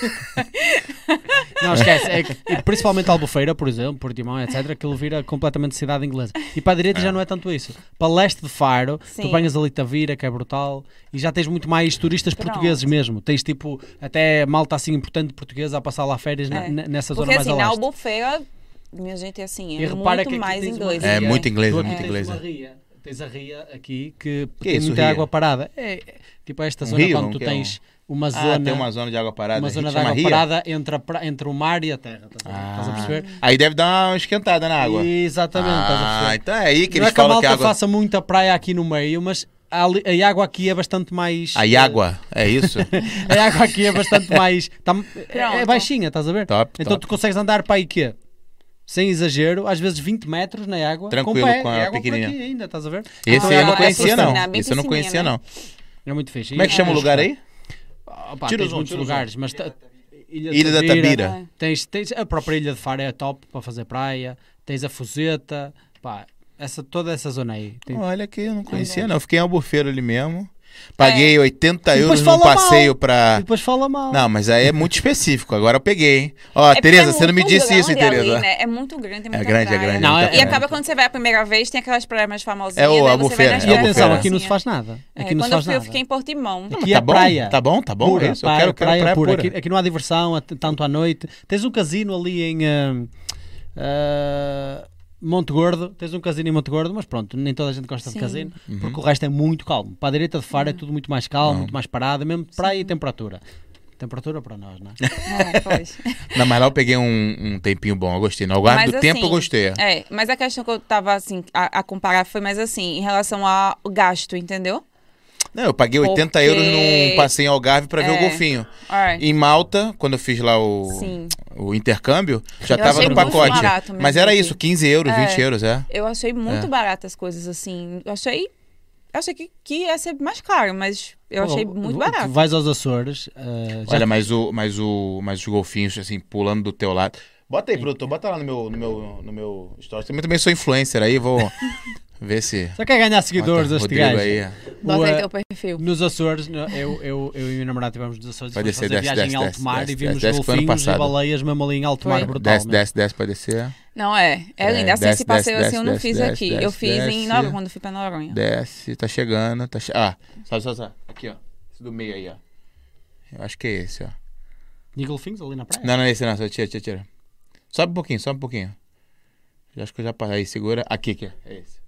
Não, esquece. É que- e principalmente Albufeira, por exemplo, Portimão, etcétera, aquilo vira completamente cidade inglesa. E para a direita já não é tanto isso. Para leste de Faro, tu Sim. banhas ali Tavira, que é brutal, e já tens muito mais turistas Pronto. portugueses mesmo. Tens tipo, até malta assim importante portuguesa a passar lá férias na- É. n- nessa zona Porque mais assim, a na leste. Albufeira, minha gente, assim, E é repara muito que aqui mais tens uma- inglês. É diria. muito inglês, Tu é aqui muito tens inglês. uma ria, tens a ria aqui que, Que tem isso, muita ria? água parada. É, é, tipo esta Um zona rio, quando não tu que é um- tens uma Ah, zona, tem uma zona de água parada. uma a gente zona de chama água ria? parada entre, a pra- entre o mar e a terra. Estás a, ver? Estás a Ah. perceber? Aí deve dar uma esquentada na água. Exatamente, estás a Ah, perceber? então é aí que Não é eles que a falam que malta a água... faça muita praia aqui no meio, mas a, ali- a água aqui é bastante mais. A água, é isso? A água aqui é bastante mais. Tá, é, é Pronto. baixinha, estás a ver? Top, Então top. tu consegues andar para aí quê? Sem exagero, às vezes vinte metros na água. Tranquilo, com, pé, com a e água por pequenininha. aqui ainda, estás a ver? Esse Então, aí eu é não água- conhecia, é não. piscina, bem Esse eu não piscininha, conhecia, né? não. É muito fixe. Como é que chama o lugar aí? Opa, Tira tens zoom, muitos tira zoom. lugares, mas ta- Ilha, Ilha da Tabira. É. Tens, tens a própria Ilha de Faro é top para fazer praia. Tens a Fuseta, pá, essa, toda essa zona aí. Tem- Olha que eu não conhecia, não. Eu fiquei em Albufeira ali mesmo. Paguei oitenta E depois euros num fala passeio mal. pra... E depois fala mal. Não, mas aí é muito específico. Agora eu peguei, hein? Ó, É porque Tereza, é você não me muito disse isso, hein, grande Tereza? ali, né? É muito grande, tem É muita grande, é praia. grande. Não, muita é- E praia. acaba quando você vai a primeira vez, tem aquelas praias mais famosas. É o Albufeira, E é atenção, Albufeira. aqui não se faz nada. Aqui não se quando faz eu fui, eu nada. fiquei em Portimão. Não, mas Aqui tá é bom, praia. Tá bom, tá bom. Pura, é isso. Eu praia, quero, quero praia praia pura. pura. Aqui, aqui não há diversão, at- tanto à noite. Tens um casino ali em ah, ah, Monte Gordo. Tens um casino em Monte Gordo, mas pronto, nem toda a gente gosta Sim. de casino, Uhum. porque o resto é muito calmo. Para a direita de Faro é tudo muito mais calmo, Não. muito mais parado, mesmo praia e temperatura. Temperatura para nós, não é? É, pois. Não, mas lá eu peguei um, um tempinho bom, eu gostei. No Algarve Mas, do tempo eu assim, gostei. É, mas a questão que eu tava, assim, a, a comparar foi mais assim, em relação ao gasto, entendeu? Não, eu paguei oitenta Porque- euros num passeio em Algarve pra ver o É. golfinho. É. Em Malta, quando eu fiz lá o, Sim. o intercâmbio, já Eu tava achei no muito pacote. barato mesmo Mas era aqui. isso, quinze euros, É. vinte euros, é. Eu achei muito É. baratas as coisas, assim. Eu achei. Eu achei que, que ia ser mais caro, mas eu achei Pô, muito tu barato. Vais aos Açores. ah, já- Olha, mas, o, mas, o, mas os golfinhos, assim, pulando do teu lado. Bota aí, produtor, bota lá no meu, no meu, no meu story. Também, também sou influencer aí, vou ver se... Só quer ganhar seguidores Bota este Rodrigo gajo. aí. Bota O, aí ah, teu perfil. Nos Açores, no- eu, eu, eu e o meu namorado tivemos nos Açores e Vai fomos descer, fazer desce, viagem desce, em alto desce, mar desce, e vimos desce, desce, foi ano golfinhos e passado. baleias mesmo ali em alto Foi. mar brutal. Desce, mesmo. desce, desce pra descer. Não é? É É, lindo. Assim, desce, esse passeio desce, assim eu não desce, fiz desce, aqui. desce, eu fiz em desce. Noronha, quando eu fui pra Noronha. Desce, tá chegando, tá che... Ah, sabe, sabe, sabe. Aqui, ó. Esse do meio aí, ó. Eu acho que é esse, ó. E golfinhos ali na praia? Não, não é esse não, só tira, tira, tira. Sobe um pouquinho, sobe um pouquinho. Eu acho que eu já passei. Aí, segura. Aqui, aqui, é esse.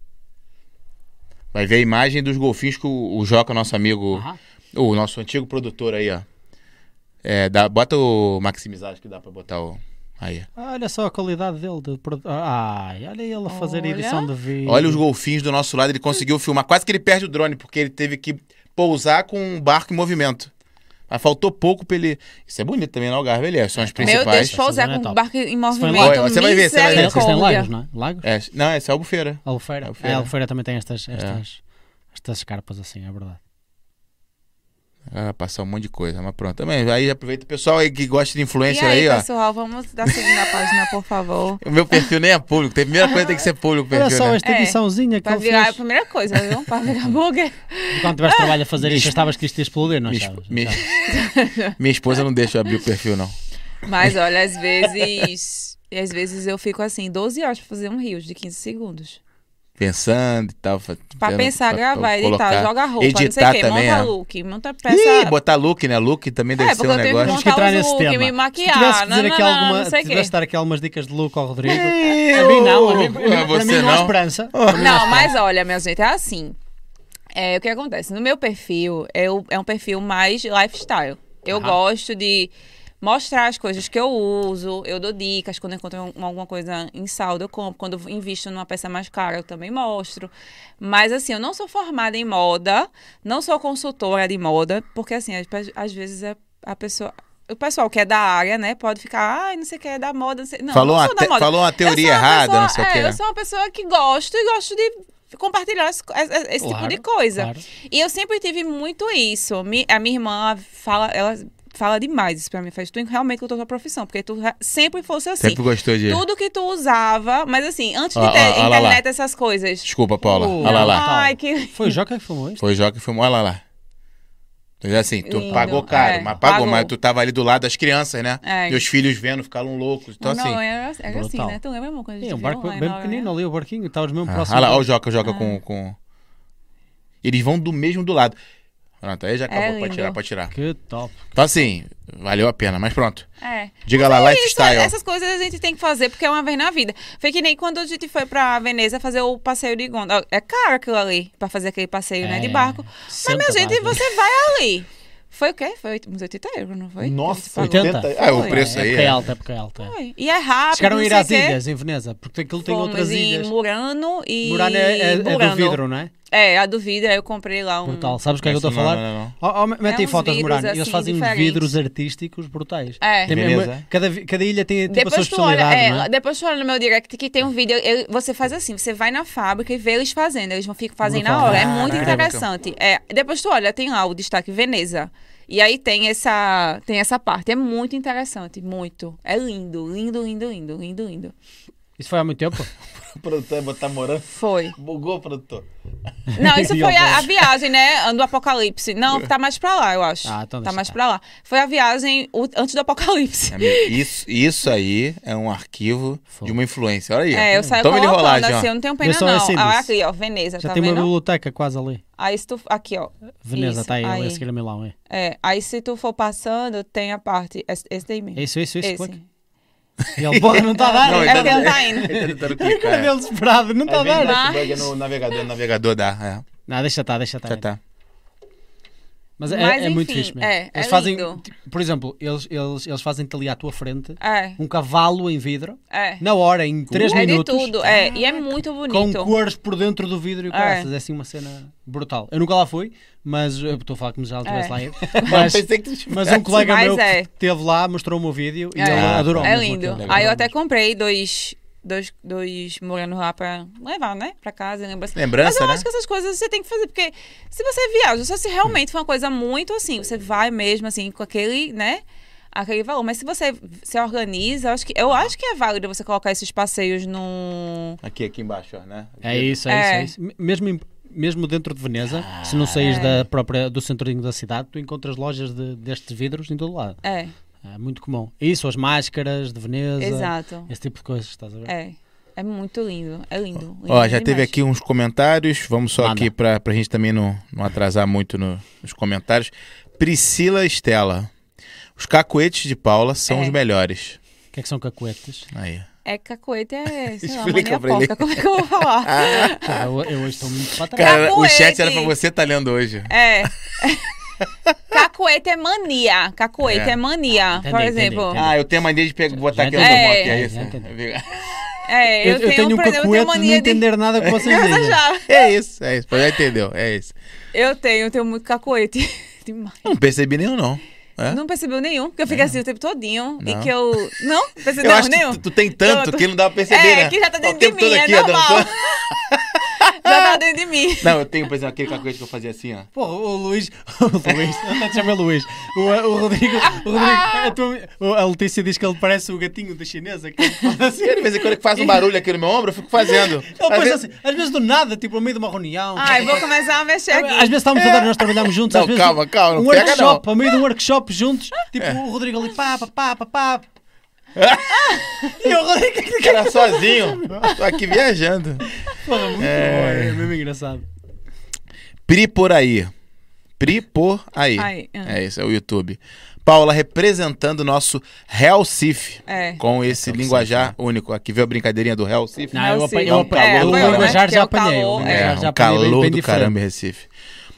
Vai ver a imagem dos golfinhos que o, o Joca, nosso amigo, Aham. o nosso antigo produtor aí, ó. É, dá, bota o maximizar que dá pra botar o... Aí. Olha só a qualidade dele. De... produ- Ai, olha ele a fazer Olha. edição de vídeo. Olha os golfinhos do nosso lado, ele conseguiu filmar. Quase que ele perde o drone, porque ele teve que pousar com um barco em movimento. Mas faltou pouco pra ele... Isso é bonito também no Algarve, ele é. São as Meu Deus, principais. pousar Essa zona é com top. barco em foi em movimento. Olha, você vai ver, você vai ver. Vocês têm misericórdia. lagos, não é? Lagos? É, não, esse é Albufeira. Albufeira. Albufeira. É, Albufeira também tem estas, estas, estas escarpas assim, é verdade. Ah, passar um monte de coisa, mas pronto. Também, aí aproveita o pessoal aí que gosta de E influencer aí, aí, ó. pessoal, vamos dar seguir na página, por favor. O meu perfil nem é público. Tem a primeira coisa que tem que ser público o Olha perfil, só né? esta É, ediçãozinha que Pra ele virar a fez. primeira coisa, viu? Pra virar burger. Quando tiveste trabalho a fazer isto, achavas que isto ia explodir, não Minha, achavas? minha, minha esposa não deixa eu abrir o perfil, não. Mas olha, às vezes... às vezes eu fico assim, doze horas pra fazer um Reels de quinze segundos. Pensando e tal. Pra pensar, pra, gravar, pra editar, colocar. jogar roupa, Editar não sei o quê. também, Monta é. look, monta peça... Ih, botar look, né? Look também deve É, ser porque um eu tenho que negócio. Temos que montar entrar os nesse look, tema. me Se tu maquiar, tivesse que dizer não, aqui não, alguma, não sei o se quê. tivesse dar aqui algumas dicas de look ao Rodrigo, Ei, a mim não, a mim, ô, para você mim não há não? esperança. Para mim Não, mas olha, minha gente, é assim. É, o que acontece? No meu perfil, eu, é um perfil mais lifestyle. Eu Aham. gosto de mostrar as coisas que eu uso, eu dou dicas. Quando eu encontro um- alguma coisa em saldo, eu compro. Quando eu invisto numa peça mais cara, eu também mostro. Mas, assim, eu não sou formada em moda, não sou consultora de moda, porque, assim, às, às vezes a, a pessoa... O pessoal que é da área, né, pode ficar, ai, não sei o que, é da moda, não sei... Não, Falou não uma sou da te- moda. falou uma Eu teoria sou uma errada, pessoa- não sei o é, quê. eu sou uma pessoa que gosto e gosto de compartilhar esse, esse tipo Claro, de coisa. claro. E eu sempre tive muito isso. Mi- A minha irmã fala, ela fala demais isso pra mim. Faz, tu realmente cultua a tua profissão, porque tu re- sempre fosse assim. Sempre gostou de... Tudo que tu usava, mas assim, antes Ó, de ter ó, ó lá, lá. internet, essas coisas. Desculpa, Paula. Oh, Olha lá, lá. Natal. Ai, que... Foi o Joca que filmou isto? Foi o Joca que filmou. Olha lá, lá. Então, assim, tu Lindo, pagou caro, é, mas pagou, pagou. mas tu tava ali do lado das crianças, né? É. E os filhos vendo, ficaram loucos. Então, não, assim... era, era assim, brutal. né? Tu lembra, amor, quando a gente É, um viu barco lá em bem Nova pequenino York? ali, o barquinho, estavas mesmo Ah, próximo. olha lá, olha o dele. Joca, o Ah. Joca com, com... Eles vão do mesmo do lado. Pronto, aí já acabou, É pode lindo. tirar, pode tirar. Que top. Então, assim, valeu a pena, mas pronto. É. Diga lá, Mas é isso, lifestyle. essas coisas a gente tem que fazer porque é uma vez na vida. Foi que nem quando a gente foi pra Veneza fazer o passeio de gondola. É caro aquilo ali, pra fazer aquele passeio, né, de É, barco. Mas, senta minha gente, barco. você vai ali. Foi o quê? Foi uns oitenta euros, não foi? Nossa, Que a gente pagou? oitenta? Ah, o Foi. preço é, aí. época é é. alta, época é alta. é. Foi. E é rápido, Chegaram a não ir sei às o quê. ilhas em Veneza, porque aquilo tem Fomos outras em ilhas. Murano e Murano é, é, é do Burano. vidro, não é? É, a do vidro, aí eu comprei lá um... Brutal. Sabes o que é que eu estou a Não, falar? não, não, não. Ó, ó, mete É aí uns fotos de vidros, Murano. Eles assim, fazem uns diferentes. vidros artísticos brutais. É. Tem Veneza. mesmo- cada, vi- cada ilha tem tipo a sua Depois tu olha, especialidade, é, não é? depois tu olha no meu direct que tem um vídeo, ele- você faz assim, você vai na fábrica e vê eles fazendo, eles vão ficar fazendo na Brutal. hora, é muito Caraca. interessante. É, depois tu olha, tem lá o destaque Veneza. E aí tem essa, tem essa parte, é muito interessante, muito. É lindo, lindo, lindo, lindo, lindo, lindo. Isso foi há muito tempo? O produtor botar morando. Foi. Bugou o produtor. Não, isso E foi ao a, a viagem, né? Do Apocalipse. Não, tá mais pra lá, eu acho. Ah, então tá deixa mais estar. pra lá. Foi a viagem o- antes do Apocalipse. Amigo, Isso, isso aí é um arquivo de uma influência. Olha aí. ó. É, eu saio Toma ele colocando rolagem, ó. assim, eu não tenho pena Vê só não. esse Ah, índice. aqui, ó, Veneza, Já tá tem uma vendo? biblioteca quase ali. Aí se tu... Aqui, ó. Veneza, Isso, está aí, aí. a seguir a Milão. É, É, aí se tu for passando, tem a parte... Esse, esse daí mesmo. é isso, é isso, é isso. Esse. clica. E ele, porra, não está a dar. Não, É ele porque não tá indo. Ele tá tentando É clicar. cara dele desesperado, não está a Às vezes dar. esse bug é no navegador, no navegador dá. Não, deixa estar, deixa É. estar. Já tá. Mas é, Mas, é muito enfim, fixe mesmo. é, Eles é fazem, lindo. tipo, por exemplo, eles, eles, eles fazem-te ali à tua frente É, um cavalo em vidro, é. na hora, em três É de minutos, tudo, é. E é muito com bonito. cores por dentro do vidro e É. caraças. É assim uma cena brutal. Eu nunca lá fui, mas eu estou a falar como já estivesse É. lá ido. Mas, Pensei que tu mas um colega Mas meu é. que esteve lá mostrou-me o vídeo e É. ele Ah, adorou É mesmo lindo. aquilo. Aí eu Adorou até mesmo. comprei dois, dois, dois moranos lá pra levar, né? Pra casa, lembrança. Mas Lembrança, eu né? acho que essas coisas você tem que fazer, porque se você viaja, só se realmente for uma coisa muito assim, você vai mesmo assim, com aquele, né? Aquele valor. Mas se você se organiza, eu acho que, eu acho que é válido você colocar esses passeios num... Aqui, aqui embaixo, ó, né? Aqui. É isso, é, É. isso, é isso. M- Mesmo, em- mesmo dentro de Veneza, se não saís da própria, do centrinho da cidade, tu encontras lojas de, destes vidros em todo lado. É, É muito comum. Isso, as máscaras de Veneza, exato. esse tipo de coisas, estás a ver? É. É muito lindo. É lindo. lindo Ó, já demais. teve aqui uns comentários. Vamos só Manda. aqui pra, pra gente também não, não atrasar muito no- nos comentários. Priscila Estela. Os cacoetes de Paula são É. os melhores. O que é que são cacoetes? Aí. É cacoete, é, sei lá, Explica mania pra ele. porca. Como é que eu vou falar? Ah, eu, eu hoje estou muito para trás. Cara, o Cacoete. chat era pra você estar lendo hoje. É. Cacoete é mania. Cacoete É. é, mania. Entendi, Por entendi, exemplo. entendi. Ah, eu tenho a mania de pegar, botar Já aqui entendi. no moto, É. é isso? Já entendi. É, Eu, eu, eu tenho um por exemplo, eu tenho cacoete de não mania de... entender nada que vocês Você dizem. já. É isso, é isso. Já entendeu, é isso. Eu tenho, eu tenho muito cacoete. Demais. Não percebi nenhum, não. É? Não percebeu nenhum, porque eu fico assim o tempo todinho. Não. E que eu. Não? Percebeu Eu acho nenhum? que tu, tu tem tanto Pronto. que não dá pra perceber, É, né? que já tá Ó, dentro o de tempo mim, todo é aqui, ó, normal. dando- Já tá dentro de mim. Não, eu tenho, por exemplo, aquele cacuete que eu fazia assim, ó. Pô, o Luís, o Luís, até te chamei Luís. O, o Rodrigo, o Rodrigo a, tua, a Letícia diz que ele parece o gatinho da chinesa. Que ele faz assim. E de vez em quando que faz um barulho aqui no meu ombro, eu fico fazendo. Ele Às pensa vezes- assim, às vezes do nada, tipo, no meio de uma reunião. Ai, vou começar a mexer aqui. Às vezes estamos a dar, nós trabalhamos juntos. Não, às vezes, calma, calma, não Um pega, workshop, não. a meio de um workshop juntos, tipo o Rodrigo ali, pá, pá, pá, pá, pá. E o Rodrigo. Era sozinho. Tô aqui viajando. Porra, muito É. bom, é mesmo engraçado. Pri por aí. Pri por aí. Ai, ah. É isso, é o YouTube. Paula representando o nosso Hellsif. É. Com esse linguajar único. Aqui veio a brincadeirinha do Hellsif. Não, eu Não, apanhei, sim. eu É, apanhei. O foi, né? linguajar Que já é o apanhei. calor, O É, linguajar um já apanhei bem, calor bem do diferente. caramba em Recife.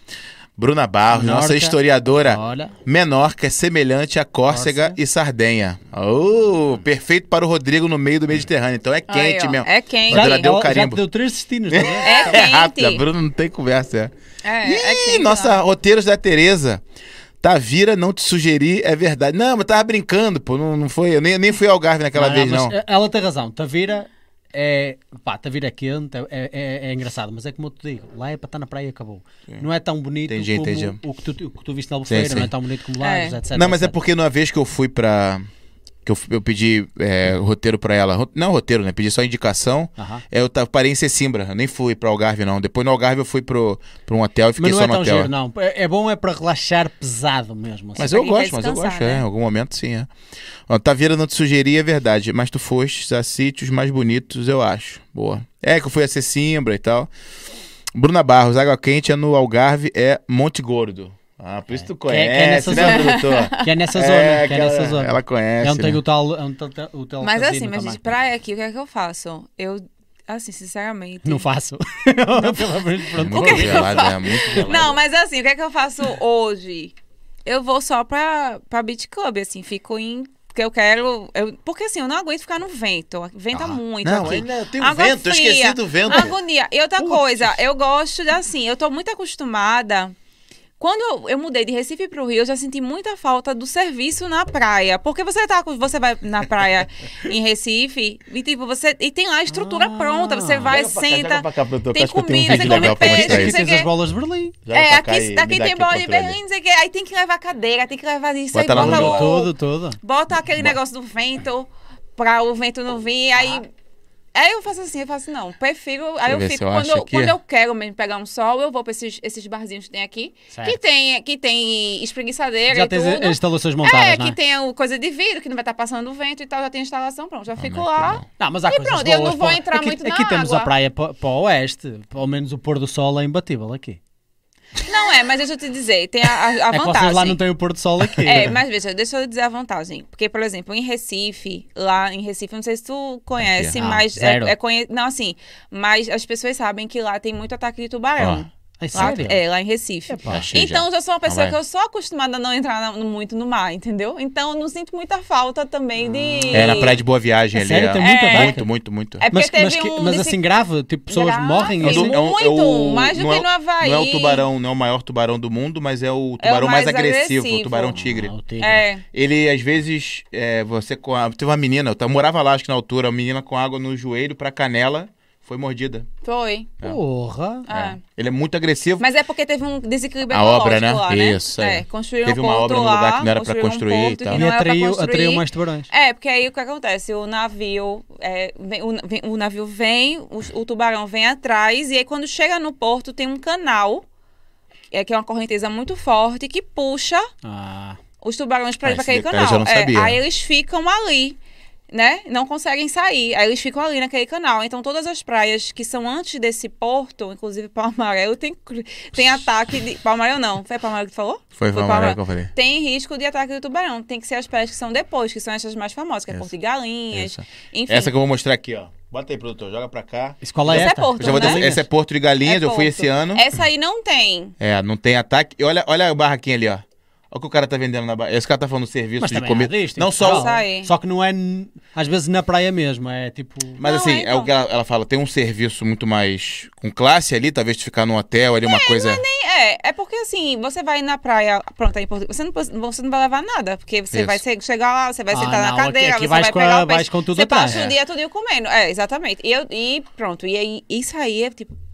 Bruna Barros, nossa Menorca. historiadora. Olha. Menorca é semelhante a Córcega Córcega. e Sardenha. Oh, perfeito para o Rodrigo no meio do Mediterrâneo. Então é Aí, quente ó, mesmo. É quente. Mas ela deu ela carimbo. Já te deu três destinos, tá vendo? É É rápido, a quente. Bruna não tem conversa. É. É, é Ih, quente. nossa, lá. roteiros da Tereza. Tavira, não te sugeri, é verdade. Não, mas tava brincando, pô. Não, não foi. Eu nem, nem fui ao Algarve naquela Não, vez, mas não. Ela tem razão. Tavira é. Pá, Tavira é quente, é, é, é engraçado, mas é como eu te digo, lá é para estar na praia e acabou. Não é tão bonito Entendi, como entendi. O, que tu, o que tu viste na Albufeira, Sim, não é sim. tão bonito como É. Lagos, etcétera. Não, mas é etcétera. porque numa vez que eu fui pra. Que eu, eu pedi é, roteiro pra ela. Ro- Não roteiro, né? Pedi só indicação. Aham. É, eu tava, parei em Sesimbra. Eu nem fui pra Algarve, não. Depois no Algarve eu fui pro, pro um hotel e fiquei Mas não só é no tão hotel. giro, não. É, é bom é para relaxar pesado mesmo. assim. Mas Pra eu quem quer gosto, mas eu descansar, gosto, é. né? Em algum momento sim, é. Ó, Tavira não te sugeri, é verdade. Mas tu foste a sítios mais bonitos, eu acho. Boa. É que eu fui a Sesimbra e tal. Bruna Barros, água quente é no Algarve, é Monte Gordo. Ah, por isso tu Que é- que é conhece, nessa né, zona. produtor? Que é nessa É, zona. Que é que ela- nessa zona. ela conhece, É onde tem né? o tal, é onde tem o hotel Mas casino assim, mas também. de praia aqui, o que é que eu faço? Eu, assim, sinceramente. Não faço. Pelo menos É pronto. muito gelado, é muito gelado. Não, mas assim, o que é que eu faço hoje? Eu vou só pra, pra Beach Club, assim, fico em. Porque eu quero. Eu, porque assim, eu não aguento ficar no vento. Venta Ah, muito não, aqui. ainda tem o Água vento, eu fria, esqueci do vento. Agonia. E outra Putz. coisa, eu gosto de assim, eu tô muito acostumada. Quando eu, eu mudei de Recife pro Rio, eu já senti muita falta do serviço na praia. Porque você tá com- você vai na praia em Recife e tipo, você e tem lá a estrutura Ah. pronta, você vai, Joga pra cá, senta, joga pra cá, produtor, que tem acho que eu tenho um comida, vídeo tem come legal pra peixe, mostrar não Aqui isso. sei o tens as quê. bolas de Berlim. Joga É, pra cá aqui, e me aqui dá tem aqui o bola de controle. Berlim, não sei o quê. Aí tem que levar cadeira, tem que levar isso. Bota aí lá no bota meu- o, Tudo, tudo. bota aquele negócio do vento pra o vento não vir. Aí, aí eu faço assim, eu faço não, prefiro. Aí eu eu ver fico, se eu quando, acho eu, aqui. quando eu quero mesmo pegar um sol, eu vou pra esses, esses barzinhos que tem aqui. Certo. Que tem, que tem espreguiçadeira Já e tens tudo. as instalações montadas, É, não que é? tem o coisa de vidro, que não vai estar passando o vento e tal, já tem instalação, pronto, já fico não é lá. que não. Não, mas há E coisas pronto, eu boas, não vou pô. entrar aqui, muito na aqui temos a água. praia para o oeste, pelo menos o pôr do sol é imbatível aqui. Não é, mas deixa eu te dizer, tem a, a, a É que vocês vantagem. lá não têm o pôr do sol aqui. É, mas veja, deixa eu dizer a vantagem. Porque, por exemplo, em Recife, lá em Recife, não sei se tu conhece, Aqui, ah, mas zero. é, é conhe... Não, assim, mas as pessoas sabem que lá tem muito ataque de tubarão. É Lá, sério? é, lá em Recife. Epá. Achei Então, já. eu já sou uma pessoa Não que vai. eu sou acostumada a não entrar na- muito no mar, entendeu? Então, eu não sinto muita falta também de... É, na praia de Boa Viagem É ali. sério? é. Tem muito É. ataque? Muito, muito, muito. É porque Mas, teve mas, que- um... mas desse- assim grave, tipo, pessoas Grave. morrem É assim? do- muito, mais do não que é- no Havaí. Não é o tubarão, não é o maior tubarão do mundo, mas é o É o tubarão mais, mais agressivo, o agressivo. tubarão tigre. Ah, o tigre. É, Ele, às vezes, é, você com a... Teve uma menina, eu ta- morava lá, acho que na altura, uma menina com água no joelho pra canela, foi mordida. foi. Porra. É. É. Ele é muito agressivo. Mas é porque teve um desequilíbrio A obra, ecológico né? lá, né? Isso, é. É, construíram Teve um uma porto obra num lá, lugar que não era pra construíram um construir e porto tal. que E não era pra atraiu, construir. atraiu mais tubarões. É, porque aí o que acontece? O navio, é, vem- o, vem- o navio vem, o, o tubarão vem atrás, e aí quando chega no porto tem um canal, é, que é uma correnteza muito forte, que puxa Ah, os tubarões pra Ah, ir pra esse aquele detalhe eu canal. já não É, sabia. aí eles ficam ali, né? Não conseguem sair. Aí eles ficam ali naquele canal. Então todas as praias que são antes desse porto, inclusive Palmarelo, tem, tem ataque de... Palmarelo não. Foi Palmarelo que tu falou? Foi, foi Palmarelo. amarelo que eu falei. Tem risco de ataque de tubarão. Tem que ser as praias que são depois, que são essas mais famosas, que é Essa. Porto de Galinhas. Essa. Enfim. Essa que eu vou mostrar aqui, ó. Bota aí, produtor, joga pra cá. escola Essa é esta? Porto, Eu já vou né? descer- Essa é Porto de Galinhas, É eu fui Porto. esse ano. Essa aí não tem. É, não tem ataque. E olha, olha a barraquinha ali, ó. Olha o que o cara tá vendendo na barra. Esse cara tá falando serviço Mas de também comida. há disto, Não em só Portugal. o... Isso aí. Só que não é, n- às vezes, na praia mesmo. É tipo... Mas Não, assim, é, é o então. que ela, ela fala, tem um serviço muito mais com classe ali, talvez tu ficar num hotel ali, uma coisa... É, é porque assim, você vai na praia, pronto, aí em Portugal, você não, pos- você não vai levar nada, porque você Isso. vai che- chegar lá, você vai Ah, sentar não, na cadeira, aqui você vais vai com pegar a- o peixe, vais com tudo você atrás. passa É. o dia todo comendo. É, exatamente. E, eu, e pronto, e aí, isso aí é tipo,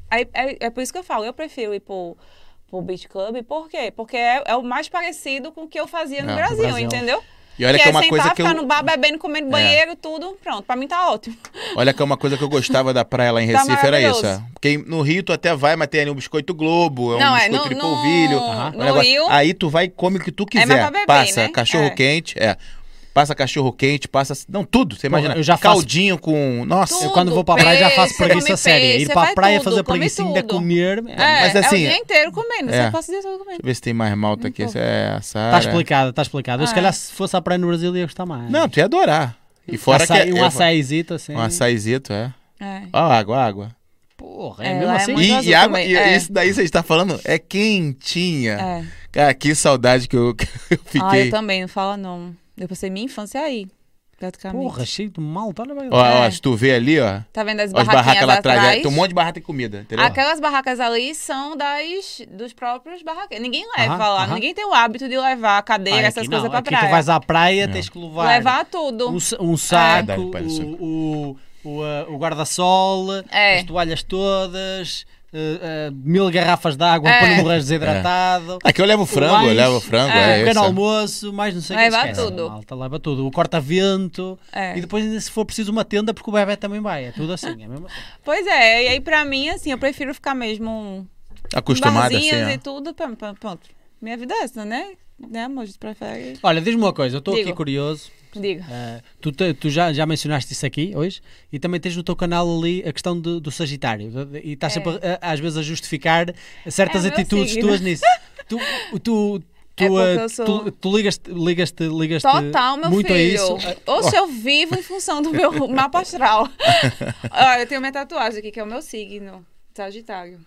Aí, é, é por isso que eu falo, eu prefiro ir pro, pro Beach Club. Por quê? Porque é, é o mais parecido com o que eu fazia no É, no Brasil, Brasil. entendeu? E olha que, que é é uma sentar, coisa que ficar eu... no bar, bebendo, comendo É. banheiro, tudo, pronto. Pra mim tá ótimo. Olha que é uma coisa que eu gostava da praia lá em Tá Recife, era isso. maravilhoso. ó. Porque no Rio tu até vai, mas tem ali um biscoito Globo, é um Não, é, biscoito no- de no- polvilho. Aham. um no negócio- Rio- Aí tu vai e come o que tu quiser. mais pra beber, passa né? cachorro É. quente, é. Passa cachorro quente, passa... Não, tudo, você Porra, imagina. eu já faço- Caldinho com... Nossa, Tudo. Eu quando vou para a praia já faço Peixe, preguiça come séria. peixe, Ir para a faz praia tudo, fazer come preguiça ainda tudo. comer. É, Mas assim, é o dia inteiro comendo. é. Você passa o dia todo comendo. deixa eu ver se tem mais malta aqui. Essa é a Sara. Está explicado, está explicado. Eu, se Ah, calhar é. se fosse à praia no Brasil ia gostar mais. Não, tu ia adorar. E fora Açaí- que... um é- açaizito assim. Um açaizito, é. É. Ó, água, água. Porra, é, É, mesmo lá é assim? muito E, azul e água, também, e é. isso daí você está falando é quentinha. É. Cara, que saudade que eu, que eu Ah, fiquei. eu também, não fala não. Eu passei minha infância aí, praticamente. Porra, cheio de malta. Olha bem. Ó, ó, É. se tu vê ali, ó, Tá vendo as ó as barraquinhas barracas lá atrás, atrás? é, tem um monte de barraca de comida, entendeu? Aquelas barracas ali são das, dos próprios barraqueiros. Ninguém leva Aham, lá, aham. ninguém tem o hábito de levar cadeira, Ah, essas aqui coisas não. pra Aqui praia. tu vais à praia, É. tens que levar, Levar tudo. um, sa- um saco, Verdade, pai, isso. o, o, o, uh, o guarda-sol, É. as toalhas todas, uh, uh, mil garrafas de água É. para não morrer desidratado. Aqui eu levo frango, lanche, eu levo frango, é, é, o pequeno isso. almoço, mais não sei o que Leva esquece, tudo. malta, leva tudo. O corta-vento É. e depois ainda se for preciso uma tenda porque o bebê também vai. É tudo assim, é mesmo assim. Pois é, e aí pra mim, assim, eu prefiro ficar mesmo Acostumada assim, barzinhos ó. e tudo. pá, pá, Pronto. Minha vida é essa, né? Né, amor? A gente prefere. Olha, diz-me uma coisa, eu estou aqui Digo. curioso. Diga. Uh, tu te- tu já, já mencionaste isso aqui hoje e também tens no teu canal ali a questão do, do Sagitário de- de- e estás É. sempre a- às vezes a justificar certas É o meu atitudes signo. tuas nisso. Tu, tu, tu, É porque uh, eu sou- tu, tu ligas-te ligas-te, ligas-te Total, meu muito filho. a isso. Oxe, eu vivo em função do meu mapa astral. Olha, eu tenho minha tatuagem aqui, que é o meu signo, Sagitário.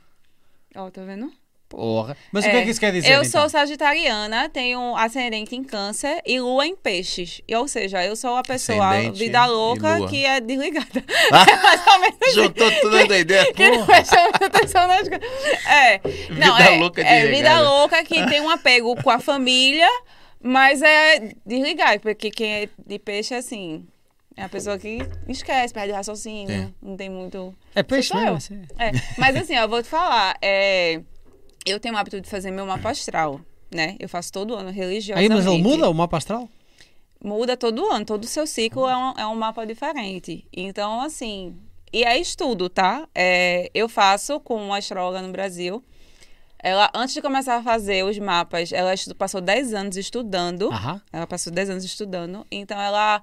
Ó, tá vendo? Porra. Mas o que é que isso quer dizer? Eu então? sou sagitariana, tenho ascendente em câncer e lua em peixes. E, ou seja, eu sou a pessoa Ascendente vida e louca lua. que é desligada. Ah, É mais ou menos assim. juntou tudo na doideira. Que não presta muita atenção nas coisas. É. Não, Vida é, louca é desligada. vida louca que tem um apego com a família, mas é desligar, porque quem é de peixe é assim. É a pessoa que esquece, perde o raciocínio, É. não tem muito. É peixe Sou mesmo. eu. assim. É, mas assim, ó, eu vou te falar, é, eu tenho o hábito de fazer meu mapa astral, né? Eu faço todo ano, religiosamente. Aí, mas ele muda o mapa astral? Muda todo ano, todo o seu ciclo é um, é um mapa diferente. Então, assim, e é estudo, tá? É, eu faço com uma astróloga no Brasil. Ela, antes de começar a fazer os mapas, ela estu- passou dez anos estudando. Aham. Ela passou dez anos estudando. Então, ela...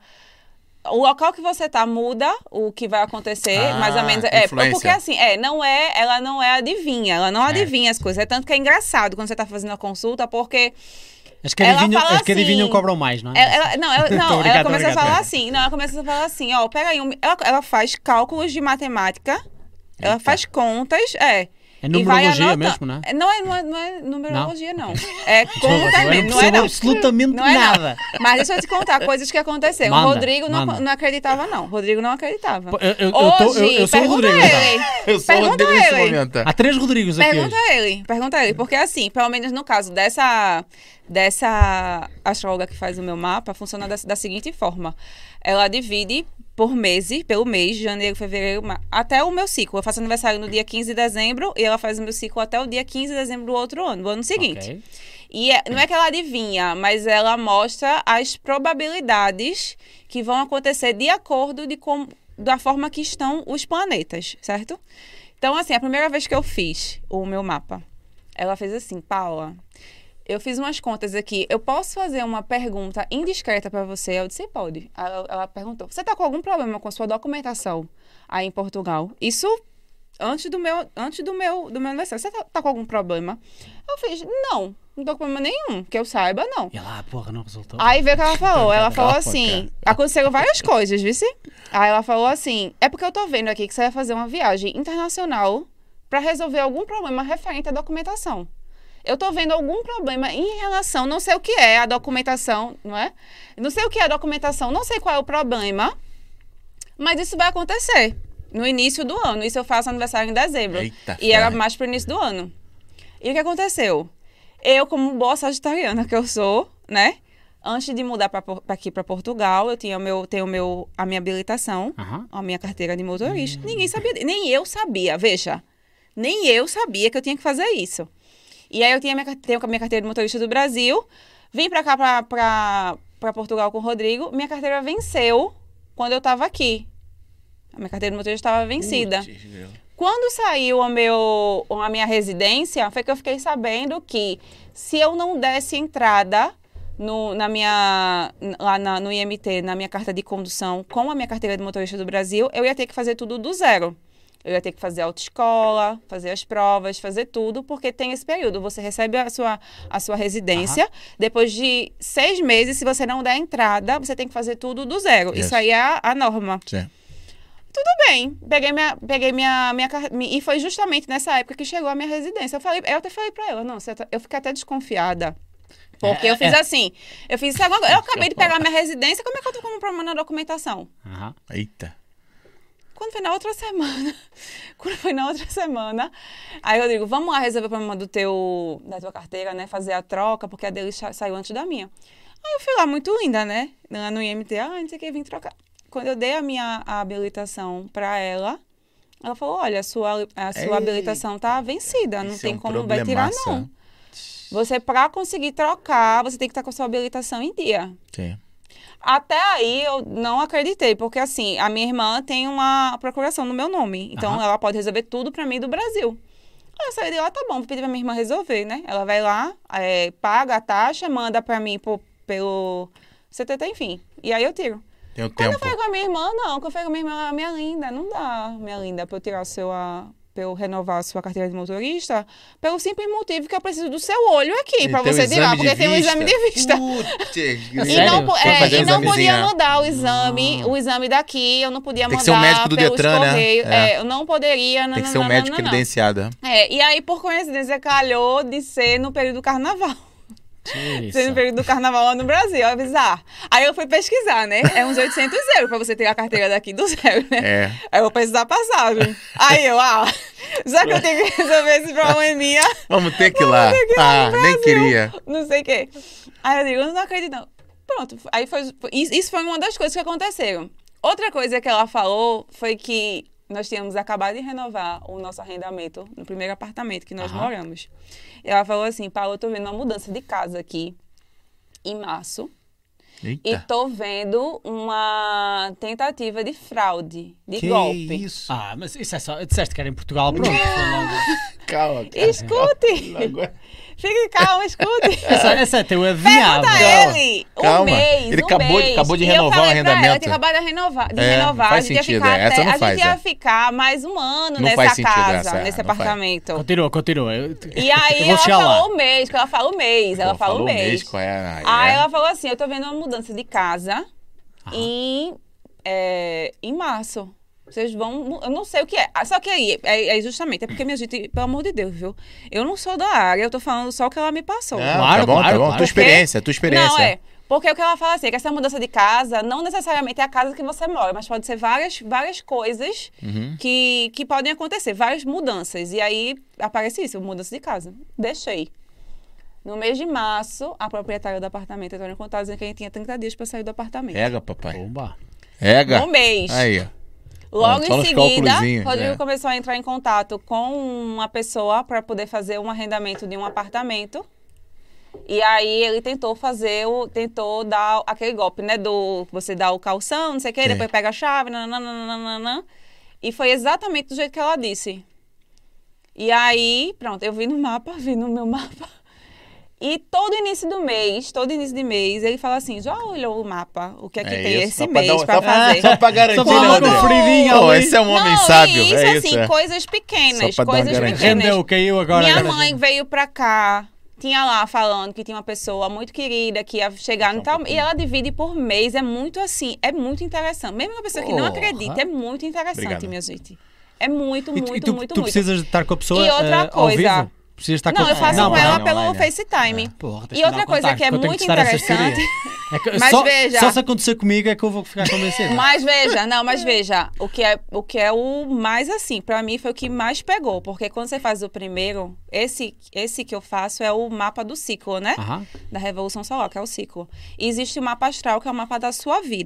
O local que você tá muda o que vai acontecer, Ah, mais ou menos. É, influência. porque assim, é, não é, ela não é adivinha, ela não É. adivinha as coisas. É tanto que é engraçado quando você tá fazendo a consulta, porque As que Ela adivinham, fala as que adivinham assim- cobram mais, não é? ela, ela- não, ela, Tô não, brincando, ela tô começa a brincando. falar assim. Não, ela começa a falar assim, ó, pega aí um. Ela, ela faz cálculos de matemática, ela Eita. faz contas, é. É e vai numerologia anota- mesmo, não é? Não é, não é, não é numerologia, não. É Eu conta não mesmo, não é percebo não. absolutamente Não é não. nada. Mas deixa eu te contar coisas que aconteceram. Manda, o Rodrigo não, manda. não acreditava, não. O Rodrigo não acreditava. Pô, eu- eu- eu Hoje, tô- eu- eu sou o pergunta Rodrigo, a então. ele. Eu sou o Pergunta Rodrigo a nesse ele. momento. Há três Rodrigos aqui Pergunta hoje. a ele, pergunta a ele, porque assim, pelo menos no caso dessa, dessa astróloga que faz o meu mapa, funciona da, da seguinte forma. Ela divide por mês, pelo mês, janeiro, fevereiro, ma- até o meu ciclo. Eu faço aniversário no dia quinze de dezembro e ela faz o meu ciclo até o dia quinze de dezembro do outro ano, do ano seguinte. Ok. E é- não é que ela adivinha, mas ela mostra as probabilidades que vão acontecer de acordo de como, da forma que estão os planetas, certo? Então, assim, a primeira vez que eu fiz o meu mapa, ela fez assim, Paula, eu fiz umas contas aqui, eu posso fazer uma pergunta indiscreta para você? Eu disse, pode. Ela, ela perguntou, você tá com algum problema com a sua documentação aí em Portugal? Isso antes do meu, antes do meu, do meu aniversário. Você tá, tá com algum problema? Eu fiz, não, não tô com problema nenhum, que eu saiba, não. E lá, porra, não resultou. Aí veio o que ela falou. Ela falou Calma, assim: aconteceram várias coisas, vice? Aí ela falou assim: é porque eu tô vendo aqui que você vai fazer uma viagem internacional pra resolver algum problema referente à documentação. Eu tô vendo algum problema em relação, não sei o que é a documentação, não é? Não sei o que é a documentação, não sei qual é o problema, mas isso vai acontecer no início do ano. Isso eu faço aniversário em dezembro. Eita e era ferro. mais pro início do ano. E o que aconteceu? Eu, como boa sagitariana que eu sou, né? Antes de mudar para aqui para Portugal, eu tinha o meu, tenho o meu, a minha habilitação, Aham. a minha carteira de motorista. Ninguém sabia, nem eu sabia, veja. Nem eu sabia que eu tinha que fazer isso. E aí eu tinha minha, tenho a minha carteira de motorista do Brasil, vim pra cá, pra, pra, pra Portugal com o Rodrigo, minha carteira venceu quando eu tava aqui. A minha carteira de motorista estava vencida. Putz, meu. Quando saiu o meu, a minha residência, foi que eu fiquei sabendo que se eu não desse entrada no, na minha, lá na, no I M T, na minha carta de condução, com a minha carteira de motorista do Brasil, eu ia ter que fazer tudo do zero. Eu ia ter que fazer autoescola, fazer as provas, fazer tudo, porque tem esse período. Você recebe a sua, a sua residência, uhum. Depois de seis meses, se você não der entrada, você tem que fazer tudo do zero. Yes. Isso aí é a, a norma. Sim. Tudo bem, peguei minha, peguei minha, minha, e foi justamente nessa época que chegou a minha residência. Eu falei, eu até falei pra ela, não, eu fiquei até desconfiada. Porque é, eu fiz é. assim, eu fiz eu acabei de pegar minha residência, como é que eu tô com um problema na documentação? Uhum. Eita. Quando foi na outra semana, quando foi na outra semana, aí eu digo, vamos lá resolver o problema do teu, da tua carteira, né, fazer a troca, porque a dele saiu antes da minha. Aí eu fui lá, muito linda, né, lá no I M T, ah, não sei o que, vim trocar. Quando eu dei a minha a habilitação para ela, ela falou, olha, a sua, a sua Ei, habilitação tá vencida, não tem é um como vai tirar, não. Você, para conseguir trocar, você tem que estar com a sua habilitação em dia. Sim. Até aí, eu não acreditei, porque assim, a minha irmã tem uma procuração no meu nome, então uhum. ela pode resolver tudo para mim do Brasil. Aí eu saí de lá, tá bom, vou pedir pra minha irmã resolver, né? Ela vai lá, é, paga a taxa, manda para mim por, pelo C T T, enfim, e aí eu tiro. Tem um Quando tempo. eu falei com a minha irmã, não. Quando eu falei com a minha irmã, minha linda, não dá, minha linda, pra eu tirar o seu, a, pra eu renovar a sua carteira de motorista, pelo simples motivo que eu preciso do seu olho aqui, e pra você tirar, porque tem um exame de vista. Putz, e não, é, e não podia mudar o exame, hum. o exame daqui, eu não podia tem mandar que ser um médico do pelos Detran, correios. né? É. É, eu não poderia. Tem não, que não, ser um não, médico não, não. credenciado. É, e aí, por coincidência, calhou de ser no período do carnaval. Ser no período do carnaval lá no Brasil, é bizarro. Aí eu fui pesquisar, né? É uns oitocentos euros pra você ter a carteira daqui do zero, né? É. Aí eu vou precisar passar, viu? Aí eu, ah, já que eu tenho que resolver esse probleminha... Vamos ter que ir lá. Ter que ir lá ah, nem queria. Não sei o quê. Aí eu digo, eu não acredito não. Pronto, aí foi... Isso foi uma das coisas que aconteceram. Outra coisa que ela falou foi que nós tínhamos acabado de renovar o nosso arrendamento no primeiro apartamento que nós Aham. moramos. E ela falou assim, Paulo, eu tô vendo uma mudança de casa aqui em março. Eita. E tô vendo uma tentativa de fraude, de que golpe. Isso? Ah, mas isso é só... Disseste que era em Portugal, pronto. Calma, cara. Escute. Fique calmo, escute. Essa, essa é teu adivinhado. Pergunta a ele. Um Calma. mês, Ele um acabou, mês. acabou de E renovar o arrendamento. Ela tinha acabado de renovar. De é, renovar. faz a gente sentido, ia ficar, é. Essa até, não a faz, gente ia é. ficar mais um ano não nessa faz sentido casa, essa, nesse não apartamento. Faz. Continua, continua. Eu, e aí eu vou ela falou lá. o mês, que ela fala o mês. Ela Pô, fala o falou mês. mês qual é, aí é. ela falou assim, eu tô vendo uma mudança de casa em, é, em março. Vocês vão... Eu não sei o que é. Só que aí, é, é justamente... É porque, minha gente, pelo amor de Deus, viu? Eu não sou da área, eu tô falando só o que ela me passou. Não, claro, tá bom, claro, tá bom. claro. Tua experiência, tua experiência. Não, é. Porque o que ela fala assim, é que essa mudança de casa não necessariamente é a casa que você mora, mas pode ser várias, várias coisas uhum. que, que podem acontecer, várias mudanças. E aí aparece isso, mudança de casa. Deixei. No mês de março, a proprietária do apartamento entrou em contato dizendo que a gente tinha trinta dias para sair do apartamento. Ega, papai. Bomba. Ega. No mês. Aí, ó. Logo Bom, em seguida, Rodrigo é. começou a entrar em contato com uma pessoa para poder fazer um arrendamento de um apartamento. E aí ele tentou fazer, o, tentou dar aquele golpe, né? Do você dá o calção, não sei o quê, depois pega a chave, nananana. E foi exatamente do jeito que ela disse. E aí, pronto, eu vi no mapa, vi no meu mapa. E todo início do mês, todo início de mês, ele fala assim, já olhou o mapa, o que é que é tem isso, esse só mês pra, para fazer. Só pra garantir. Só pra uma conferidinha oh, ali. esse é um homem Não, sábio. Isso, é assim, isso, coisas pequenas, Só pra dar uma coisas garantia. pequenas. Rendeu, caiu agora. Minha agora mãe já. veio pra cá, tinha lá falando que tinha uma pessoa muito querida que ia chegar no tal... E ela divide por mês, é muito assim, é muito interessante. Mesmo uma pessoa que não Porra. acredita, é muito interessante, Obrigado. minha gente. É muito, E, muito, e tu, muito, tu muito. precisas de estar com a pessoa E outra uh, ao coisa... vivo? Precisas estar Não, com... eu faço não, com não, ela não, pelo online. FaceTime. Porra, E outra coisa que é eu tenho muito testar essas interessante... teorias. É que, Mas só, veja- só se acontecer comigo é que eu vou ficar convencido. Mas veja, não, mas veja, o que é o, que é o mais assim, pra mim foi o que mais pegou, porque quando você faz o primeiro, esse, esse que eu faço é o mapa do ciclo, né? Aham. Da Revolução Solar, que é o ciclo. E existe o mapa astral, que é o mapa da sua vida.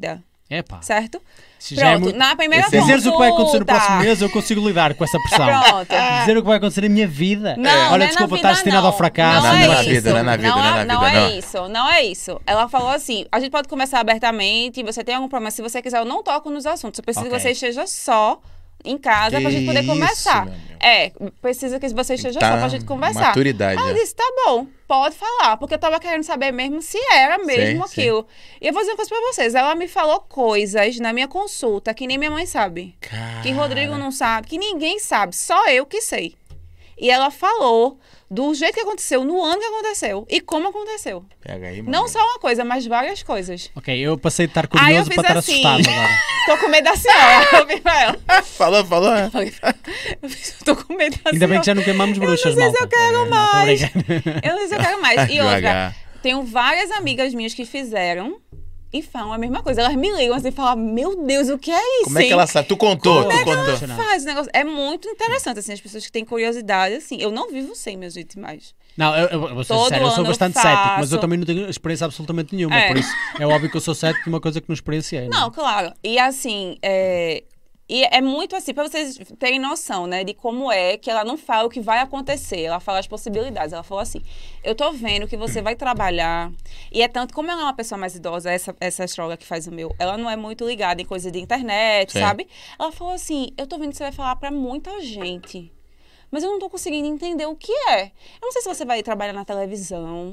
Epá. Certo? Isso já é Pronto, muito- na primeira Esse é- consulta... Dizeres o que vai acontecer no próximo mês, eu consigo lidar com essa pressão. Pronto. Dizer o que vai acontecer na minha vida. Não, Olha, não é na desculpa, vida, estás destinado não. ao fracasso. Não, Não, é não é na isso. vida, não é na vida, não, não é na não vida, é não. isso, não é isso. Ela falou assim, a gente pode conversar abertamente, você tem algum problema, se você quiser, eu não toco nos assuntos. Eu preciso Ok. que você esteja só em casa Que pra gente poder isso, conversar. meu amigo. É, precisa que você esteja Tá só pra gente conversar. maturidade, Aí eu né? disse, tá bom, pode falar, porque eu tava querendo saber mesmo se era mesmo Sim, aquilo. E eu vou dizer uma coisa pra vocês, ela me falou coisas na minha consulta que nem minha mãe sabe. Que Rodrigo não sabe, que ninguém sabe, só eu que sei. E ela falou do jeito que aconteceu, no ano que aconteceu e como aconteceu. Pega aí, mano. Não só uma coisa, mas várias coisas. Ok, eu passei de estar Aí eu curioso fiz para estar assim. assustado agora. Tô com medo da senhora. Eu vi pra ela. Falou, falou. é? Falei pra ela, eu fiz, eu tô com medo da Ainda bem que já senhora. não queimamos bruxas, Eu não sei se malta. eu quero É, não, tô mais. brincando. Eu não sei se eu quero mais. E outra, Devagar. tenho várias amigas minhas que fizeram e falam a mesma coisa. Elas me ligam assim e falam, meu Deus, o que é isso, Como é que hein? ela sabe? Tu contou, Como tu é que ela contou. Impressionante. Faz o negócio. É muito interessante, assim, as pessoas que têm curiosidade, assim. Eu não vivo sem, meus gente, mais. Não, eu, eu vou ser Todo sério, eu sou ano eu bastante faço. cético, mas eu também não tenho experiência absolutamente nenhuma. É. Por isso é óbvio que eu sou cético de uma coisa que não experienciei. Não, claro. E assim, é... E é muito assim, pra vocês terem noção, né, de como é que ela não fala o que vai acontecer, ela fala as possibilidades. Ela falou assim, eu tô vendo que você vai trabalhar, e é tanto, como ela é uma pessoa mais idosa, essa, essa astróloga que faz o meu, ela não é muito ligada em coisa de internet, Sim. sabe? Ela falou assim, eu tô vendo que você vai falar pra muita gente, mas eu não tô conseguindo entender o que é. Eu não sei se você vai trabalhar na televisão,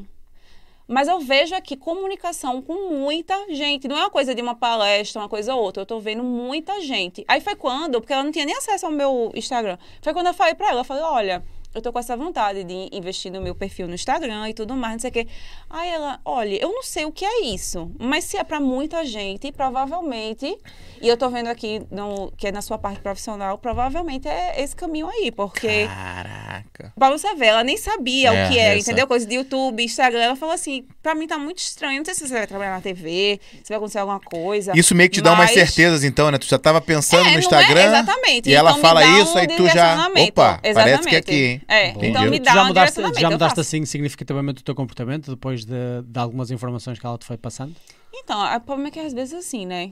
mas eu vejo aqui comunicação com muita gente. Não é uma coisa de uma palestra, uma coisa ou outra. Eu tô vendo muita gente. Aí foi quando, porque ela não tinha nem acesso ao meu Instagram. Foi quando eu falei pra ela, eu falei, olha, eu tô com essa vontade de investir no meu perfil no Instagram e tudo mais, não sei o quê. Aí ela, olha, eu não sei o que é isso, mas se é pra muita gente, provavelmente, e eu tô vendo aqui no, que é na sua parte profissional, provavelmente é esse caminho aí, porque... Caraca. Pra você ver, ela nem sabia É, o que era, essa- entendeu? Coisa de YouTube, Instagram. Ela falou assim, pra mim tá muito estranho. Não sei se você vai trabalhar na T V, se vai acontecer alguma coisa. Isso meio que te dá umas mas- certezas, então, né? Tu já tava pensando É, no não é? Instagram. Exatamente. E ela Então me fala dá isso, um aí tu já. direcionamento. Opa, parece que é Exatamente. aqui, hein? É, Entendi. então me Tu dá já um mudaste, direcionamento. já eu mudaste faço. assim significativamente o teu comportamento depois de, de algumas informações que ela te foi passando? Então, o problema é que às vezes assim, né?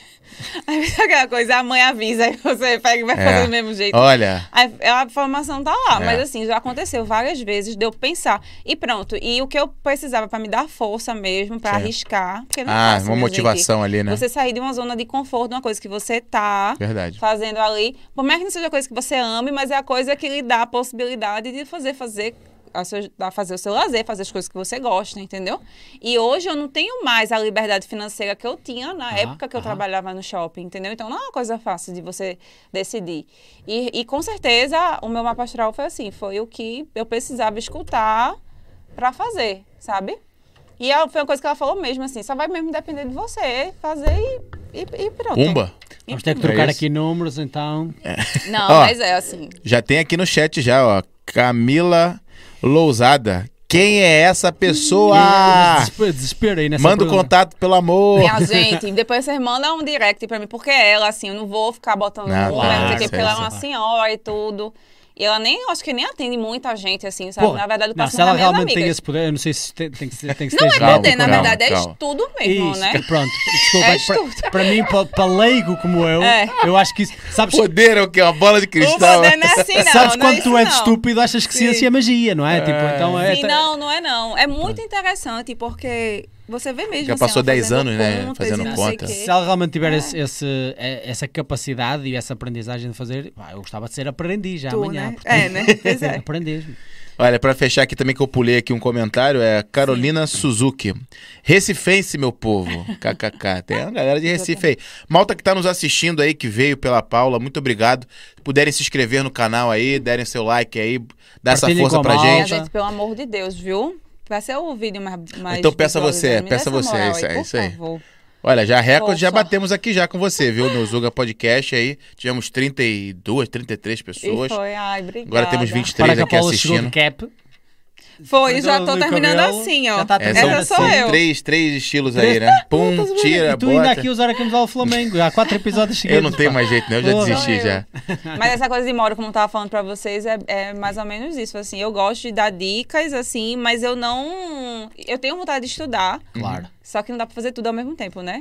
Aí fica aquela coisa, a mãe avisa, aí você pega e vai É. fazer do mesmo jeito. Olha. A, a informação tá lá, É. mas assim, já aconteceu várias vezes de eu pensar. E pronto, e o que eu precisava pra me dar força mesmo, pra Certo. arriscar. Porque não é Ah, fácil, uma minha motivação gente. ali, né? Você sair de uma zona de conforto, uma coisa que você tá Verdade. fazendo ali. Por mais que não seja coisa que você ame, mas é a coisa que lhe dá a possibilidade de fazer, fazer. A seu, a fazer o seu lazer, fazer as coisas que você gosta, entendeu? E hoje eu não tenho mais a liberdade financeira que eu tinha na Ah, época que eu ah. trabalhava no shopping, entendeu? Então não é uma coisa fácil de você decidir. E, e com certeza o meu mapa astral foi assim, foi o que eu precisava escutar pra fazer, sabe? E ela- foi uma coisa que ela falou mesmo, assim, só vai mesmo depender de você fazer e, e, e pronto. Pumba. E Vamos ter que pumba. trocar É isso. aqui números, então. Não, Ó. mas é assim. Já tem aqui no chat já, ó. Camila Lousada. Quem é essa pessoa? Desespero, desespero aí nessa Manda o pergunta. contato, pelo amor. Minha gente, depois vocês mandam um direct pra mim, porque ela, assim, eu não vou ficar botando Não, número, claro, não sei o quê, isso porque ela é aí, uma isso aí. senhora e tudo. E ela nem, acho que nem atende muita gente, assim, sabe? Pô, na verdade, eu não, passo se ela nas minhas realmente tem amigas. esse poder, eu não sei se tem, tem que ser, tem que ser Não é genético poder, na ou não. verdade, é calma. estudo mesmo, Isso, né? pronto. Desculpa, É para, estudo. para mim, para, para leigo como eu, É. eu acho que isso, sabes, Poder é o quê? Uma bola de O cristal? poder não é assim, não. sabes não é quando isso, tu és não. estúpido, achas que ciência é magia, não é? Tipo, então é. Sim, não, não é não. É muito interessante, porque você vê mesmo Já assim, passou ela dez fazendo anos, né, contas fazendo e não sei conta. quê. Se ela realmente tiver É. esse, esse- eh, essa capacidade e essa aprendizagem de fazer, pá, eu gostava de ser aprendiz já Tu, amanhã. né? portanto. É, né? Pois é. Aprendiz. Olha, pra fechar aqui também que eu pulei aqui um comentário, é Carolina Suzuki. Recifense, meu povo. K K K. Tem uma galera de Recife aí. Malta que tá nos assistindo aí, que veio pela Paula, muito obrigado. Se puderem se inscrever no canal aí, derem seu like aí, dar essa Partilhem força com a pra malta. Minha gente. gente, pelo amor de Deus, viu? Vai ser o vídeo mais, mais Então peça você, visualizado. Me dá peça essa você, moral isso aí, por isso aí. favor. Olha, já recorde, já Poxa. batemos aqui já com você, viu? No Zuga Podcast aí. Tivemos trinta e duas, trinta e três E pessoas. foi, ai, obrigada. Agora temos vinte e Para três que a aqui Paula chegou de assistindo. cap. Foi, já Cortou tô no terminando cabelo, assim, ó. já tá É, terminando Essa são, sou são eu. três, três estilos aí, né? Pum, Estás a ver? tira, E tu ainda bota. aqui a usar a camisola do Flamengo. Há quatro episódios seguidos. Eu não tenho pá. mais jeito, né? Eu já Porra. desisti Sou já. Mas essa coisa de moda, como eu tava falando pra vocês, é, é mais ou menos isso. Assim, eu gosto de dar dicas, assim, mas eu não. Eu tenho vontade de estudar. Claro. Só que não dá pra fazer tudo ao mesmo tempo, né?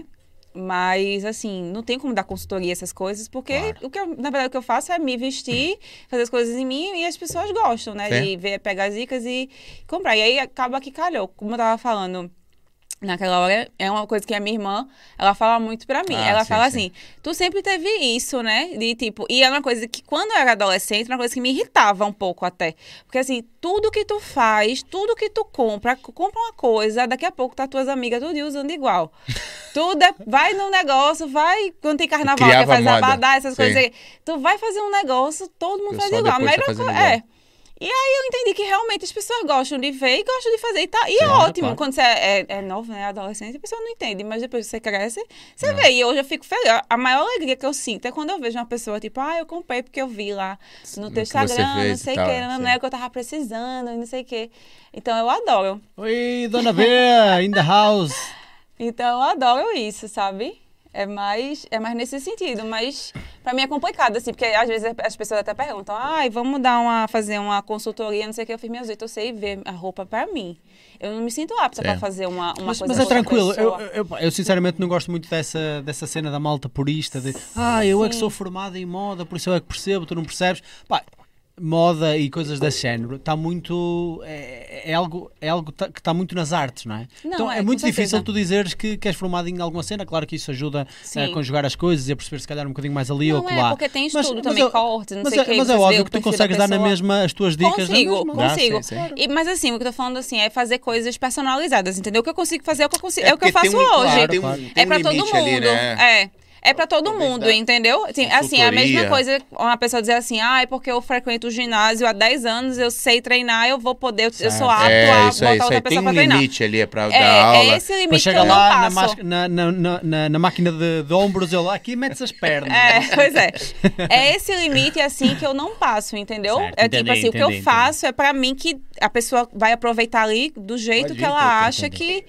Mas, assim, não tem como dar consultoria essas coisas, porque Claro. o que eu, na verdade, o que eu faço é me vestir, fazer as coisas em mim e as pessoas gostam, né? Sim. De ver, pegar as dicas e comprar. E aí acaba que calhou. Como eu tava falando naquela hora, é uma coisa que a minha irmã, ela fala muito pra mim. Ah, ela sim, fala sim. assim, tu sempre teve isso, né? De tipo, e é uma coisa que quando eu era adolescente, era uma coisa que me irritava um pouco até. Porque assim, tudo que tu faz, tudo que tu compra, compra uma coisa, daqui a pouco tá tuas amigas tudo usando igual. Tudo é, vai no negócio, vai, quando tem carnaval, Criava quer fazer moda. abadá, essas Sim. coisas aí. Tu vai fazer um negócio, todo mundo O faz pessoal igual. A depois tá melhor fazendo co- igual. é. E aí eu entendi que realmente as pessoas gostam de ver e gostam de fazer. E, tá, e é Claro, ótimo. claro. Quando você é, é, é novo, né? Adolescente, a pessoa não entende. Mas depois que você cresce, você vê. E hoje eu fico feliz. A maior alegria que eu sinto é quando eu vejo uma pessoa, tipo, ah, eu comprei porque eu vi lá no No teu que você Instagram, não fez e sei o tal, quê, não, sim. não é o que eu tava precisando, e não sei o quê. Então eu adoro. Oi, Dona B, in the house. Então eu adoro isso, sabe? É mais, é mais nesse sentido, mas pra mim é complicado, assim, porque às vezes as pessoas até perguntam, ai, vamos dar uma, fazer uma consultoria, não sei o que, eu fiz minhas oito, eu sei ver a roupa pra mim. Eu não me sinto apta pra Sim. fazer uma, uma Mas, coisa mas é pra outra tranquilo, eu, pessoa. eu, eu sinceramente não gosto muito dessa, dessa cena da malta purista de ah, eu é que Sim. sou formada em moda, por isso eu é que percebo, tu não percebes. Pá, moda e coisas desse género está muito é, é algo, é algo tá- que está muito nas artes, não é? Não, então é, é, muito com difícil certeza. tu dizeres que, que és formado em alguma cena. Claro que isso ajuda a Sim. conjugar as coisas e a perceber se calhar um bocadinho mais ali ou Não, lá. é, porque tem estudo também, eu- cortes, não mas sei é, o quê, mas é você vê óbvio o que tu perfil da consegues dar na pessoa. mesma as tuas dicas na Consigo, mesma. consigo. Sim, sim. E, mas assim, o que eu tô falando assim é fazer coisas personalizadas, entendeu? O que eu consigo fazer é o que eu consigo, é, o que eu porque faço tem um- hoje. claro, tem um- Claro. tem É um pra todo limite mundo. ali, né? É. É pra todo Talvez mundo, da entendeu? Assim, assim, a mesma consultoria. coisa, uma pessoa dizer assim, ah, é porque eu frequento o ginásio há dez anos, eu sei treinar, eu vou poder, eu Certo. sou apto É, a isso aí, botar isso outra aí. Tem pessoa um pra treinar. limite ali, é pra dar É, aula. é esse Depois limite que chega eu não lá na, passo. mas- na, na, na, na- na máquina de, de ombros, ele aqui metes as pernas. É, pois é. É esse limite, assim, que eu não passo, entendeu? Certo, é entendi, tipo assim, o que entendi, eu faço é pra mim que a pessoa vai aproveitar ali do jeito Pode que ir, ela tô acha que,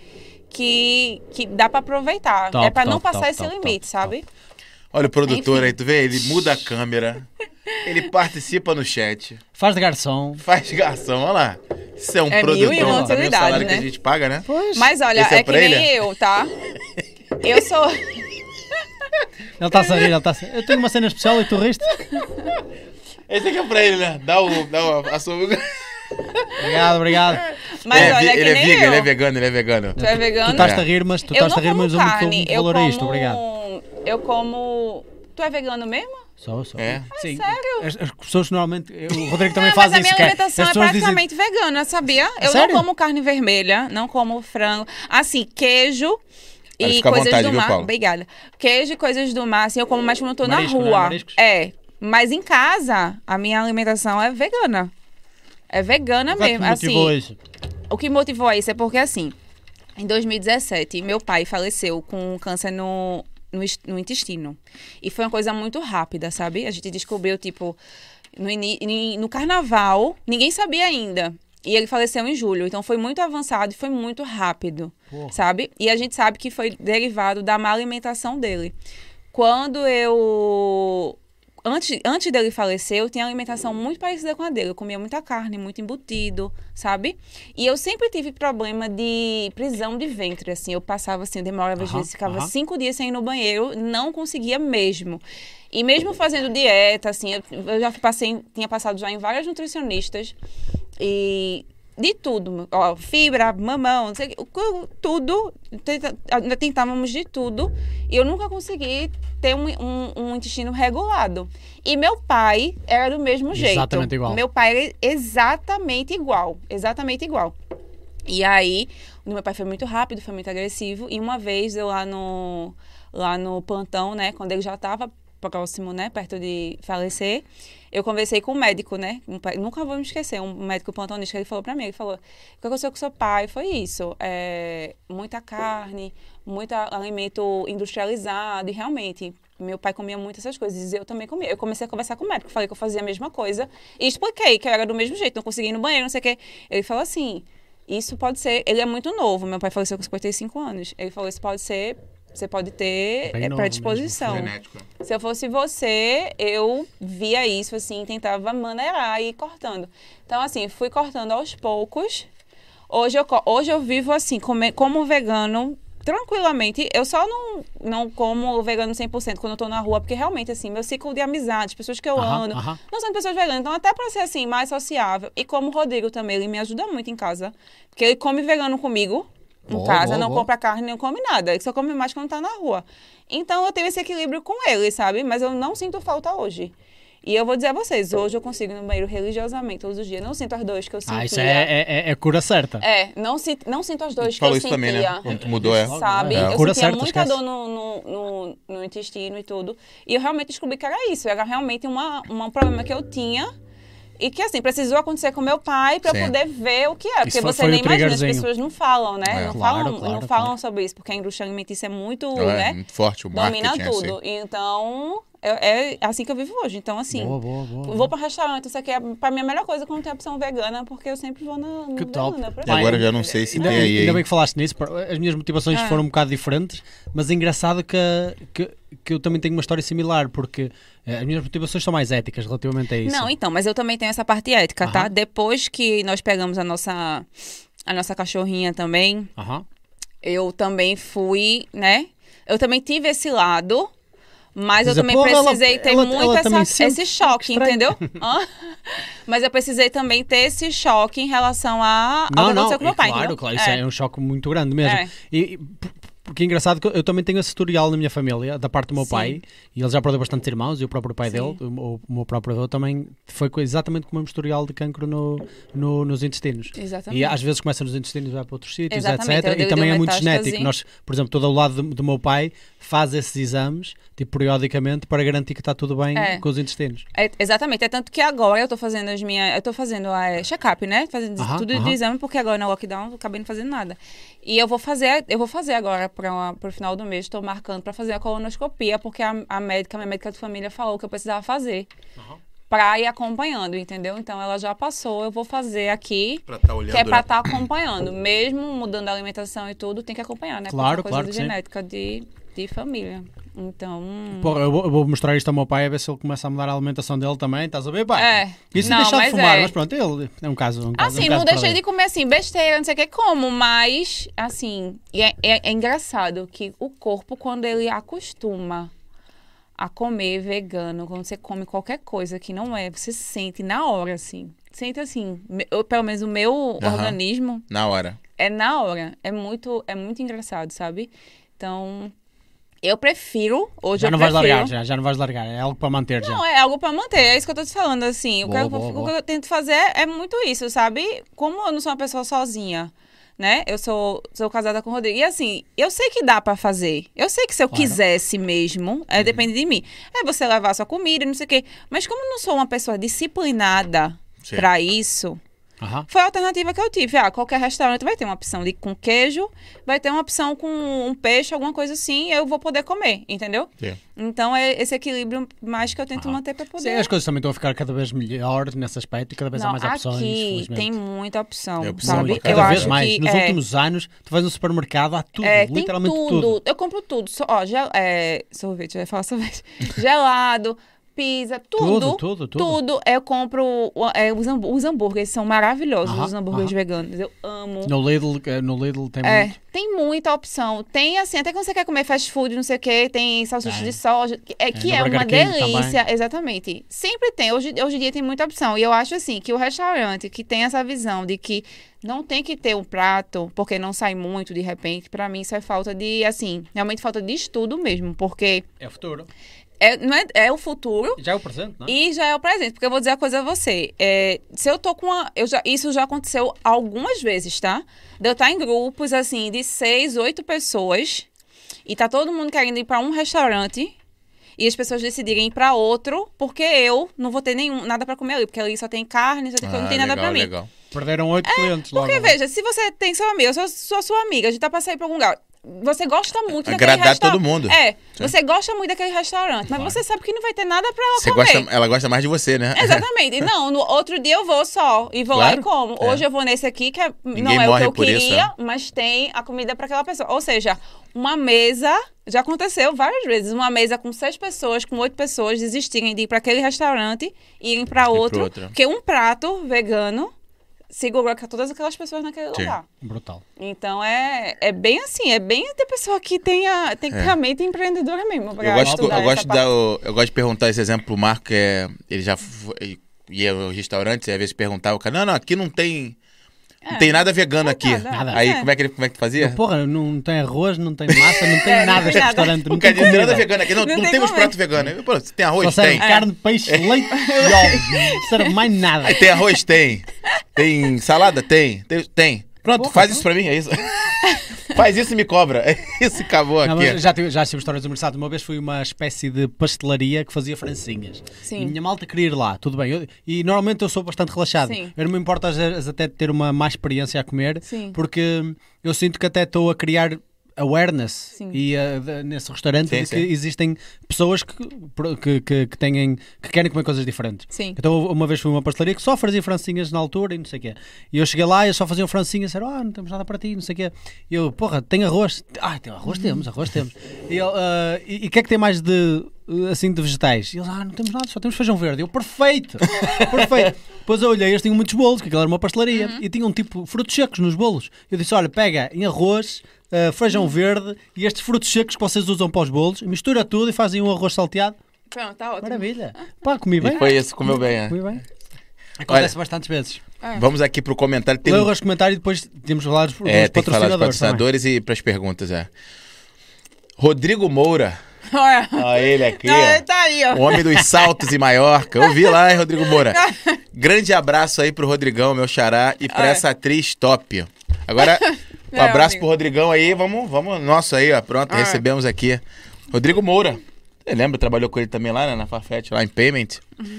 que, que dá pra aproveitar. Top, é pra não top, passar top, esse top, limite, top, sabe? Olha o produtor Enfim. aí, tu vê? Ele muda a câmera, ele participa no chat, Faz de garçom. faz garçom, olha lá. Isso é um É mil e produtor, uma também o utilidades, salário que né? a gente paga, né? Mas olha, Esse é é, que pra nem ele? eu, tá? Eu sou... Ele está a rir, ele está a rir. Eu tenho uma cena especial e tu riste? Esse aqui é pra ele, né? Dá o, dá o, a sua... Obrigado, obrigado. Mas ele é, olha, vi- é que ele é nem vegan, eu. ele é vegano, ele é vegano. Tu é vegano? Tu estás-te É. a rir, mas tu Eu estás-te não a rir, como mas eu muito carne, eu valor a isto. como... Obrigado. Eu como... Tu é vegano mesmo? Sou, sou. É? Sim. sério? As, as pessoas normalmente. O Rodrigo também Não, faz mas a isso. minha que é- alimentação as é pessoas dizem- praticamente vegana, sabia? Eu sério? não como carne vermelha, não como frango. Assim, queijo Olha, e fica à coisas vontade, do viu, mar. Paulo? Obrigada. Queijo e coisas do mar, assim, eu como mais quando eu tô Marisco, na né? rua. Mariscos? É. Mas em casa, a minha alimentação é vegana. É vegana O que é que mesmo. te motivou Assim, isso? o que motivou a isso é porque, assim, em dois mil e dezessete, meu pai faleceu com câncer no, no, est- no intestino. E foi uma coisa muito rápida, sabe? A gente descobriu, tipo, no, ini- ni- no carnaval, ninguém sabia ainda. E ele faleceu em julho, então foi muito avançado e foi muito rápido, Porra. sabe? E a gente sabe que foi derivado da má alimentação dele. Quando eu... Antes, antes dele falecer, eu tinha uma alimentação muito parecida com a dele. Eu comia muita carne, muito embutido, sabe? E eu sempre tive problema de prisão de ventre, assim. Eu passava, assim, eu demorava, às Aham, vezes, ficava aham. cinco dias sem ir no banheiro, não conseguia mesmo. E mesmo fazendo dieta, assim, eu, eu já passei, tinha passado já em várias nutricionistas e... De tudo, ó, fibra, mamão, não sei, o que, o- tudo, tenta- ainda tentávamos de tudo, e eu nunca consegui ter um, um, um intestino regulado. E meu pai era do mesmo jeito. Exatamente igual. Meu pai era exatamente igual, exatamente igual. E aí, o meu pai foi muito rápido, foi muito agressivo, e uma vez eu lá no, lá no plantão, né, quando ele já estava próximo, né, perto de falecer, eu conversei com um médico, né, um pai- nunca vou me esquecer, um médico plantonista, ele falou pra mim, ele falou, o que aconteceu com seu pai foi isso, é, muita carne, muito alimento industrializado, e realmente, meu pai comia muito essas coisas, e eu também comia. Eu comecei a conversar com o médico, falei que eu fazia a mesma coisa, e expliquei que eu era do mesmo jeito, não conseguia ir no banheiro, não sei o quê. Ele falou assim, isso pode ser, ele é muito novo, meu pai faleceu com cinquenta e cinco anos, ele falou, isso pode ser, você pode ter Bem é, novo predisposição. Genético. Se eu fosse você, eu via isso, assim, tentava maneirar e ir cortando. Então, assim, fui cortando aos poucos. Hoje eu, co- hoje eu vivo, assim, come- como vegano tranquilamente, eu só não, não como vegano cem por cento quando eu tô na rua, porque realmente, assim, meu ciclo de amizades, pessoas que eu Aham, ando, aham. não são pessoas veganas, então até pra ser, assim, mais sociável. E como o Rodrigo também, ele me ajuda muito em casa, porque ele come vegano comigo, em Boa, casa, boa, não boa. compra carne, nem come nada, ele só come mais quando tá na rua. Então eu tenho esse equilíbrio com ele, sabe? Mas eu não sinto falta hoje. E eu vou dizer a vocês, hoje eu consigo ir no banheiro religiosamente todos os dias, não sinto as dores que eu sentia. Ah, isso é, é, é, é cura certa. É, não, sinto, não sinto as dores que Falou eu isso sentia. também, né? Quando tu mudou, é. Sabe? É, Eu cura sentia certa, muita esquece. dor no, no, no, no intestino e tudo. E eu realmente descobri que era isso. Era realmente uma, uma- um problema que eu tinha. E que, assim, precisou acontecer com meu pai pra eu Sim. poder ver o que é. Porque Isso foi- você foi nem o imagina, as triggerzinho. pessoas não falam, né? É. Não, Claro, falam, claro, não falam claro. sobre isso, porque a indústria alimentícia é muito, É, né? muito forte o marketing. Domina assim. tudo. Então, é, é assim que eu vivo hoje. Então, assim, Boa, boa, boa. vou pra restaurante, isso aqui é pra mim a melhor coisa quando tem opção vegana, porque eu sempre vou na, no Que top. vegana. E agora eu já não sei se Ainda, tem aí. ainda hein? bem que falaste nisso, pá, as minhas motivações Ah. foram um bocado diferentes, mas é engraçado que, que, que eu também tenho uma história similar, porque eh, as minhas motivações são mais éticas relativamente a isso. Não, então, mas eu também tenho essa parte ética, tá? Aham. Depois que nós pegamos a nossa, a nossa cachorrinha também, Aham. eu também fui, né? Eu também tive esse lado, mas eu Dizer, também porra, ela- precisei ter ela- muito ela essa- também sente esse choque, estranho. entendeu? Hã? Mas eu precisei também ter esse choque em relação a, ao que Não, não, aconteceu com meu e pai, claro, entendeu? claro, isso é. um choque muito grande mesmo. É. E, e, por- porque é engraçado que eu também tenho esse historial na minha família, da parte do meu Sim. pai, e ele já perdeu bastantes irmãos, e o próprio pai Sim. dele, o, o meu próprio avô, também foi co- exatamente com o mesmo historial de cancro no, no- nos intestinos. Exatamente. E às vezes começa nos intestinos e vai para outros sítios, Exatamente, etcétera. ele E também deu é muito metástase. genético. Nós, por exemplo, todo o lado do, do meu pai faz esses exames, tipo, periodicamente, para garantir que está tudo bem É. com os intestinos. É, exatamente, é tanto que agora eu tô fazendo as minhas. Eu tô fazendo a check-up, né? Fazendo Aham, tudo aham. de exame, porque agora no lockdown eu acabei não fazendo nada. E eu vou fazer, eu vou fazer agora para o final do mês, estou marcando para fazer a colonoscopia, porque a, a médica, minha médica de família falou que eu precisava fazer. Pra ir acompanhando, entendeu? Então ela já passou, eu vou fazer aqui, Pra tá olhando, que é pra né? estar acompanhando. Mesmo mudando a alimentação e tudo, tem que acompanhar, né? Claro, Porque é claro coisa que de sim. genética de, de família. Então. Pô, eu, vou, eu vou mostrar isto ao meu pai a ver se ele começa a mudar a alimentação dele também. Estás a ver, pai? É. Isso Não, deixar de mas fumar, é. mas pronto, ele é um caso. Um caso Assim, um não caso deixei para de comer assim, besteira, não sei o que como, mas, assim, e é, é, é engraçado que o corpo, quando ele acostuma a comer vegano, quando você come qualquer coisa que não é, você sente na hora, assim. Sente assim, me- eu, pelo menos o meu Aham. organismo Na hora. é na hora. É muito, é muito engraçado, sabe? Então, eu prefiro, hoje Já eu não vais prefiro... largar, já, já não vais largar. É algo para manter já. Não, é algo pra manter, é isso que eu tô te falando, assim. O, que Boa, eu, boa, o boa. que eu tento fazer é muito isso, sabe? Como eu não sou uma pessoa sozinha, né? Eu sou, sou casada com o Rodrigo. E assim, eu sei que dá pra fazer. Eu sei que se eu Claro. quisesse mesmo, é, depende de mim. É você levar sua comida, não sei o quê. Mas como eu não sou uma pessoa disciplinada Sim. pra isso, Aham. foi a alternativa que eu tive. Ah, qualquer restaurante vai ter uma opção de com queijo, vai ter uma opção com um peixe, alguma coisa assim, eu vou poder comer, entendeu? Sim. Então é esse equilíbrio mais que eu tento Aham. manter pra poder. Sim, as coisas também estão a ficar cada vez melhores nesse aspecto e cada vez há Não, mais opções. aqui felizmente. tem muita opção, Tem opção sabe? pra Eu cada acho vez mais. que Nos é, últimos anos, tu vais no supermercado, há tudo, é, tem literalmente tudo. tudo. Eu compro tudo. So, ó, gel, é, sorvete, eu ia falar sorvete. Gelado, pizza, tudo. Tudo, tudo, tudo. Tudo. Eu compro o- é, os, hambú- os hambúrgueres, são maravilhosos, Aham, os hambúrgueres aham. veganos. Eu amo. No Lidl, eh, no Lidl tem É, muito. tem muita opção. Tem assim, até quando você quer comer fast food, não sei o que, tem salsicha Tem. de soja, que é, que no é Burger uma King delícia. Exatamente. Sempre tem. Hoje, hoje em dia tem muita opção. E eu acho assim, que o restaurante que tem essa visão de que não tem que ter um prato, porque não sai muito de repente, pra mim isso é falta de, assim, realmente falta de estudo mesmo. Porque É o futuro. é, não é, é o futuro. Já é o presente, não é? E já é o presente, porque eu vou dizer uma coisa a você. É, se eu tô com uma. Eu já, isso já aconteceu algumas vezes, tá? De eu estar em grupos, assim, de seis, oito pessoas, e tá todo mundo querendo ir pra um restaurante, e as pessoas decidirem ir pra outro, porque eu não vou ter nenhum, nada pra comer ali, porque ali só tem carne, só tem coisa, não tem nada legal, pra mim. legal. Perderam oito clientes logo. Porque, veja, se você tem seu amigo, eu sou, sou sua amiga, a gente tá pra sair pra algum lugar. Você gosta muito daquele Agradar restaurante. todo mundo. É, Sim. você gosta muito daquele restaurante, mas você sabe que não vai ter nada pra ela Você comer. gosta, ela gosta mais de você, né? Exatamente. Não, no outro dia eu vou só. E vou Claro. lá e como. É. Hoje eu vou nesse aqui, que é- Ninguém não é o que morre eu por isso, queria, né? mas tem a comida para aquela pessoa. Ou seja, uma mesa. Já aconteceu várias vezes. Uma mesa com seis pessoas, com oito pessoas, desistirem de ir para aquele restaurante e irem para pro outro. outro. Porque um prato vegano segurou todas aquelas pessoas naquele Sim. lugar. Brutal. Então é, é bem assim, é bem da pessoa que tem a, tem É. a mente empreendedora mesmo. pra Eu gosto, estudar eu, essa gosto de parte. dar o- eu gosto de perguntar esse exemplo pro Marco, que é, ele já foi, ia aos restaurantes, e às vezes perguntava, o cara, não, não, aqui não tem, não É. tem nada vegano aqui. Nada, Nada. Aí é. como é que ele como é que fazia? Porra, não tem arroz, não tem massa, não tem É, não nada tem este nada. restaurante. Não O cara tem diz, não tem nada comida. vegano aqui, não, Não não, tem temos como. prato vegano. Eu, Pô, se tem arroz? Só serve Tem. carne, peixe, leite e ovos. Não serve mais nada. Aí tem arroz? Tem. Tem salada? Tem. Tem. tem. Pronto, Porra, faz então. isso pra mim, é isso. Faz isso e me cobra. É isso, acabou Não, aqui. mas já tive, já tive histórias do mercado. Uma vez fui uma espécie de pastelaria que fazia francinhas. Sim. E minha malta queria ir lá, tudo bem. Eu- e normalmente eu sou bastante relaxado. Sim. Eu não me importo às vezes até de ter uma má experiência a comer, Sim. porque eu sinto que até estou a criar awareness Sim. e uh, de- nesse restaurante Sim, de que sim. existem pessoas que, que, que, que, têm, que querem comer coisas diferentes. Sim. Então uma vez fui a uma pastelaria que só fazia francinhas na altura e não sei o quê. E eu cheguei lá e eles só faziam francinhas e disseram, ah, não temos nada para ti, não sei o quê. E eu, porra, tem arroz? Ah, tem arroz temos, arroz temos. E ele, ah, e o que é que tem mais de, assim, de vegetais? E eles, ah, não temos nada, só temos feijão verde. Eu, perfeito, perfeito. Depois eu olhei, eles tinham muitos bolos, que aquilo era uma pastelaria, e tinham tipo frutos secos nos bolos. Eu disse, olha, pega em arroz, ah, feijão verde e estes frutos secos que vocês usam para os bolos, mistura tudo e fazem um arroz salteado. Pronto, tá ótimo. Maravilha. Pá, comi bem. E foi isso, comeu bem. é. Comi bem. Acontece bastantes vezes. É. Vamos aqui pro comentário. Tem Leu um- os comentários e depois temos de falar dos, É, dos tem que falar dos patrocinadores. também. patrocinadores e pras perguntas, é. Rodrigo Moura. Olha. Ó, ele aqui, Não, ele ó. tá aí, ó. O homem dos saltos em Maiorca. Eu vi lá, hein, Rodrigo Moura. Grande abraço aí pro Rodrigão, meu xará, e pra Ai. essa atriz top. Agora, um É, abraço amigo. pro Rodrigão aí. Vamos, vamos. Nossa, aí, ó. Pronto, Ai. recebemos aqui. Rodrigo Moura. Você lembra? Trabalhou com ele também lá, né, na Farfetch, lá em Payment.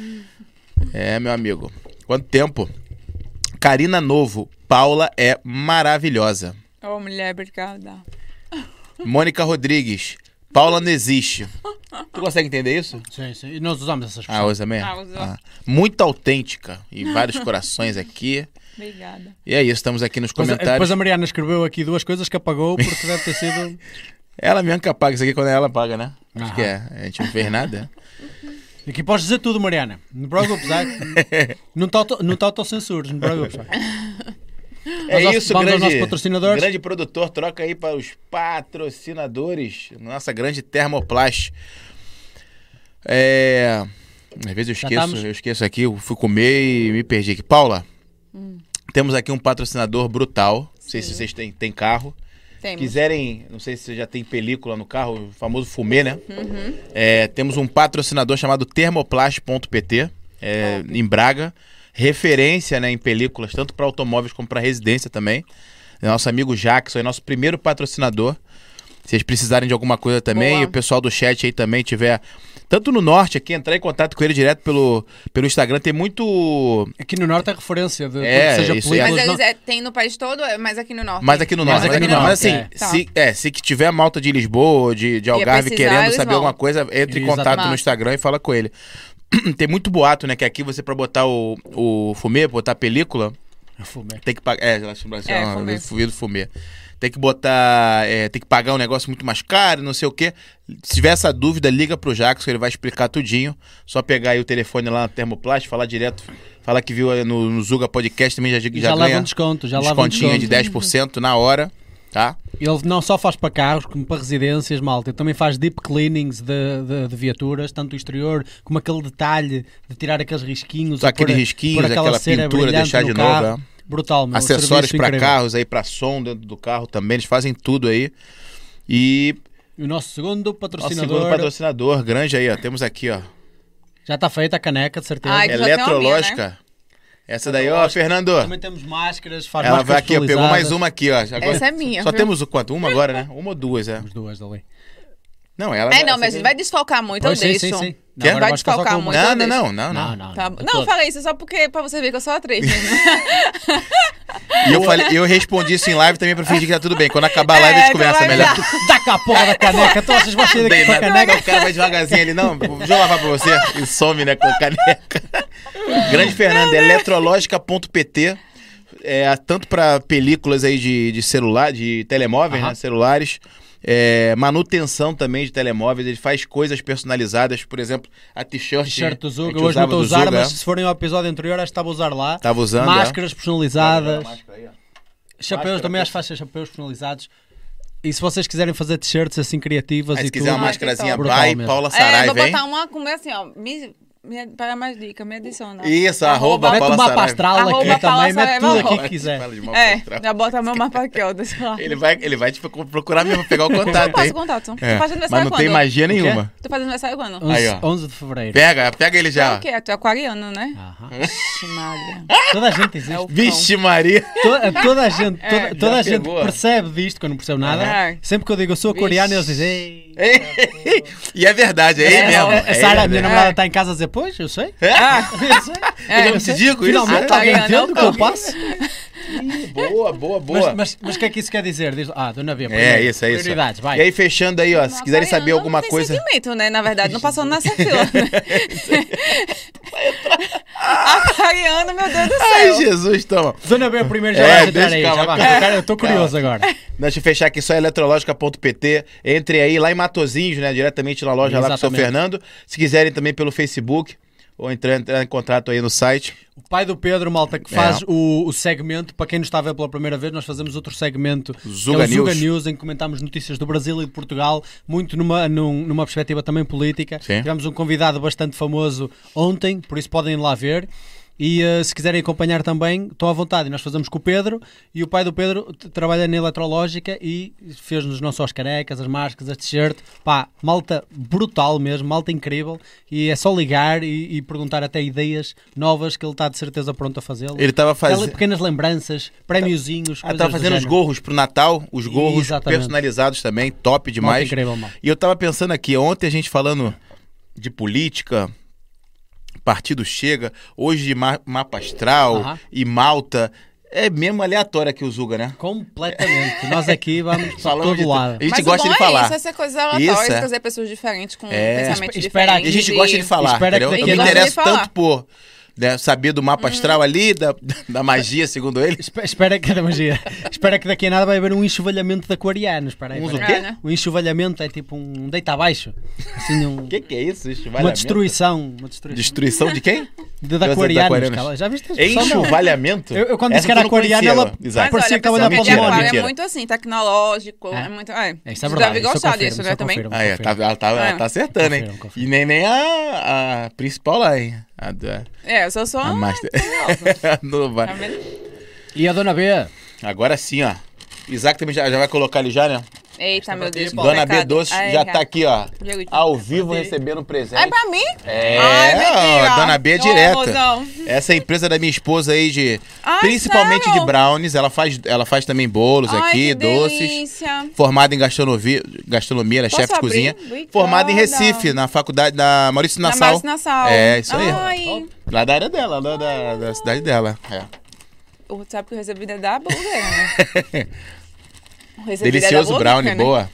É, meu amigo. Quanto tempo? Karina Novo. Paula é maravilhosa. Ô, mulher, obrigada. Mônica Rodrigues. Paula não existe. Tu consegue entender isso? Sim, sim. E nós usamos essas Ah, expressão. usa mesmo? Ah, usou. Ah. Muito autêntica. E vários corações aqui. Obrigada. E é isso, estamos aqui nos Depois, comentários. depois a Mariana escreveu aqui duas coisas que apagou porque deve ter sido. Ela mesmo que apaga isso aqui quando ela paga, né? Acho Aham. que é. A gente não fez nada. Aqui podes dizer tudo, Mariana. Não te preocupes, ai. Não te auto- não te autocensures, não te preocupes. É Vamos ao- isso, vamos aos grande, nossos patrocinadores? grande produtor. Troca aí para os patrocinadores. Nossa grande Termoplast. É... Às vezes eu Já esqueço, estamos? eu esqueço aqui, eu fui comer e me perdi aqui. Paula, temos aqui um patrocinador brutal. Não sei se Sim. vocês têm, têm carro. Temos. Quiserem, não sei se você já tem película no carro, o famoso fumê, né? Uhum. É, temos um patrocinador chamado termoplast ponto pt, é, em Braga. Referência, né, em películas, tanto para automóveis como para residência também. Nosso amigo Jackson é nosso primeiro patrocinador. Se vocês precisarem de alguma coisa também, Boa. e o pessoal do chat aí também tiver, tanto no norte aqui, entrar em contato com ele direto pelo, pelo Instagram. Tem muito. Aqui no Norte é referência de É, tudo que seja isso é- Mas películas. eles não- é, tem no país todo, é, mas aqui no norte. Mas aqui no Mas norte. aqui Mas, no mas norte, assim, é. Tá. se, é, se que tiver malta de Lisboa ou de, de Algarve precisar, querendo eles saber vão. alguma coisa, entre em Exato. contato no Massa. Instagram e fala com ele. Tem muito boato, né? Que aqui você, pra botar o, o fumê, botar a película, Fumé. tem que pagar. É, ela chama assim, É, ó, fumê. fumê do fumê. Tem que botar. É, tem que pagar um negócio muito mais caro, não sei o quê. Se tiver essa dúvida, liga pro Jackson, ele vai explicar tudinho. Só pegar aí o telefone lá na Termoplast, falar direto. Falar que viu no, no Zuga Podcast também, já, já, Já leva ganha um desconto, já leva um descontinho desconto. de dez por cento na hora, tá? Ele não só faz para carros, como para residências, malta. Ele também faz deep cleanings de, de, de viaturas, tanto o exterior como aquele detalhe de tirar aqueles risquinhos. Só ou pôr- aqueles risquinhos, pôr aquela aquela cera pintura, brilhante deixar no de carro. novo. é. Brutal, meu. Acessórios Serviço para incrível. carros aí, para som dentro do carro também, eles fazem tudo aí. E E o nosso segundo nosso patrocinador segundo patrocinador, grande aí, ó. Temos aqui, ó. já está feita a caneca, de certeza. Ai, que já tem uma minha, Eletrológica. Essa daí, ó, Fernando. Também temos máscaras, faz Ela máscaras vai aqui, ó, pegou mais personalizadas. uma aqui, ó. Agora- Essa é minha, Só viu? temos o quanto? Uma agora, né? Uma ou duas, é. Temos duas ali. Não, ela. É, não, essa mas aqui- vai desfalcar muito, Pois, eu sim, deixo. sim, sim. Quer? agora Vai vais ficar só desfalcar com uma. muito. Não, eu não, deixo. não, não, Não, não. não. Tá, não. não, eu falei isso só porque, pra você ver que eu sou atriz mesmo. E eu, falei, eu respondi isso em live também pra fingir que tá tudo bem. Quando acabar a live, a É, gente conversa então vai melhor. dar. Dá cá a porra da caneca, então vocês vão sair daqui Tem com a nada. caneca. O cara vai devagarzinho ali, não, deixa eu lavar pra você. E some, né, com a caneca. Grande Fernando, eletrológica ponto pt. É, tanto pra películas aí de, de celular, de telemóveis, Aham. né, celulares, é, manutenção também de telemóveis, ele faz coisas personalizadas, por exemplo, a t-shirt. T-shirt do a Zuga, gente hoje não usava estou a do usar, Zuga, mas é. se forem ao episódio anterior, acho que estava a usar lá. Estava usando. Máscaras é. personalizadas, Máscara aí, ó. chapéus, Máscara, também as faixas chapéus personalizados. E se vocês quiserem fazer t-shirts assim criativas Aí, e se quiser tudo, uma máscarazinha brutal vai, mesmo. Paula É, Saraiva, vou hein? botar uma, como é assim, ó, me, me, para mais dicas, me adiciona. Isso, arroba, Mete Paula o mapa Saraiva. astral Arroba aqui Paula também, mete Saraiva, tudo arroba. aqui que quiser. Fala de mapa É, astral. já bota meu mapa aqui, ó, desse lado. Ele vai, ele vai te procurar mesmo, pegar o Eu contato, passo hein? contato. É. Tu faz aniversário Mas não quando? tem magia nenhuma. Tu faz aniversário quando? Aí, onze, ó. onze de fevereiro. Pega, pega ele Tu é já. o quê? Tu é aquariano, né? Aham. Vixe, Maria. Toda a gente existe. É o Vixe Maria. Toda, toda a gente, toda, É, toda já a gente pegou. percebe disto, que eu não percebo nada. É. Sempre que eu digo eu sou Vixe. coreano, eles dizem. "Ei, E é verdade, é ele é, mesmo. é, é a Sara, a ele minha mesmo. namorada, É. está em casa a dizer, pois, eu sei. Ah, Eu sei. É, Eu não te digo isso. Finalmente Ah, alguém Ariana, entende o que eu alguém. passo. Boa, boa, boa. Mas, mas, mas o que é que isso quer dizer? Diz, ah, Dona Bia, É, primeiro, isso, é isso. prioridades, vai. E aí, fechando aí, ó, se Não, quiserem aquariano saber alguma não tem coisa... sentimento, né? Na verdade, não passou nessa fila. Né? Aquariano, meu Deus do Ai, céu. Jesus, toma. Dona Bia, primeiro já É, vai entrar deixa, aí. calma, Já vai. calma. Cara, eu estou curioso agora. Deixa eu fechar aqui só eletrológica ponto pt. Entre aí lá em Matozinhos, né? Diretamente na loja lá com o seu Exatamente. Fernando. Se quiserem também pelo Facebook ou entrar, entrar em contato aí no site. O pai do Pedro, malta, que faz o, o segmento, para quem nos está a ver pela primeira vez, nós fazemos outro segmento, Zuga que é o Zuga News. News, em que comentamos notícias do Brasil e de Portugal, muito numa, num- numa perspectiva também política. Sim. Tivemos um convidado bastante famoso ontem, por isso podem ir lá ver. E uh, se quiserem acompanhar também, estão à vontade. E nós fazemos com o Pedro, e o pai do Pedro t- trabalha na eletrológica e fez-nos não só as carecas, as máscaras, as t-shirt. Pá, malta brutal mesmo, malta incrível. E é só ligar e, e perguntar até ideias novas que ele está de certeza pronto a fazê-lo. Ele estava Aquela fazendo... pequenas lembranças, prémiozinhos, Ah, coisas tava do fazendo os género. gorros pro Natal, os gorros Exatamente. personalizados também, top Malta demais. incrível, mal. E eu tava pensando aqui, ontem a gente falando de política, partido chega, hoje de ma- mapa astral Aham. e Malta, é mesmo aleatório aqui o Zuga, né? Completamente. Nós aqui vamos para Falando todo de- lado. A gente Mas gosta o bom de falar. é isso, essa coisa aleatória, Isso, é. trazer pessoas diferentes com É. pensamentos Espe- espera diferentes. E a gente gosta de falar, Espera que entendeu? daqui Eu a me nada- interesso Falar. tanto por né, saber do mapa astral ali, da, da magia, segundo ele. Espe- Espera que, da magia. Espera que daqui a nada vai haver um enxovalhamento de aquarianos. Espera aí, Uns espera o aí. quê? É, né? O enxovalhamento é tipo um deita abaixo. Assim, um, O que, que é isso? uma Enxovalhamento? destruição. Uma destruição. Destruição de quem? De, de Das aquarianos. aquarianas. Cara. Já viste a expressão? não? Enxovalhamento? Eu, eu quando Essa disse que era eu não conhecia, aquariana, ela ela. Exato. Mas parecia olha, que estava a pessoal olhar para que o de Mentira, aquário demónio. é mentira. muito assim, tecnológico, É. é, muito... É, É, isso é tu verdade. deve isso eu gostar confirmo, disso, isso né, eu também? confirmo, Ah, é, confirmo. tá, ela, tá, ela É. tá acertando, hein? Confirmo, confirmo. E nem, nem a, a principal lá, hein? A, da, É, eu sou só... a Ah, master. curiosa. Não vai. Tá vendo? E a dona B? Agora sim, ó. Isaac também já, já vai colocar ali já, né? Eita, meu Deus. Dona B pecado. Doce Ai, já cara. tá aqui, ó. Diego, Ao vivo recebendo um presente. É pra mim? É, Ai, mentira. ó, Dona B é Ô, direta. mozão. Essa é a empresa da minha esposa aí de... Ai, principalmente sério? de brownies. Ela faz, ela faz também bolos Ai, aqui, que doces. delícia. Formada em gastronomia, gastronomia, ela é Posso chefe de abrir? cozinha. Obrigada. Formada em Recife, na faculdade da Maurício Na Nassau. Márcio Nassau. É, isso aí. Ai, Lá da área dela, lá da, da cidade dela. É. o- sabe que eu recebi da da blogueira, né? Eu recebi da Delicioso blogueira, brownie, né? boa.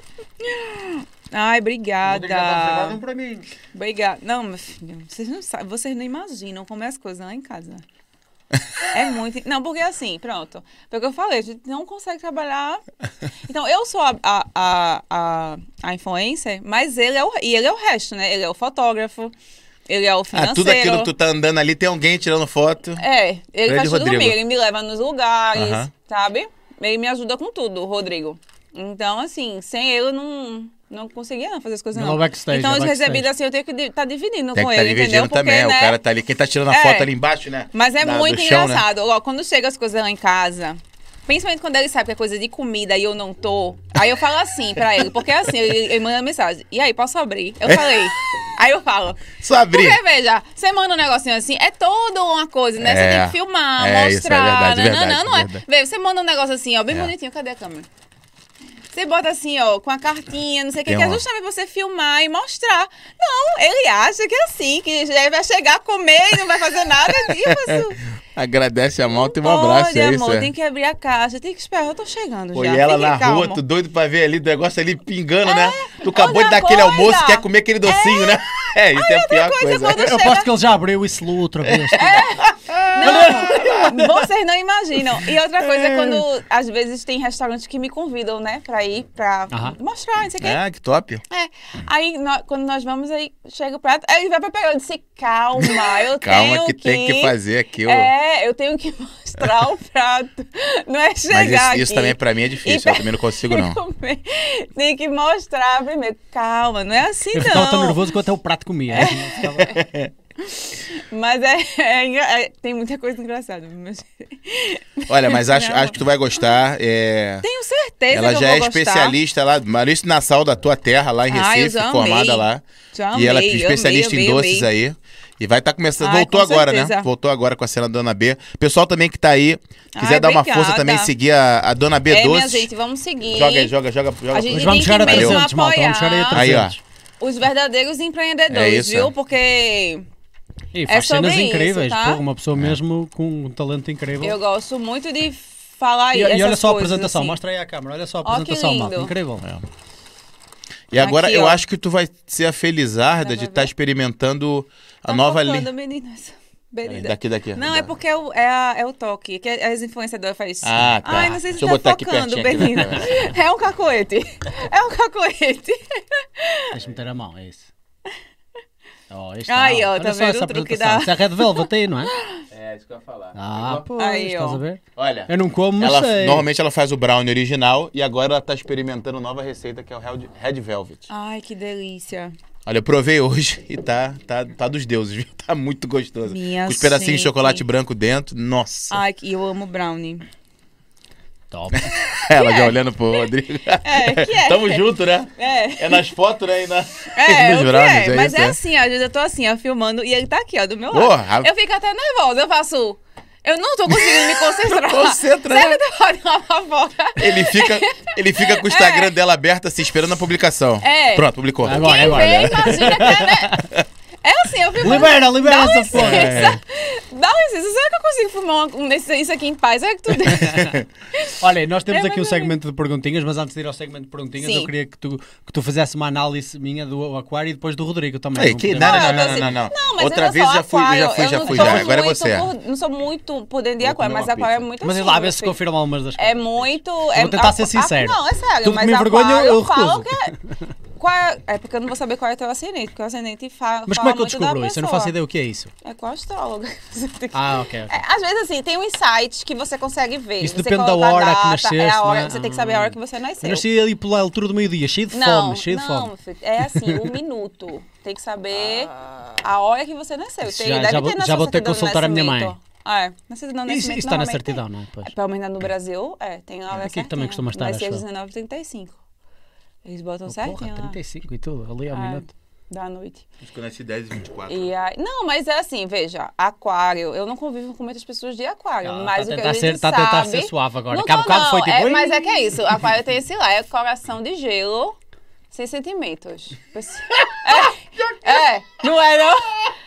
Ai, obrigada. para mim. Obrigada. Não, meu filho, vocês não sabem, vocês não imaginam como é as coisas lá em casa. É muito. Não, porque assim, pronto. Porque eu falei, a gente não consegue trabalhar. Então, eu sou a, a, a, a, a influencer, mas ele é o. E ele é o resto, né? Ele é o fotógrafo, ele é o financeiro. Ah, tudo aquilo que tu tá andando ali, tem alguém tirando foto. É, ele Grande faz tudo Rodrigo. comigo. Ele me leva nos lugares, Aham. sabe? Ele me ajuda com tudo, o Rodrigo. Então, assim, sem ele, eu não, não conseguia não fazer as coisas, Não, não. backstage, então, é os backstage. recebidos, assim, eu tenho que estar dividindo Tem com que estar ele, dividindo entendeu? Porque, também. né? O cara tá ali. Quem tá tirando a É. foto ali embaixo, né? Mas é Da- muito do chão, né? engraçado. Ó, quando chega as coisas lá em casa, principalmente quando ele sabe que é coisa de comida e eu não tô, aí eu falo assim pra ele, porque assim, ele, ele manda mensagem. E aí, posso abrir? Eu falei. Aí eu falo. Só abrir. Porque, veja, você manda um negocinho assim, é toda uma coisa, né? Você É. tem que filmar, É, isso é mostrar. verdade, né? verdade, não, não, não é. verdade. Vê, você manda um negócio assim, ó, bem É. bonitinho. Cadê a câmera? Você bota assim, ó, com a cartinha, não sei o que, Tem que é uma- justamente você filmar e mostrar. Não, ele acha que é assim, que já vai chegar, comer e não vai fazer nada. E eu faço, Agradece a malta e um abraço. Pode, É amor, isso. tem que abrir a caixa, tem que esperar, eu tô chegando Pô, já. e ela Fique na calmo. rua, tu doido pra ver ali o negócio ali pingando, né? Tu acabou de outra dar aquele coisa. almoço, quer comer aquele docinho, né? É, isso é a pior coisa, coisa. quando Eu chega- aposto que ele já abriu isso outra vez. Não, vocês não imaginam. E outra coisa é quando, às vezes, tem restaurantes que me convidam, né? Pra ir, pra Aham. mostrar, não sei o quê. Ah, que top. É. Aí, nó- quando nós vamos, aí chega o prato, aí ele vai pra pegar. Eu disse, calma, eu Calma tenho que tem que fazer aqui. o- É, eu tenho que mostrar o prato. Não é chegar Mas isso, aqui. isso também pra mim é difícil, E eu também não consigo não. comer. Tem que mostrar primeiro. Calma, não é assim, Eu não. ficava tão nervoso que eu até o prato comia. Eu ficava- Mas é, é engra- é- tem muita coisa engraçada. Mas... Olha, mas acho, Não. acho que tu vai gostar. é, Tenho certeza Ela que já eu é vou gostar. especialista lá, Maurício Nassau da tua terra, lá em Ah, eu Recife, já formada amei. lá. Já E ela é amei, especialista amei, em amei, doces amei. aí. E vai estar começando. Ai, Voltou com agora, né? certeza. Voltou agora com a cena da Dona B. Pessoal também que tá aí, quiser Ai, dar uma obrigada. força também, seguir a, a Dona B É, minha Doces. gente, vamos seguir. Joga aí, joga, joga, joga. A gente Mas vamos tem chegar a que mesmo trezentos, malta. Vamos chegar aí a apoiar Aí, ó. trezentos. os verdadeiros É empreendedores, isso, viu? é. Porque E É faz sobre cenas isso, incríveis. tá? Pô, uma pessoa mesmo com um talento incrível. eu gosto muito de falar E, e essas olha só a coisas, apresentação, assim. mostra aí à câmera. Olha só a Ó, que apresentação, malta. lindo. Incrível. E agora Aqui, eu ó. acho que tu vai ser a felizarda Dá de pra estar ver? experimentando a Tá nova focando, linha. meninas. Beleza. Daqui, daqui. Não, é porque é o, é, a- é o toque, que as influenciadoras fazem isso. Ah, tá. Ai, não sei se Deixa eu tá botar aqui focando, pertinho aqui na Benina. câmera. É um cacoete. É um cacoete. Deixa-me meter a mão, é isso. Oh, este Aí, ah, ó, olha tá só vendo essa o truque apresentação. da- Isso é Red Velvet aí, não é? É, isso que eu ia falar. Ah, pô, Aí, estás ó. a ver? Olha, Eu não como, mas ela, sei. normalmente ela faz o brownie original e agora ela tá experimentando nova receita que é o Red- Red Velvet. Ai, que delícia. Olha, eu provei hoje e tá, tá, tá dos deuses, viu? Tá muito gostoso. Minha Com os pedacinhos de gente. chocolate branco dentro. Nossa. Ai, que eu amo brownie. Top. Ela já olhando pro Rodrigo. É, que é. Tamo junto, né? É. É nas fotos, né? E na... É, nos o que brownies, é. Mas isso, é assim, ó, às vezes eu tô assim, ó, filmando e ele tá aqui, ó, do meu lado. Porra. Eu fico até nervosa, eu faço... Eu não tô conseguindo me concentrar. Concentra, né? Sabe que eu tô olhando lá pra fora? Ele fica, ele fica com o Instagram dela aberto, assim, esperando a publicação. É. Pronto, publicou. Agora, Quem agora. vê, imagina que é, né? É assim, eu fico... Libera, libera Dá essa porra. licença. Dá licença, será que eu consigo filmar um, um desse, isso aqui em paz? É que tu... Olha, nós temos É, aqui um mas é- segmento de perguntinhas, mas antes de ir ao segmento de perguntinhas, Sim. eu queria que tu, que tu fizesse uma análise minha do aquário e depois do Rodrigo também. Ei, Não que, podemos- não, não, eu não, tô não, não, não. Não, mas Outra olha vez só, já fui, aquário, já fui, eu já não fui, sou já. Agora é muito você. por- não sou muito por dentro de Vou aquário, comer mas uma aquário é pizza. muito Mas assim. lá, vê meu se filho. confirma algumas das É coisas. muito... vou é, tentar a- ser a- sincero. Não, é sério, Tudo que mas me envergonha, aquário eu falam recuso. que é... Qual é, é porque eu não vou saber qual é teu ascendente, porque o ascendente fa, Mas como fala é que eu muito da descubro isso? Eu não faço pessoa. ideia o que é isso. É com a astróloga. Você tem que- Ah, ok. ok. É, às vezes, assim, tem uns sites que você consegue ver. Isso você depende da coloca a hora que data, nasceste, é a hora, né? Você tem que saber a hora que você nasceu. Eu nasci ali pela altura do meio-dia, cheio de Não, fome, cheio de não, fome. filho, é assim, um minuto. Tem que saber a hora que você nasceu. Isso Tem, já- deve já ter vou- na já sua vou ter que certidão de consultar a minha mãe. nascimento. Ah, é. Na certidão de Isso, nascimento isso está na normalmente certidão, tem. não é? Pois. É, pelo menos no Brasil, é, tem lá. Aqui também costuma estar, Nasci acho às eu. dezenove e trinta e cinco. Eles botam Oh, certinho porra, lá, trinta e cinco e tudo, ali ao É. minuto. da noite. Acho que eu nasci dez e vinte e quatro. E aí, não, mas é assim, veja, aquário, eu não convivo com muitas pessoas de aquário, Ah, mas tá a o que tentar a gente ser- tá a sabe... tentar ser suave agora. Não Que há tô, bocado não, foi tipo, é, "Ui". mas é que é isso, aquário tem esse lá, é coração de gelo, sem sentimentos. É, é, não é não?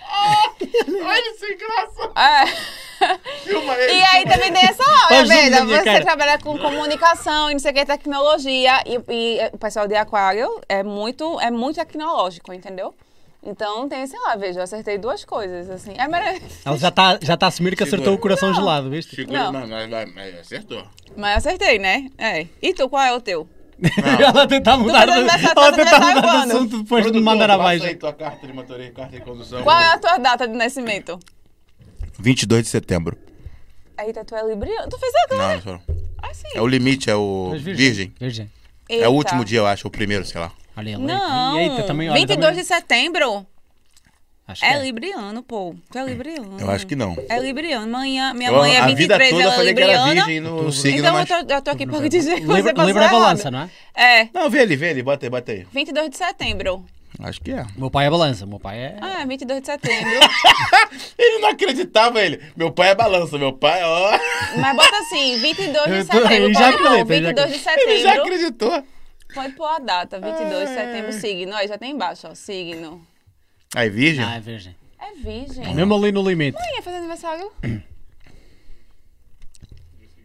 Olha sem graça. É. Filma ele. E aí também tem essa hora, Faz zoom veja, na minha você cara. trabalha com comunicação e não sei o que, tecnologia, e, e o pessoal de aquário é muito, é muito tecnológico, entendeu? Então tem, sei lá, veja, eu acertei duas coisas, assim. É, mas, Ela já está já tá a assumir que acertou Segura. o coração Não. gelado, viste? Segura, Não. não, mas, mas, mas acertou. mas acertei, né? É. E tu, qual é o teu? Ela tentar mudar, fazendo de, essa- ela tá tentar fazendo mudar de aniversário assunto depois de me Produtor, mandar passa abaixo. aí tua carta de motorista, carta de condução. Qual é a tua data de nascimento? vinte e dois de setembro. Eita, tu é libriano? Tu fez a Não, cara? só- Ah, sim. é o limite, é o Mas virgem. Virgem. É o Eita. último dia, eu acho, o primeiro, sei lá. Olha ali. Não, Eita, também, olha, vinte e dois também- de setembro Acho que é é. libriano, pô. Tu é libriano. Eu acho que não. É libriano. Manhã, minha Eu, mãe é a vinte e vida três, toda ela eu é falei que era libriana. virgem no signo, Então mas... eu tô, eu tô aqui pra dizer que Livre, você passou livre é errado. balança, não é? É, Não, vê ali, vê ali, bota aí, bota aí. vinte e dois de setembro. Acho que é. O meu pai é balança, o meu pai é... Ah, é vinte e dois de setembro. Ele não acreditava, ele. Meu pai é balança, meu pai, ó. Mas bota assim, vinte e dois de Eu tô- setembro. eu já Pode pôr, acredito, eu já vinte e dois de Ele já setembro. acreditou. Pode pôr a data, vinte e dois de setembro, signo. Aí já tem embaixo, ó, signo. Aí, virgem? Ah, é virgem. É virgem. Mesmo ali no limite. Quem ia fazer aniversário?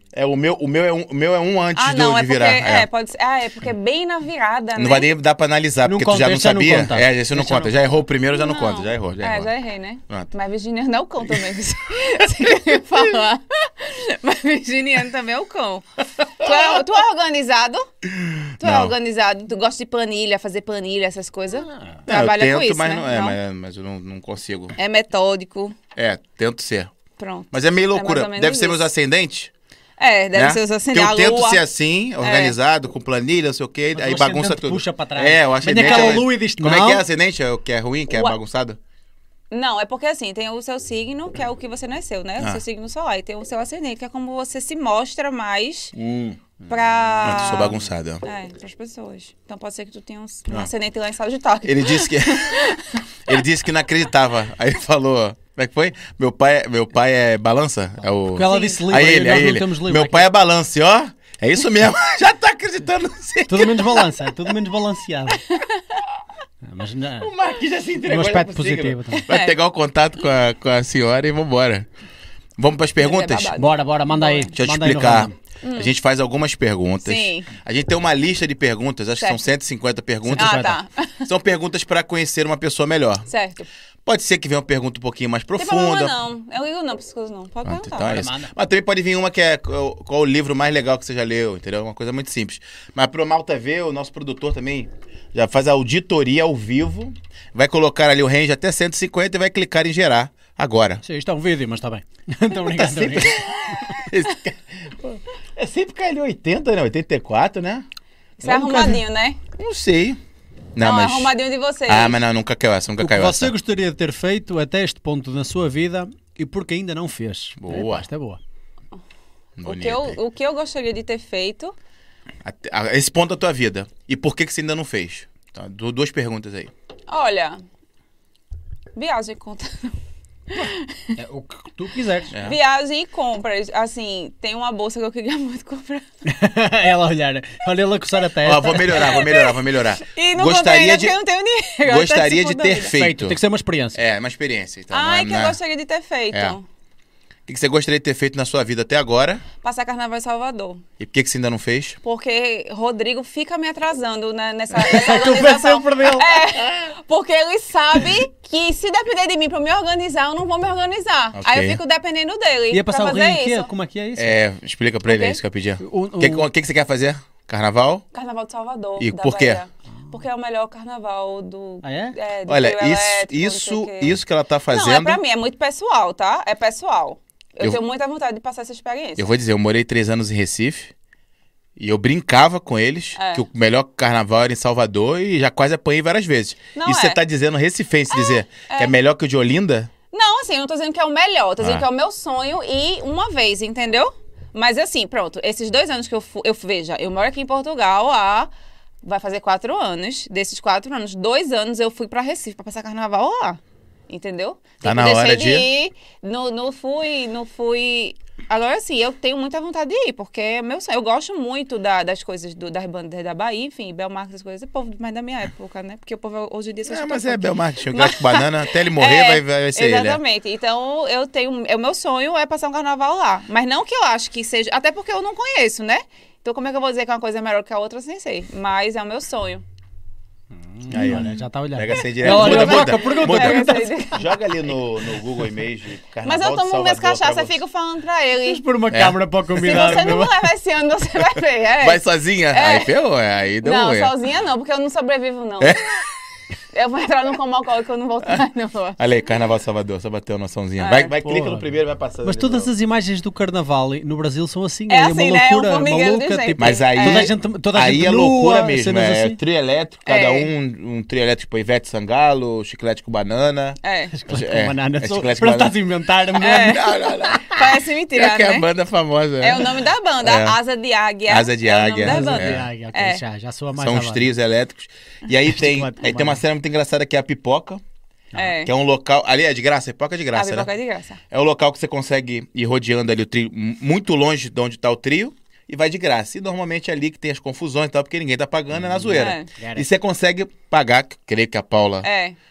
É, o meu, o meu, é, um, o meu é um antes Ah, do, não, de é porque, virar. é. É. pode ser. Ah, é porque é bem na virada, né? Não vai nem dar pra analisar, Não porque tu já conta, não esse já não sabia. conta. É, esse não Esse já conta. não Já errou o primeiro, já não, conta. Já errou, já É, errou. já errei, né? Pronto. Mas virginiano é o cão também. Você queria falar. Mas virginiano também é o cão. Tu é, tu é organizado? Tu é Não. organizado? Tu gosta de planilha, fazer planilha, essas coisas? É, Trabalha eu com tento, isso, mas né? não é, mas, mas eu não, não consigo. É metódico. É, tento ser. Pronto. Mas é meio mais loucura. ou menos Deve ser isso. meus ascendentes. É, deve né? ser os Porque ascendentes. eu tento ser assim, organizado, com planilha, não sei o quê, Mas aí o bagunça ascendente tudo. puxa pra trás. É, o Vem ascendente... aquela é- lua e diz Como é não. que é ascendente? É o que é ruim, que é O- bagunçado? Não, é porque assim, tem o seu signo, que é o que você nasceu, né? Ah. O seu signo solar. E tem o seu ascendente, que é como você se mostra mais Hum. pra... Pronto, sou bagunçado. É, pras pessoas. Então pode ser que tu tenha um, um Ah. ascendente lá em Sagitário. Ele disse que... ele disse que não acreditava. Aí ele falou... Como é que foi? Meu pai, meu pai é balança? É o... Porque ela Sim. disse livre, Aí e ele, nós aí não ele. temos livre Meu aqui. pai é balança, e ó. É isso mesmo. Já tá acreditando. Sim. Tudo menos balança, é tudo menos balanceado. Ah, Mas não, O Marquinhos já se no entregou. aspecto pro signo. positivo também. Vai É. pegar o contato com a, com a senhora e vambora. Vamos para as perguntas? É babado. Bora, bora, manda aí. Deixa eu te manda aí no explicar. random. A gente faz algumas perguntas. Sim. A gente tem uma lista de perguntas, acho que são Certo. cento e cinquenta perguntas. Ah, tá. São perguntas para conhecer uma pessoa melhor. Certo. Pode ser que venha uma pergunta um pouquinho mais Não tem problema profunda. não. Eu ligo não pra essas coisas não. Pode Pronto, perguntar. então é Bora, isso. manda. Mas também pode vir uma que é qual, qual o livro mais legal que você já leu, entendeu? Uma coisa muito simples. Mas pro Malta ver, o nosso produtor também já faz a auditoria ao vivo, vai colocar ali o range até cento e cinquenta e vai clicar em gerar agora. Sim, isto é um vídeo, mas está bem. Estou brincando, estou brincando. Esse cara- É sempre cai ali oitenta, né? oitenta e quatro, né? Você é Eu nunca- arrumadinho, né? Não sei. Não, Não, é mas... arrumadinho de vocês. Ah, mas não, nunca caiu essa, nunca O que caiu você essa. gostaria de ter feito até este ponto na sua vida e porque ainda não fez. Boa. Epá, esta é boa. O Bonito, que, eu, hein? o que eu gostaria de ter feito... Até- a- Esse ponto da tua vida. E por que, que você ainda não fez? Então, du- duas perguntas aí. Olha... Viagem e conta. É o que tu quiseres. É. Viagem e compras. Assim, tem uma bolsa que eu queria muito comprar. Ela olhar, olha ela coçar a testa. Ó, vou melhorar, vou melhorar, vou melhorar. E não Gostaria comprei de, ainda porque eu não tenho dinheiro. até gostaria esse de ponto da ter vida. feito. Tem que ser uma experiência. É, uma experiência. Então, não Ai, é- que não eu é- gostaria de ter feito. É. O que, que você gostaria de ter feito na sua vida até agora? Passar carnaval em Salvador. E por que, que você ainda não fez? Porque Rodrigo fica me atrasando né, nessa, nessa A culpa é organização. sempre dele. É, porque ele sabe que se depender de mim pra me organizar, eu não vou me organizar. Ok. Aí eu fico dependendo dele Ia pra passar o fazer rio em quê? isso. Como é que é isso? É, explica pra ele, O quê? é isso que eu pedi. O- O que, o- que, que, que você quer fazer? Carnaval? Carnaval de Salvador. E da por quê? Bahia. Porque é o melhor carnaval do... Ah, é? é, do Olha, trio isso, elétrico, não isso, sei o quê. isso que ela tá fazendo. Não, é pra mim, é muito pessoal, tá? É pessoal. Eu, Eu- tenho muita vontade de passar essa experiência. Eu vou dizer, eu morei três anos em Recife e eu brincava com eles É. que o melhor carnaval era em Salvador e já quase apanhei várias vezes. Não e você é. tá dizendo recifense dizer que é melhor que o de Olinda? Não, assim, eu não tô dizendo que é o melhor, tô dizendo Ah. que é o meu sonho e uma vez, entendeu? Mas assim, pronto, esses dois anos que eu fui, eu veja, eu moro aqui em Portugal há, vai fazer quatro anos, desses quatro anos, dois anos eu fui pra Recife pra passar carnaval lá, entendeu? Tá Tipo, na deixei hora de de- ir, não, não fui, não fui... Agora, assim, eu tenho muita vontade de ir, porque é meu sonho. Eu gosto muito da- das coisas do- das bandas da Bahia, enfim, Belmarque, essas coisas. O povo mais da minha época, né? Porque o povo hoje em dia... só É, escuta mas é funk. Belmarque, chocolate com banana, até ele morrer É, vai, vai ser ele. é. Exatamente. Então, eu tenho. O meu sonho é passar um carnaval lá. Mas não que eu acho que seja. Até porque eu não conheço, né? Então, como é que eu vou dizer que uma coisa é melhor que a outra sem sei? Mas é o meu sonho. Aí, ó. Olha, já está a olhar. Pega sem direto. Ela olhou Muda, a muda, boca, pergunta. muda. É, eu sei. Joga ali no, no Google Images Carnaval Mas eu de tomo Salvador minhas cachaças pra e você. fico falando pra Vamos ele. pôr uma É. câmera para o Se convidado. você não meu. levar esse ano, você vai ver. É. Vai sozinha? Aí ferrou, é, aí deu não, ruim. sozinha não, porque eu não sobrevivo, não. Eu vou entrar num coma alcoólico e eu não volto mais, não. Olha aí, Carnaval de Salvador, só bateu a noçãozinha. É. Vai, vai Porra. clica no primeiro e vai passando. Mas ali todas no- as imagens do carnaval no Brasil são assim. É É, assim, uma né? É um loucura formigueiro de maluca. gente. Tipo, Mas aí, Toda a gente, toda a aí gente é nua, loucura mesmo, cenas é assim. trio elétrico, cada É. um, um trio elétrico, tipo Ivete Sangalo, chiclete com banana. É. Chiclete É, com banana. é Só- chiclete Parece com que estás a banana. inventar. É. Não, não, não. Parece mentira, É que é né? a banda famosa. É o nome da banda, É. Asa de Águia. Asa de é Águia, O nome Asa da de banda. Ah, ok, É. já, já soa mais São à os banda. trios elétricos. E aí tem, Chiclete com aí tem uma banana. cena muito engraçada que é a pipoca, É. que é um local... Ali é de graça, a pipoca é de A graça, pipoca né? é de graça. É um local que você consegue ir rodeando ali o trio, m- muito longe de onde tá o trio, e vai de graça. E normalmente é ali que tem as confusões e tal, porque ninguém tá pagando, é na zoeira. É. E você consegue pagar, que creio que a Paula É.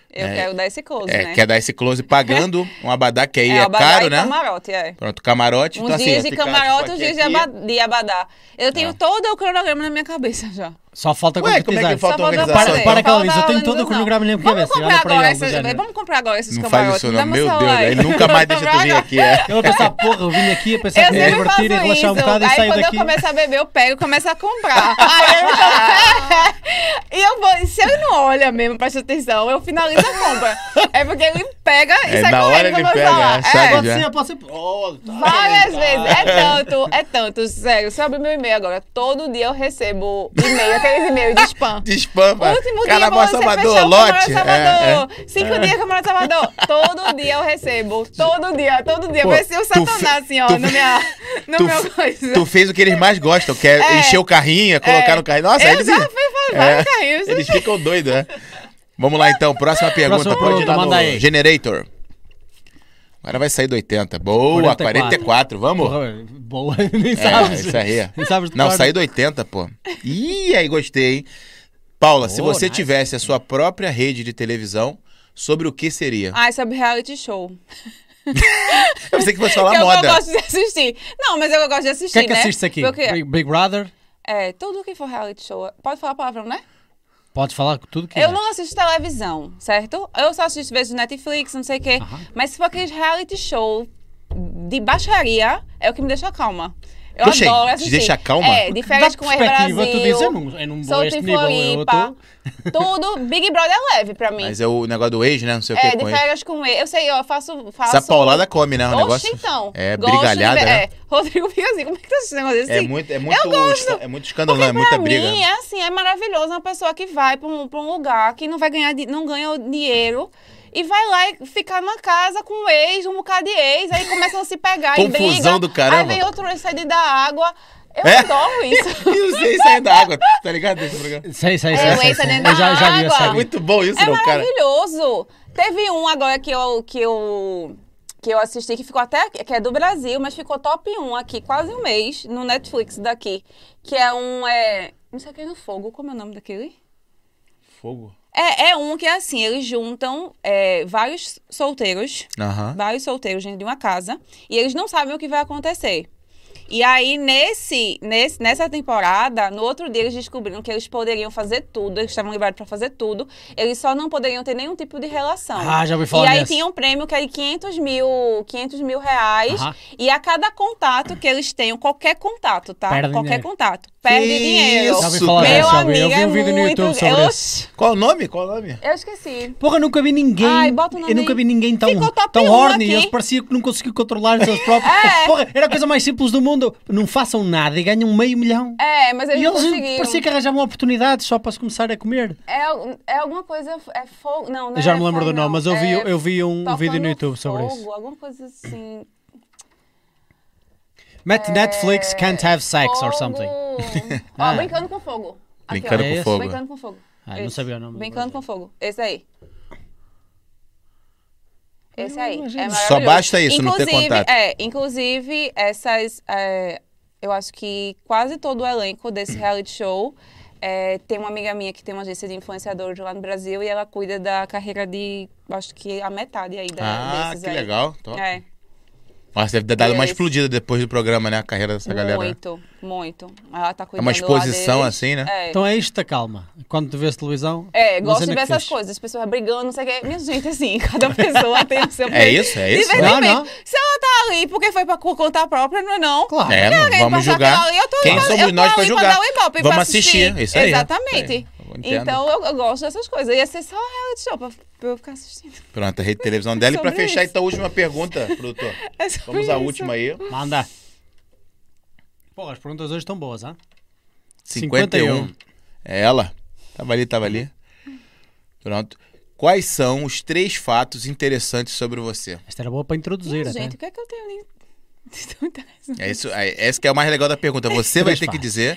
Eu É. quero dar esse close, É, né? quer dar esse close pagando um abadá, que aí é, abadá caro, e né? camarote, é. Pronto, camarote. Uns então, assim, dias vai de ficar, camarote, tipo, uns aqui, dias de aqui. aba- de abadá. Eu tenho Ah. todo o cronograma na minha cabeça já. Só falta Ué, como é concretizar. que falta Só falta organização? Para, fazer. para que ela Falta diz, eu tenho a todo o organização. cronograma na minha Vamos cabeça. comprar Olha para agora ele, do esses, género. vamos comprar agora esses Não faz camarotes. isso dá não, meu meu Deus. celular aí. Ele nunca mais deixa tu vir aqui. É. Eu vou pensar, porra, eu vim aqui a pensar Eu que me ia sempre divertir e faço relaxar um isso. bocado e Aí sair quando daqui. eu começo a beber, eu pego e começo a comprar. Aí eu tô... E eu vou... Se ele não olha mesmo, presta atenção, eu finalizo a compra. É porque ele pega e É, sai na correndo, hora ele como eu pega, falar. é, sabe? Pode já. ser, pode ser. Oh, tá. Várias vezes. É tanto, é tanto, sério. Se eu abrir meu e-mail agora, todo dia eu recebo e-mail, aqueles e-mails de spam. De spam, pá. Último dia Carnaval pra você Salvador, fechar o lote. Camarão Salvador. É, é. Cinco dias Camarão Salvador. Todo dia eu recebo. Todo dia, todo dia. Pô, Vai ser o tu Satanás, fe- assim, ó, tu no, fe- minha, no Tu, meu coisa. tu fez o que eles mais gostam, que é, É. encher o carrinho, é colocar É. no carrinho. Nossa, eu eles, já fui fazer vários carrinhos. eles ficam doidos, né? Vamos lá então, próxima pergunta. Próxima Pode ir pergunta, lá manda no aí. Generator. Agora vai sair do oitenta. Boa, quarenta e quatro. quarenta e quatro. Vamos? Porra, boa, nem É, sabes. isso aí. Nem sabes de Não, cor. saí do oitenta, pô. Ih, aí gostei, hein? Paula, se Oh, você nice. tivesse a sua própria rede de televisão, sobre o que seria? Ai, sobre reality show. Eu pensei que fosse falar que é o que eu moda. gosto de assistir. Não, mas eu gosto de O assistir, que é que né? assistes aqui? Porque, Big, Big Brother? é, tudo que for reality show. Pode falar palavrão, né? Podes falar tudo que Eu não assisto televisão, certo? Eu só assisto vezes Netflix, não sei o quê. Aham. Mas se for aqueles reality show de baixaria, é o que me deixa calma. Eu Oxê, adoro te assistir. deixa calma? É, de férias com o Brasil. perspectiva, tu dizes, eu não, eu não vou a Solto este em nível. Eu Floripa. tô... Tudo. Big Brother é leve pra mim. Mas é o negócio do ex, né? Não sei o É, que de com ele. férias com ele. Eu sei, eu faço. faço... Essa paulada come, né? O Oxe, negócio. então. É Gosto de brigalhada, ver- né? É, Rodrigo fica assim, como é que tá esse negócio assim? É muito, é muito, Eu gosto. esca- é muito escândalo, Porque é muita pra briga. mim é assim, é maravilhoso uma pessoa que vai pra um, pra um lugar que não vai ganhar, di- não ganha o dinheiro e vai lá e ficar na casa com o ex, um bocado de ex, aí começam a se pegar e Confusão briga. do caramba. Aí vem outro ex sair da água. Eu É? adoro isso. E os ex saem da água, tá ligado? Esse programa? Sei, sei, É, sei. o sei, ex tá sei. dentro Eu já, da já vi a água. série. Muito bom isso, É não, cara? maravilhoso. Teve um agora que eu, que eu, que eu assisti, que ficou até, que é do Brasil, mas ficou top um aqui, quase um mês, no Netflix daqui, que é um, é, não sei o que, no fogo, como é o nome daquele? Fogo. É, é um que é assim, eles juntam é, vários solteiros, Aham. vários solteiros dentro de uma casa, e eles não sabem o que vai acontecer. E aí, nesse, nesse, nessa temporada, no outro dia, eles descobriram que eles poderiam fazer tudo, eles estavam liberados para fazer tudo, eles só não poderiam ter nenhum tipo de relação. Ah, já ouvi falar E aí nesse. tinha um prêmio que era de quinhentos mil reais, Aham. e a cada contato que eles tenham, qualquer contato, tá? Perdem qualquer dinheiro. contato, perde Que dinheiro. isso, Já ouvi falar cara. Meu dessa, já ouvi. amigo, Eu vi é um vídeo no muito... YouTube sobre eu, isso. Qual o nome? Qual o nome? eu esqueci. Porra, nunca vi ninguém. Ai, bota o nome eu nunca aí. vi ninguém tão, Ficou top tão um horny. aqui. Eles pareciam que não conseguiam controlar os seus próprios. É. Porra, era a coisa mais simples do mundo. Não façam nada e ganham meio milhão. É, mas eles E não eles conseguiram. parecia que arranjavam oportunidades só para se começar a comer. É, é alguma coisa. É fogo. Não, não Eu já é não me lembro fogo, do nome, não. mas eu vi, É eu vi um tocando vídeo no YouTube sobre fogo, isso. Alguma coisa assim. Mete Netflix can't have sex or Fogo. something. Ó, Ah. brincando com fogo. Aqui, Brincando ó. É com esse? fogo. Brincando com fogo. Ah, eu não Esse. sabia o nome. Brincando com fogo. Esse aí. Esse aí. É imagino. maravilhoso. Só basta isso, não ter Inclusive, contato. É, inclusive, essas. é, eu acho que quase todo o elenco desse reality show. é, tem uma amiga minha que tem uma agência de influenciadores lá no Brasil e ela cuida da carreira de, acho que a metade aí da, Ah, desses que aí. legal. Top. É, Nossa, deve ter dado uma Eles- explodida depois do programa, né? A carreira dessa galera. né? muito, muito. Ela tá É cuidando uma exposição lá deles. assim, né? É. Então é isto da calma. Quando tu vês televisão. É, uma gosto de cena ver que essas fixe. coisas, as pessoas brigando, não sei o que. Minha gente, assim, cada pessoa tem o seu É isso, é isso. Não, Divertimento. não. Se ela tá ali porque foi pra por conta própria, não é não? Claro. É, não, Querem vamos passar julgar. aquela ali, eu tô Quem ali pra- somos eu tô nós pra ali julgar? dar o ibope, Vamos pra assistir, isso aí. Exatamente. Isso aí, eu entendo. Então eu, eu gosto dessas coisas. Ia ser só reality show pra, pra eu ficar assistindo. Pronto, a rede de televisão dela. E pra Sobre fechar, isso. então, a última pergunta, produtor. É sobre Vamos à isso. última aí. Manda. Pô, as perguntas hoje estão boas, hein? cinquenta e um. É ela. Tava ali, tava ali. Pronto. Quais são os três fatos interessantes sobre você? Esta era boa para introduzir, Minha até. gente, o que é que eu tenho ali? de tão interessante? É isso, é, essa que é o mais legal da pergunta. Você vai Três ter que fatos. dizer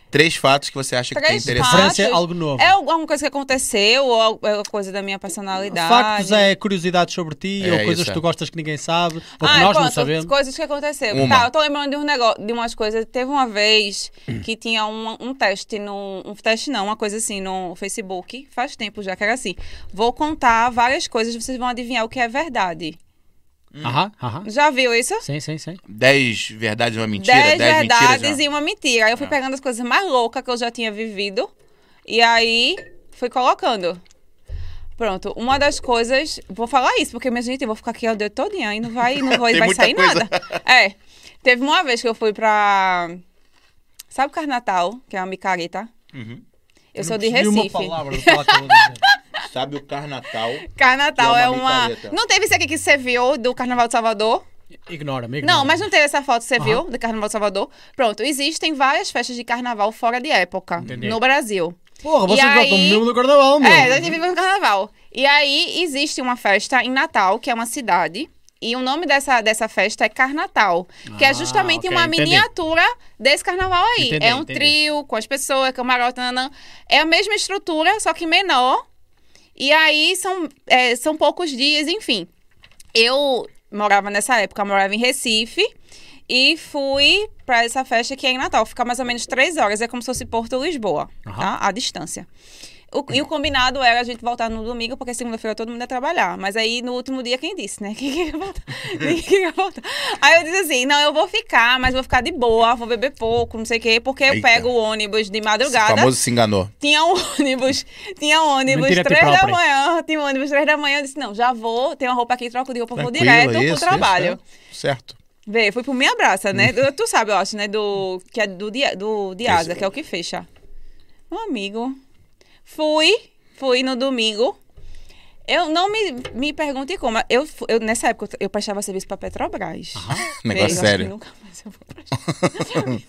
Três fatos que você acha que Três tem fatos. interessante. Referência a algo novo. É alguma coisa que aconteceu, ou alguma coisa da minha personalidade. Factos é curiosidades sobre ti, É, ou coisas isso que é. tu gostas que ninguém sabe, ou que Ah, nós não pronto, sabemos. coisas que aconteceram. Uma. Tá, eu tô lembrando de, um negócio, de umas coisas. Teve uma vez que tinha um, um teste no... Um teste não, uma coisa assim no Facebook. Faz tempo já que era assim. Vou contar várias coisas, vocês vão adivinhar o que é verdade. Aham, aham. Já viu isso? Sim, sim, sim. Dez verdades e uma mentira. Dez Dez verdades mentiras. e uma mentira. Aí eu fui Ah. pegando as coisas mais loucas que eu já tinha vivido. E aí fui colocando. Pronto, uma das coisas. Vou falar isso, porque, minha gente, eu vou ficar aqui o dia todo e não vai, não vai, Tem vai muita sair coisa. nada. É. Teve uma vez que eu fui pra. Sabe o Carnatal, que é uma micareta? Uhum. Eu não sou de percebi Recife. uma palavra do que ela acabou de dizer. Sabe o Carnatal? Carnatal Que é é uma uma. micareta. Não teve esse aqui que você viu do Carnaval de Salvador? Ignora-me, ignora. Não, mas não teve essa foto que você Aham. viu do Carnaval de Salvador. Pronto, existem várias festas de carnaval fora de época Entendi. no Brasil. Porra, E vocês aí- gostam mesmo do carnaval, meu. É, a gente vive no carnaval. E aí existe uma festa em Natal, que é uma cidade. E o nome dessa, dessa festa é Carnatal, que Ah, é justamente ok, uma entendi. miniatura desse carnaval aí. Entendi, é um entendi. trio com as pessoas, camarote, nanã. É a mesma estrutura, só que menor. E aí são, é, são poucos dias, enfim. Eu morava nessa época, eu morava em Recife. E fui pra essa festa que é em Natal. Fica mais ou menos três horas. É como se fosse Porto Lisboa, Aham. tá? A distância. O- e o combinado era a gente voltar no domingo, porque segunda-feira todo mundo ia trabalhar. Mas aí, no último dia, quem disse, né? Quem queria voltar? Ninguém queria voltar. Aí eu disse assim, não, eu vou ficar, mas vou ficar de boa, vou beber pouco, não sei o quê, porque eu Eita. pego o ônibus de O madrugada. famoso se enganou. Tinha um ônibus, tinha um ônibus Mentira a ti três da própria. manhã, tinha um ônibus três da manhã, eu disse, não, já vou, tenho uma roupa aqui, troco de roupa, vou Tranquilo, direto isso, pro trabalho. isso, é. Certo. Vê, fui pro Minha Braça, né? Do- tu sabe, eu acho, né? Do, que é do, dia, do Diasa, que é o que fecha. Meu amigo. Fui, fui no domingo. Eu não me, me pergunte como. Eu, fu- eu, nessa época, eu prestava serviço pra Petrobras. Vê, Negócio eu acho que sério. nunca mais eu vou prestar.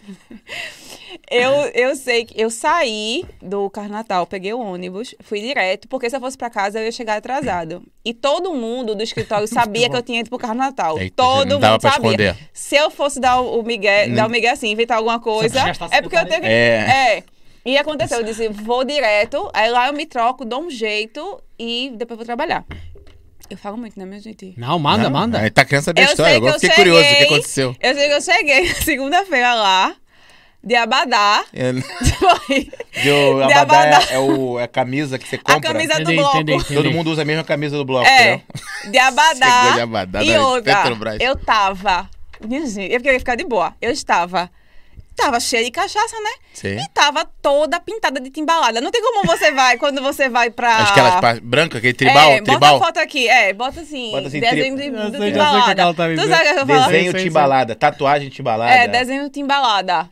eu, eu sei que eu saí do Carnatal, peguei o ônibus, fui direto, porque se eu fosse pra casa eu ia chegar atrasado. E todo mundo do escritório sabia que eu tinha ido pro Carnatal. Eita, todo não dava mundo pra sabia. esconder. Se eu fosse dar o, o Miguel, dar o Miguel assim, inventar alguma coisa, já está é porque eu tenho que... É. É. E aconteceu, eu disse, vou direto, aí lá eu me troco, dou um jeito e depois vou trabalhar. Eu falo muito, né, minha gente? Não, manda, Não, manda. Aí tá querendo saber a Eu história. sei Agora que eu fiquei curioso o que cheguei- aconteceu. Eu sei que eu cheguei na segunda-feira lá, de Abadá. É, Foi deu- De a Abadá Abadá. é, é o, é a camisa que você a compra. camisa do Entendi, bloco. entendi, entendi. Todo mundo usa a mesma camisa do bloco, É, entendeu? de Chegou Abadá. de Abadá, e da outra, Petrobras. eu tava... Minha gente, eu queria ficar de boa. Eu estava... Tava cheia de cachaça, né? Sim. E tava toda pintada de timbalada. Não tem como você vai, quando você vai pra... Aquelas pa- brancas, aquele tribal, é, tribal. Bota a foto aqui, é, bota assim, Bota assim, desenho tri- de, Eu do sei, já sei o que é que ela tá timbalada. Tu dizendo. sabe o que eu falo? Desenho Sei, sei, timbalada, tatuagem timbalada. É, desenho timbalada.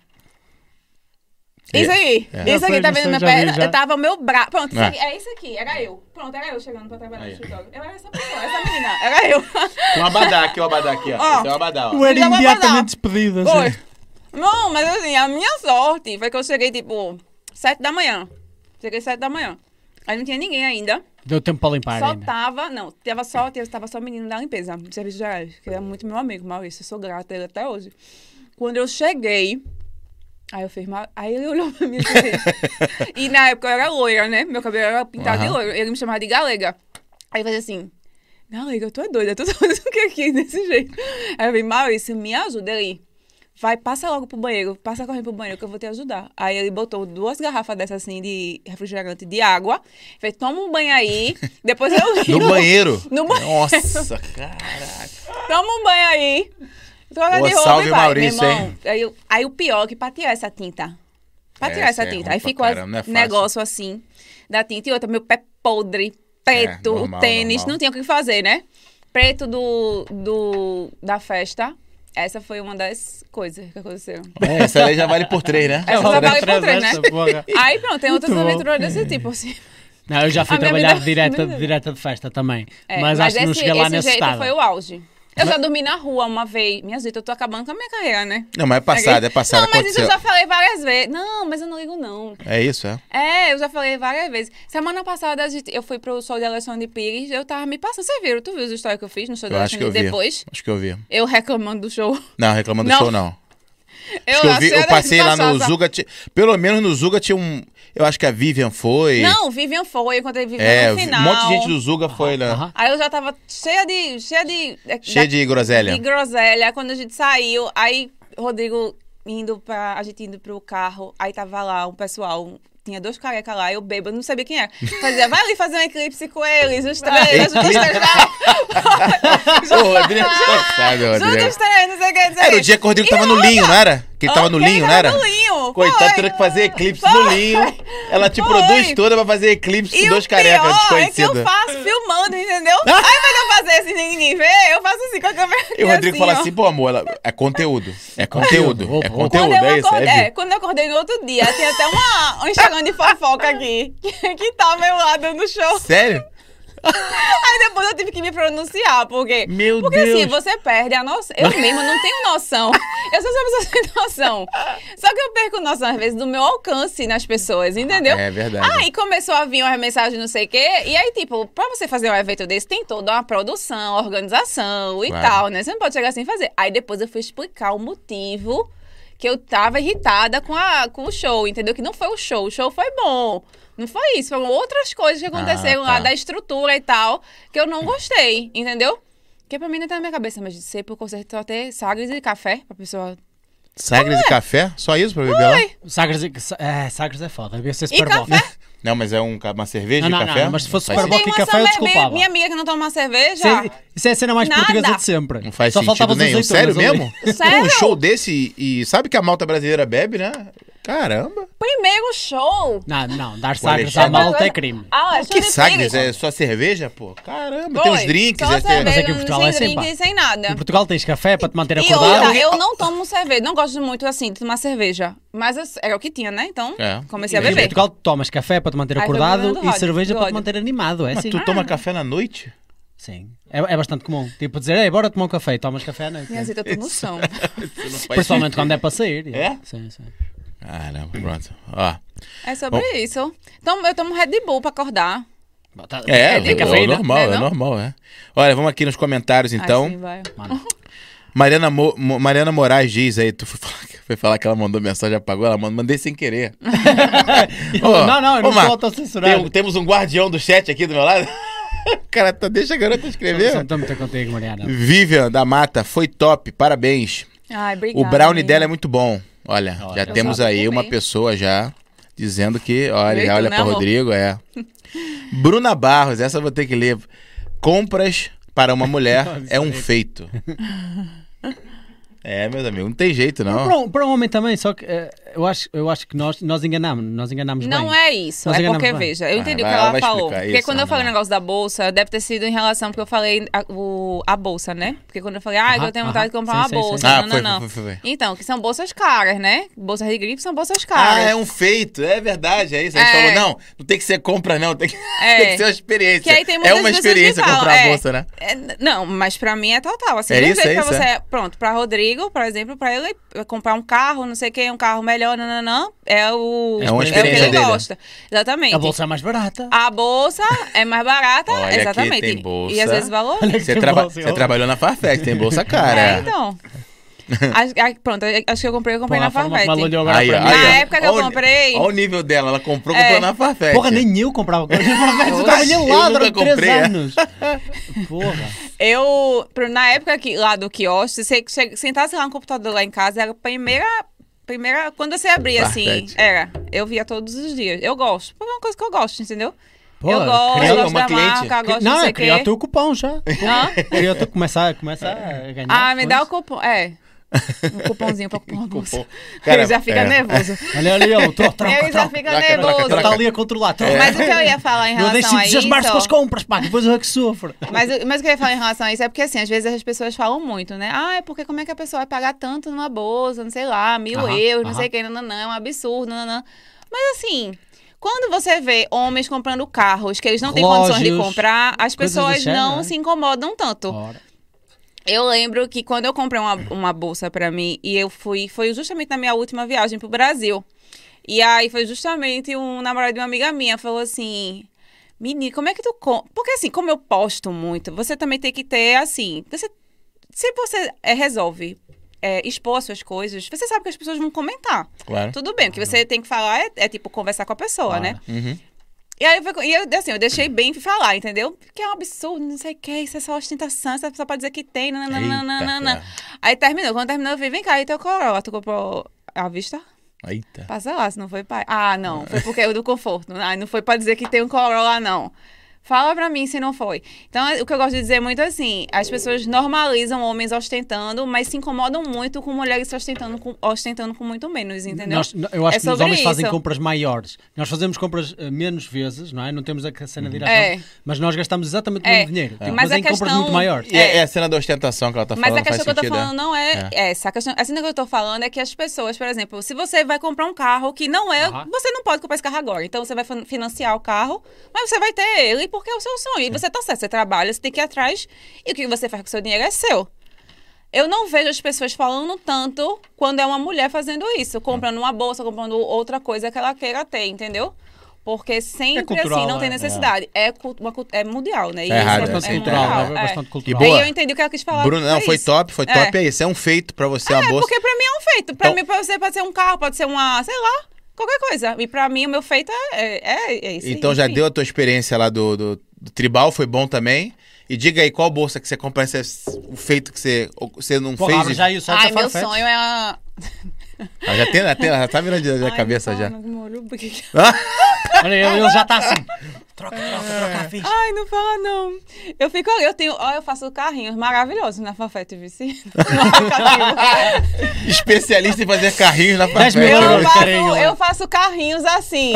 Isso aí, É. isso Já aqui, sei, tá já vendo sei, minha já vi, perna? já. Eu tava o meu braço. Pronto, isso É. aqui, é isso aqui, era eu. Pronto, era eu chegando pra trabalhar Aí. no escritório. Eu era essa pessoa, essa menina, era eu. Com o abadá aqui, o abadá aqui, ó. Ó. Esse é o abadá, ó. Tu era Já vou imediatamente mandar. despedido. Foi. Assim. Não, mas assim, a minha sorte foi que eu cheguei, tipo, sete da manhã. Cheguei sete da manhã. Aí não tinha ninguém ainda. Deu tempo para limpar Só ainda. tava, não, tava só, tava só o menino da limpeza, de serviços gerais, que é muito meu amigo, Maurício, eu sou grata a ele até hoje. Quando eu cheguei, aí eu fiz, "Ma-" aí ele olhou pra mim assim, e na época eu era loira, né, meu cabelo era pintado de Aham. loiro, ele me chamava de Galega. Aí eu falei assim, Galega, tu é doida, tu tá fazendo o que aqui desse jeito? Aí eu falei, Maurício, me ajuda ele. Vai, passa logo pro banheiro, passa correndo pro banheiro que eu vou te ajudar. Aí ele botou duas garrafas dessas assim de refrigerante de água. Fez, toma um banho aí, depois eu No limpo. banheiro. No banheiro. Nossa, caraca. Toma um banho aí. Troca Ô, de roupa salve, e vai, Maurício, meu irmão. hein? Aí, eu- aí o pior é que pra tirar essa tinta. Pra É, tirar essa isso é tinta. ruim Aí pra ficou caramba, não é um fácil. negócio assim da tinta. E outra, meu pé podre, preto, É, normal, o tênis, normal. não tinha o que fazer, né? Preto do, do, da festa. Essa foi uma das coisas que aconteceram. É, essa aí já vale por três, né? Essa Ela já vale deve por três, trazer né? essa porra. Aí pronto, tem outras Muito bom. aventuras desse tipo, assim. Não, eu já fui A minha trabalhar vida- direta, direta de festa também. É, mas, acho que não esse, cheguei lá esse nesse jeito estado. foi o auge. Eu já dormi na rua uma vez. Minha gente, eu tô acabando com a minha carreira, né? Não, mas é passado, é passado, Não, mas isso aconteceu. eu já falei várias vezes. Não, mas eu não ligo, não. É isso, é? É, eu já falei várias vezes. Semana passada a gente- eu fui pro show de Alexandre Pires, eu tava me passando. Vocês viram? Tu viu as histórias que eu fiz no show de Eu acho que Alexandre eu vi. depois? Acho que eu vi. Eu reclamando do show. Não, reclamando do Não. show, não. Acho que eu, vi- cheia eu passei de lá no cachaça. Zuga, ti- pelo menos no Zuga tinha um, eu acho que a Vivian foi. Não, Vivian foi, eu encontrei Vivian é, no vi- final. um monte de gente do Zuga foi, né? Aham. Aí eu já tava cheia de... Cheia de... Cheia de groselha. De groselha. Quando a gente saiu, aí Rodrigo indo pra... A gente indo pro carro, aí tava lá um pessoal... um- Tinha dois carecas lá, eu bêbado, não sabia quem era. Fazia, vai ali fazer um eclipse com eles, os três, os três. Ô, Rodrigo, coitado, Juntos Rodrigo. os três, não sei o que, não sei o Era que. o dia que o Rodrigo E tava no olha, linho, não era? Que ele tava no ok, linho, não tava era? no linho. Coitado, Foi. teve que fazer eclipse Foi. no linho. Ela te Foi. produz toda pra fazer eclipse E com o dois carecas pior é que desconhecidos. eu faço filmando, entendeu? Aí quando eu fazer assim, sem ninguém ver, eu faço assim com a câmera aqui, E o Rodrigo assim, fala ó. assim, pô, amor, ela- é conteúdo. É conteúdo. É Opa, opa. conteúdo, Quando eu, é isso, acordei, é é, vídeo. quando eu acordei no outro dia, tinha até uma, um Instagram de fofoca aqui, que, que tava meu lado no show. Sério? Aí depois eu tive que me pronunciar, porque... Meu porque Deus. assim, você perde a noção. Eu mesma não tenho noção. Eu sou uma pessoa sem noção. Só que eu perco noção, às vezes, do meu alcance nas pessoas, entendeu? É verdade. Aí começou a vir umas mensagens, não sei o quê. E aí, tipo, pra você fazer um evento desse, tem toda uma produção, organização e Claro. tal, né? Você não pode chegar sem fazer. Aí depois eu fui explicar o motivo que eu tava irritada com, a, com o show, entendeu? Que não foi o show. O show foi bom. Não foi isso. Foram outras coisas que aconteceram Ah, tá. lá da estrutura e tal, que eu não gostei, entendeu? Porque pra mim não tá na minha cabeça, mas de ser por concerto só ter sagres e café pra pessoa. Sagres e café? Só isso pra beber lá? Oi. Sagres, é, Sagres é foda, devia ser E Super Bowl. café? Não, mas é um, ca- uma cerveja Não, e não, café? não, mas se fosse Faz Super Bowl sentido. e café, eu minha, desculpava. minha amiga que não toma cerveja. Isso é, isso é a cena mais Nada. portuguesa de sempre. Não faz Só sentido faltava as nenhum. Sério azeitonas mesmo? ali. Sério? Um show desse e, e sabe que a malta brasileira bebe, né? Caramba. Primeiro show. Não, não, dar O Sagres à Alexandre- malta é crime. Ah, Que Sagres? É só cerveja, pô? Caramba, tem uns drinks. Só é, tem- Mas aqui em cerveja, Portugal sem é assim, drink pá. e sem nada. Em Portugal tens café para te manter E acordado. outra, eu não tomo cerveja. Não gosto muito, assim, de tomar cerveja. Mas eu- era o que tinha, né? Então, É. comecei a Em beber. Portugal tu tomas café para te manter Ai, foi acordado problema do e rádio, cerveja do para te ódio. manter animado, é Mas assim. tu toma café na noite? Sim, é, é bastante comum. Tipo dizer, ei, bora tomar um café e tomas café à noite. Minha né? zita, eu tô no chão. Isso não faz Principalmente quando é para sair. É? Sim, sim. Caramba, pronto. Ó. É sobre isso. Então, eu tomo Red Bull pra acordar. Tá- É, tem é, cafeína. normal, né, é não? normal, é. Olha, vamos aqui nos comentários, então. Assim, vai. Mano, Mariana, Mo- Mo- Mariana Moraes diz aí, tu foi falar, foi falar que ela mandou mensagem, apagou, ela mandou, mandei sem querer. Ó, não, não, eu não ô, Mar, estou autocensurado. tem- Temos um guardião do chat aqui do meu lado. O cara tá, deixa a garota escrever. Estou muito contigo, Mariana. Vivian da Mata, foi top, parabéns. Ai, obrigada. O brownie amiga. dela é muito bom. Olha, Olha, já eu temos só aí comer. uma pessoa já dizendo que, olha, Eita, olha né, para amor? Rodrigo, é. Bruna Barros, essa eu vou ter que ler. Compras para uma mulher é um feito. É, meus amigos, não tem jeito não. Para um, para um homem também, só que eh, eu, acho, eu acho que nós, nós enganamos, nós enganamos Não bem. é isso, Nós é enganamos porque, bem. veja, eu Ah, entendi vai, o que ela ela vai falou. explicar Porque isso, quando eu vamos falei o lá. negócio da bolsa, deve ter sido em relação porque eu falei a, o, a bolsa, né? Porque quando eu falei, ah, Aham, eu tenho vontade de aham. comprar Sim, uma sim, sim. bolsa. Ah, não, foi, não, foi, não. foi, foi. Então, que são bolsas caras, né? Bolsas de grife são bolsas Ah, caras. é um feito, é verdade, é isso. A gente É. falou, não, não tem que ser compra não, tem que, É. tem que ser uma experiência. Que aí tem É muitas uma pessoas que experiência falam, comprar a é, bolsa, né? é, não, mas pra mim é total. Assim, É do isso, jeito é pra isso, você, é. pronto, pra Rodrigo, por exemplo, pra ele comprar um carro, não sei o que, um carro melhor, não, não, não, é o, É uma o que experiência ele dele. gosta. Exatamente. A bolsa é mais barata. A bolsa é mais barata, Olha, aqui exatamente. tem bolsa. E às vezes valor. Olha Você, que traba- bolsa, você eu- trabalhou na Farfetch, tem bolsa cara. É, então. Acho- ah, pronto, acho que eu comprei, eu comprei Pô, a na forma como ela Farfetch. olhou agora Aí, para ó, mim. aí, Na ó. época que eu Olha o- comprei- Olha o nível dela, ela comprou, É. comprou na Farfetch. Porra, nem eu comprava coisa. Eu Oxe, trabalhei eu lá nunca durante três comprei, é. anos. Porra. Eu, pro- na época que, lá do quiosque, se você che- sentasse lá no computador lá em casa, era a primeira. Primeira, quando você abria assim, Farfetch. era. Eu via todos os dias. Eu gosto. Porque é uma coisa que eu gosto, entendeu? Pô, eu gosto, criou gosto uma da cliente. marca, gosto de não Não, sei é o criar quê. o teu cupom já. Hã? Criou tu começa, começa a ganhar. Ah, me dá o coisa. cupom. É. Um cupomzinho pra comprar uma bolsa. Cara, Ele já fica é. nervoso. Olha ali, ó, troca, troca, Ele já troca. fica Troca, nervoso. troca, Ele está ali a controlar. Troca. Mas o que eu ia falar em Não deixe relação de a entusiasmar-se com as isso... compras, pá, que depois eu é que sofro. Mas, o- mas o que eu ia falar em relação a isso é porque, assim, às vezes as pessoas falam muito, né? Ah, é porque como é que a pessoa vai pagar tanto numa bolsa, não sei lá, mil Aham, euros, não aham. sei o que, não, não, não, é um absurdo, não, não, não. Mas, assim, quando você vê homens comprando carros que eles não têm condições de Relógios, comprar, as coisas do pessoas género, não né? se incomodam tanto. Ora. Eu lembro que quando eu comprei uma, uma bolsa pra mim, e eu fui, foi justamente na minha última viagem pro Brasil. E aí foi justamente um namorado de uma amiga minha, falou assim... Menina, como é que tu... Com... Porque assim, como eu posto muito, você também tem que ter, assim... Você, se você é, resolve é, expor as suas coisas, você sabe que as pessoas vão comentar. Claro. Tudo bem, o que você tem que falar é, é, tipo, conversar com a pessoa, Claro. né? Uhum. E aí, eu, fui- e eu, assim, eu deixei bem falar, entendeu? Que é um absurdo, não sei o que, isso é só ostentação, essa pessoa pode dizer que tem, nananana. Eita, Aí terminou, quando terminou, eu falei, vem cá, aí teu Corolla, tu comprou à vista? Eita. Passa lá, se não foi pai. Ah, não, foi porque é o do conforto. Ah, não foi pra dizer que tem um Corolla, não. Fala pra mim se não foi. Então, o que eu gosto de dizer é muito assim, as pessoas normalizam homens ostentando, mas se incomodam muito com mulheres se ostentando com, ostentando com muito menos, entendeu? Nós, eu acho É que os sobre homens fazem isso. compras maiores. Nós fazemos compras uh, menos vezes, não é? Não temos a cena de ir à É. compra, mas nós gastamos exatamente o É. mesmo dinheiro. Tipo, Mas mas a em compras questão- muito maiores. E é, é a cena da ostentação que ela tá Mas falando, a questão que eu faz tô sentido, falando não é, essa. A questão, a cena que eu tô falando é que as pessoas, por exemplo, se você vai comprar um carro que não é... Aham. Você não pode comprar esse carro agora. Então, você vai fin- financiar o carro, mas você vai ter ele porque é o seu sonho. E você tá certo, você trabalha, você tem que ir atrás. E o que você faz com o seu dinheiro é seu. Eu não vejo as pessoas falando tanto quando é uma mulher fazendo isso. Comprando uma bolsa, comprando outra coisa que ela queira ter, entendeu? Porque sempre, cultural, assim, não tem é. necessidade. É, cult- uma cult- é mundial, né? E É isso errado, É é, bastante sim, cultural, mundial, é é. bastante E cultural. boa. E eu entendi o que ela quis falar. Bruno, não, foi isso. top, foi É. top. É isso, é um feito pra você, uma É, bolsa. porque pra mim é um feito. Pra Então- mim, pra você pode ser um carro, pode ser uma, sei lá, qualquer coisa. E pra mim, o meu feito é, é, é isso. Então já enfim. deu a tua experiência lá do, do, do tribal, foi bom também. E diga aí, qual bolsa que você compra, esse é o feito que você, você não Pô, fez? abre já aí o site Ai, da meu Farfetch. sonho é a... Ah, já tem, já tem, já tá virando a Ai, cabeça não já. fala, não, não, porque- Olha, ele ele já está assim. Troca, troca, troca a ficha. Ai, não fala não. Eu fico ali, eu tenho, ó, eu faço carrinhos maravilhosos na Farfetch, vice. Especialista em fazer carrinhos na dez Farfetch. mil eu, euros. faço, carinho lá. eu faço carrinhos assim,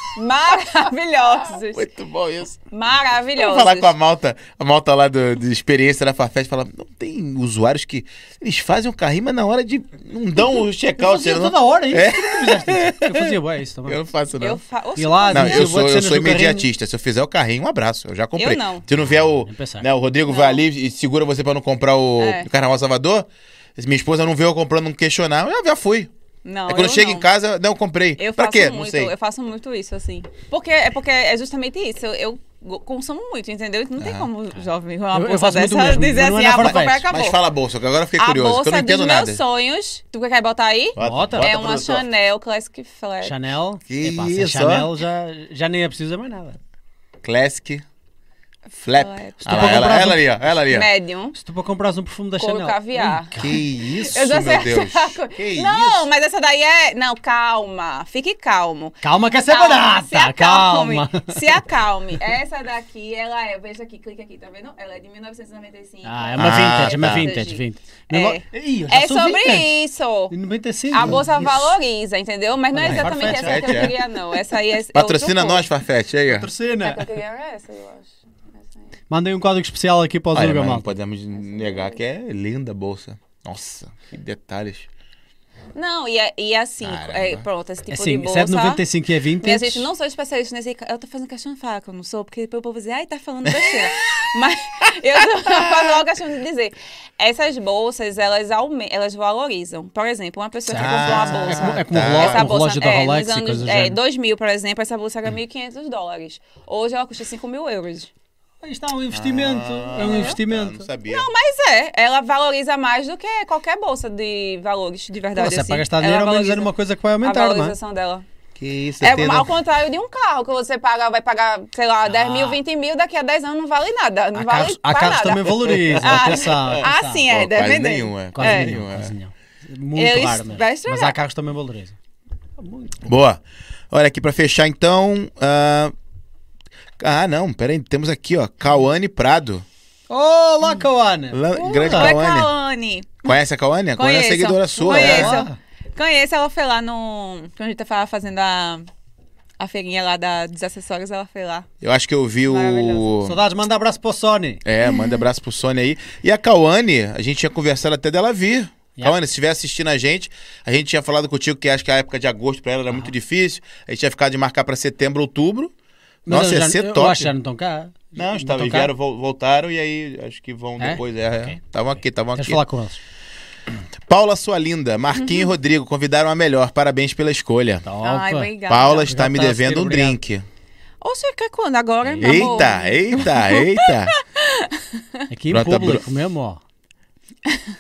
maravilhosos. Muito bom isso. Maravilhosos. Vamos falar com a malta, a malta lá do, de experiência da Farfetch, fala, não tem usuários que eles fazem um carrinho, mas na hora de não dão o Eu check-out. fazia não- toda hora isso. É. Tu nunca fizeste isso. Eu fazia bué isso também. Eu não faço não. Eu fa... Oxe, E lá, Não, Sim, eu eu vou sou, eu cenas sou do carrinho. imediatista. Se eu fizer o carrinho, um abraço. Eu já comprei. Eu não. Se não vier o, Nem pensar. né, o Rodrigo Não. vai ali e segura você pra não comprar o, É. o Carnaval Salvador, se minha esposa não vê eu comprando, não questionar, eu já fui. Não, Aí quando eu chega não. em casa, não, eu comprei. Eu pra faço quê? muito, Não sei. eu faço muito isso, assim. Porque é porque é justamente isso. Eu, eu go- consumo muito, entendeu? Não tem Ah. como jovem com uma Eu- eu bolsa faço muito dessa mesmo, dizer mas não é assim, na ah, vou Farfetch. comprar, acabou. Mas fala a bolsa, que agora eu fiquei a curioso, que eu bolsa não dos entendo meus nada. sonhos, tu quer botar aí? Bota. é uma produtor. Chanel Classic Flat. Chanel. Que Epá, se é isso, Chanel já, já nem é preciso mais nada. Classic. Flap. Flap. Ah, lá, para ela, comprar ela um- ali, ó. Ela ali, ó. Medium. Se tu para comprares um perfume da Couro Chanel. caviar. Que isso, Eu já sei meu Deus. essa coisa. Que Não, isso. mas essa daí é... Não, calma. Fique calmo. Calma que essa é Calma, barata. se acalme. Calma. Se acalme. Essa daqui, ela é... Veja aqui, clica aqui, tá vendo? Ela é de mil novecentos e noventa e cinco. Ah, é uma Ah, vintage, é uma tá. vintage, vintage. É. Mesmo- Ih, eu já É sou sobre vintage. isso. Em noventa e cinco. A bolsa Isso. valoriza, entendeu? Mas não é Olha aí, exatamente Farfetch, essa que eu é. queria, não. Essa aí é... é Patrocina outra nós, Farfetch, aí, ó. cor. A Patrocina. que eu queria era essa, eu acho. Essa aí. Mandei um código especial aqui para o Olha, Zuga, mas não malta. podemos negar que é linda a bolsa. Nossa, que detalhes. Não, e, é- e assim, Caramba. é, pronto, esse tipo É de assim, bolsa... sete e noventa e cinco é Minha vintage. gente, não sou especialista nesse... Eu tô fazendo questão de falar que eu não sou, porque o povo dizer, ai, tá falando besteira. Mas eu tô fazendo logo questão de dizer. Essas bolsas, elas, aume... elas valorizam. Por exemplo, uma pessoa que Ah, comprou uma É bolsa... como, é como Tá. o relógio, Essa o bolsa, relógio da é, Rolex nos e anos coisas do é, género. dois mil, por exemplo, essa bolsa era mil e quinhentos dólares. Hoje ela custa cinco mil euros. Aí está um investimento. é um Ah, investimento. não sabia. Mas é, ela valoriza mais do que qualquer bolsa de valores, de verdade. Se é assim. para gastar Ela dinheiro, ao menos valoriza era uma coisa que vai a aumentar, não é? valorização dela. Que isso, É tem ao na- contrário de um carro, que você paga, vai pagar, sei lá, dez mil, vinte mil, daqui a dez anos não vale nada. Não Há vale carros, há pra carros nada. também valorizam. Ah, atenção, Ah, atenção. sim, é, Pô, quase depende. nenhum, é. Quase É. nenhum, é. quase nenhum. Muito Eles raro mesmo. vai Mas estragar. há carros que também valorizam. Muito. Boa. Olha aqui pra fechar então. Ah, ah, não, peraí. Temos aqui, ó. Cauane Prado. Olá, Cauane! La- Boa. Grande Oi, Cauane. Kawane. Conhece a Cauane? A Cauane é Conheço. seguidora sua. Conheço. É. Ah. Conheço, ela foi lá no... Quando a gente tava fazendo a, a feirinha lá da, dos acessórios, ela foi lá. Eu acho que eu vi o. Maravilhoso. Saudades, manda abraço para o Sony. É, manda abraço pro Sônia aí. E a Cauane, a gente tinha conversado até dela vir. Yeah. Cauane, se estiver assistindo a gente, a gente tinha falado contigo que acho que a época de agosto pra ela era muito difícil. A gente tinha ficado de marcar pra setembro, outubro. Mas Nossa, eu ia já, ser eu top. acho que já não estão cá. Não, estão estavam, cá? vieram, vol- voltaram e aí acho que vão É? depois. É, Ok. estavam aqui, estavam Queres aqui. falar com eles? Paula, sua linda, Marquinhos e Rodrigo convidaram a melhor. Parabéns pela escolha. Top. Ai, obrigada. Paula está Obrigado me por devendo um assistir, drink. Oxe, que é quando? Agora, amor? Eita, eita, eita. Aqui em Pronto, público Bru- mesmo, ó.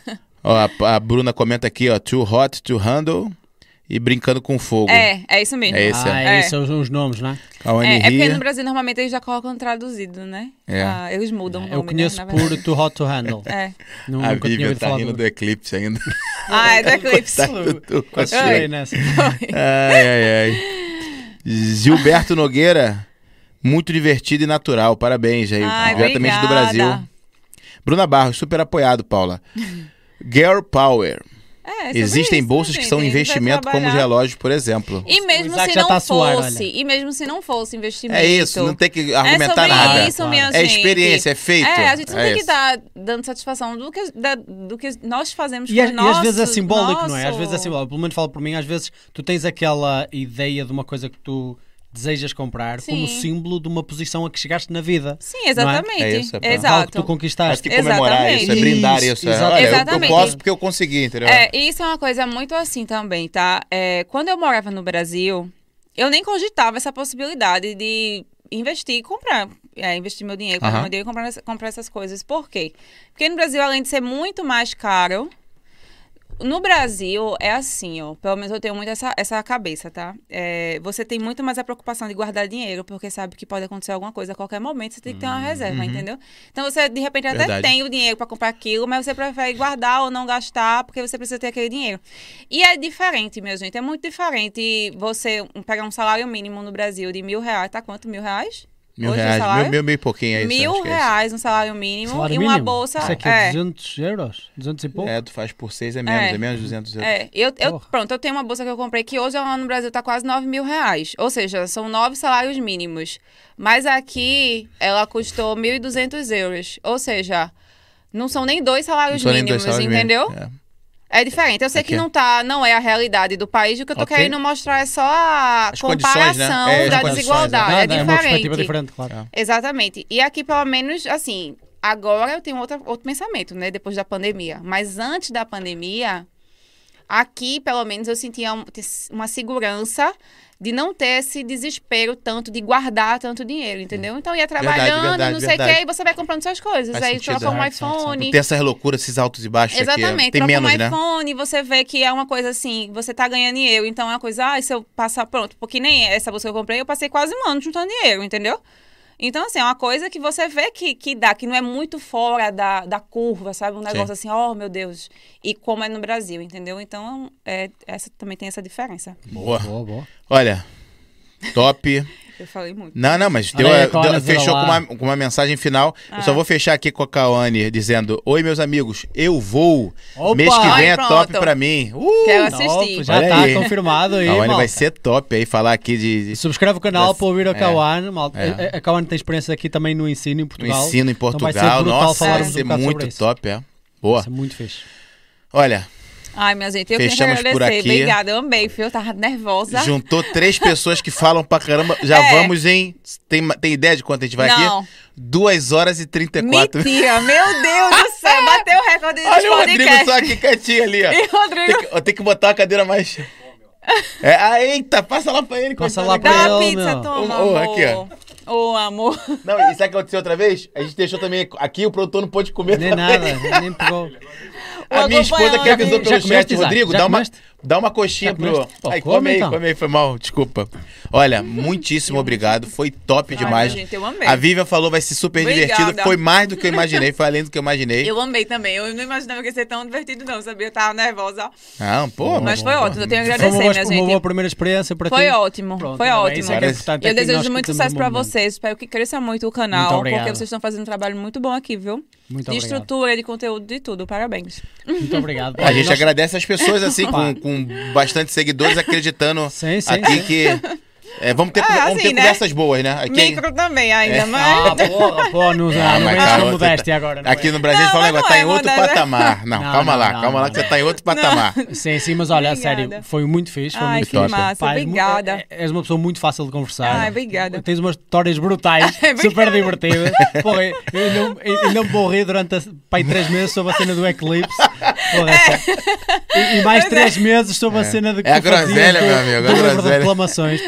Ó, a, a Bruna comenta aqui, ó, too hot to handle e brincando com fogo. É, é isso mesmo. É esse, Ah, é. esses são os nomes, não é? Cauane É, é porque ria. no Brasil normalmente eles já colocam traduzido, né? É. Ah, eles mudam o nome, Eu conheço né, na por verdade. Too Hot to Handle. É. Não, A nunca tinha Vivian ouvido tá falar rindo do... do eclipse ainda. Ah, é do Eclipse. Tá tudo- Quase Oi. chorei nessa. Ai, ai, ai. Gilberto Nogueira, muito divertido e natural. Parabéns aí, Ai, diretamente do obrigada. Brasil. Bruna Barros, super apoiado, Paula. Girl Power. É, sobre Existem isso, bolsas né, que são gente? A gente vai investimento como os trabalhar. relógios, por exemplo. E mesmo Isaac se já não tá a suar, fosse, olha. e mesmo se não fosse investimento. É isso, não tem que argumentar é sobre nada. isso, Claro. minha É gente. experiência, é feito. É, a gente não É tem que isso. dar dando satisfação do que, da- do que nós fazemos E, com a- os e nossos. às vezes é simbólico, não é? Às nosso- vezes é simbólico. Pelo menos falo por mim, às vezes tu tens aquela ideia de uma coisa que tu desejas comprar como Sim. símbolo de uma posição a que chegaste na vida. Sim, exatamente. É isso, é pra- Algo que Exato. tu Acho conquistaste. que comemorar Exatamente. isso, é brindar Isso, isso. É, exato. olha, eu- eu, Exatamente. posso porque eu consegui, entendeu? É, e isso é uma coisa muito assim também, tá? É, quando eu morava no Brasil, eu nem cogitava essa possibilidade de investir e comprar. É, investir meu dinheiro, comprar Aham. meu dinheiro e comprar, essa- comprar essas coisas. Por quê? Porque no Brasil, além de ser muito mais caro, no Brasil é assim, ó. Pelo menos eu tenho muito essa, essa cabeça, tá? É, você tem muito mais a preocupação de guardar dinheiro, porque sabe que pode acontecer alguma coisa a qualquer momento, você tem que ter uma reserva, entendeu? Então você, de repente, até Verdade. tem o dinheiro para comprar aquilo, mas você prefere guardar ou não gastar, porque você precisa ter aquele dinheiro. E é diferente, minha gente, é muito diferente você pegar um salário mínimo no Brasil de mil reais, tá quanto? Mil reais? Mil Hoje o reais, salário? mil, mil, mil e pouquinho, é isso. Mil acho que é isso. reais um salário mínimo Salário e uma mínimo? bolsa. Isso aqui é duzentos euros? duzentos e pouco? É, tu faz por seis, é menos, é, É. menos de duzentos euros. É, eu, eu, Porra. pronto, eu tenho uma bolsa que eu comprei que hoje lá no Brasil tá quase nove mil reais. Ou seja, são nove salários mínimos. Mas aqui ela custou mil e duzentos euros. Ou seja, não são nem dois Não salários sou nem dois mínimos, salários entendeu? mínimos, é. É diferente. Eu sei Aqui. que não, tá, não é a realidade do país. O que eu tô Ok. querendo mostrar é só a As condições, né? comparação É, as da condições, desigualdade. Nada, É é uma perspectiva diferente. diferente, claro. Exatamente. E aqui, pelo menos, assim, agora eu tenho outra, outro pensamento, né? Depois da pandemia. Mas antes da pandemia, aqui, pelo menos, eu sentia um- uma segurança de não ter esse desespero tanto de guardar tanto dinheiro, entendeu? Então ia trabalhando, verdade, não sei o verdade. que, e você vai comprando suas coisas. Faz Aí sentido, troca um né? iPhone. Não tem essas loucuras, esses altos e baixos Exatamente, aqui. Tem troca menos, um né? iPhone, você vê que é uma coisa assim, você tá ganhando dinheiro, então é uma coisa, ah, se eu passar, pronto, porque nem essa bolsa que eu comprei, eu passei quase um ano juntando dinheiro, entendeu? Então, assim, é uma coisa que você vê que, que dá, que não é muito fora da, da curva, sabe? Um negócio assim, oh, meu Deus. E como é no Brasil, entendeu? Então, é, essa também tem essa diferença. Boa. Boa, boa. Olha, top. Eu falei muito. Não, não, mas deu, Olha aí, deu- Cauane, fechou lá. com uma, com uma mensagem final. Eu só vou fechar aqui com a Cauane dizendo: oi, meus amigos, eu vou. Opa! Mês que vem Ai, é pronto. top pra mim. Uh! Quero assistir. Top, já Olha está aí. confirmado aí, Cauane malta. vai ser top aí, falar aqui de, de Subscreve o canal Mas- para ouvir a é. Cauane, malta. É. A- A Cauane tem experiência aqui também no ensino em no Portugal. ensino em Então vai ser Portugal. brutal Nossa, vai falarmos um ser bocado sobre muito isso. top, é. Boa. Isso é muito fixe. Olha, Ai, minha gente, eu Fechamos queria por agradecer. aqui. Obrigada, eu amei, filho. Eu tava nervosa. juntou três pessoas que falam pra caramba. Já É. vamos em. Tem, tem ideia de quanto a gente vai Não. aqui? duas horas e trinta e quatro Mentira, meu Deus do céu. Bateu o recorde dos Olha o Rodrigo podcasts. só aqui quietinho ali, ó. E o Rodrigo... Tem que, eu tenho que botar a cadeira mais. É, ah, eita, passa lá pra ele. Passa coitado. lá pra Dá ele, uma pizza, meu. toma, Ô, ô, amor. aqui, ó. Ô, amor. Não, e sabe o que aconteceu outra vez? A gente deixou também aqui, o produtor não pôde comer. Nem também. nada, nem pegou. A minha esposa que acompanhando. avisou Já pelo comeste, chat, Isaac? Rodrigo, Já dá uma, comeste? dá uma coxinha Já pro. comeste? Pô, Ai, come, come aí, então. come aí, foi mal, desculpa. Olha, muitíssimo obrigado, foi top Ai, demais. minha gente, eu amei. A Vivian falou vai ser super Obrigada. divertido, foi mais do que eu imaginei, foi além do que eu imaginei. Eu amei também. Eu não imaginava que ia ser tão divertido, não, sabia? Eu tava nervosa. Não, pô, Mas foi ótimo, eu tenho que Foi agradecer, uma, boa, minha uma gente. boa primeira experiência para ti. Foi ótimo, Pronto, foi ainda bem, ótimo. isso é que é importante, E eu é que desejo nós muito temos sucesso um pra momento. vocês. Espero que cresça muito o Muito canal, obrigado. porque vocês estão fazendo um trabalho muito bom aqui, viu? Muito de obrigado. estrutura, de conteúdo, de tudo. Parabéns. Muito obrigado. A gente Nós- agradece as pessoas assim, com, com bastante seguidores, acreditando Sim, sim, aqui sim. que. é, vamos ter, É, vamos assim, ter né? conversas boas, né? Aqui, Micro também ainda, É. mas... Ah, porra, pô, não, Ah, não mas vem calma, com você modéstia tá- agora. Não aqui é? no Brasil a gente Não, fala um mas negócio, não tá é em outro modéstia. patamar. Não, Não, calma não, lá, não, calma lá não, que você tá em outro patamar. Sim, sim, mas olha, a Obrigada. sério, foi muito fixe, foi Ai, muito que fixe. massa, Pá, é mu- obrigada. é- És uma pessoa muito fácil de conversar. Ai, obrigada. Tens umas histórias brutais, Ai, super obrigada. divertidas. Porra, eu ainda, eu ainda me vou rir durante a, pá, aí três meses sobre a cena do Eclipse. Porra, e, e mais Pois três meses sobre a cena de que É a tu fazias groselha, do- meu amigo, a do livro de groselha. reclamações. Pá, foi muito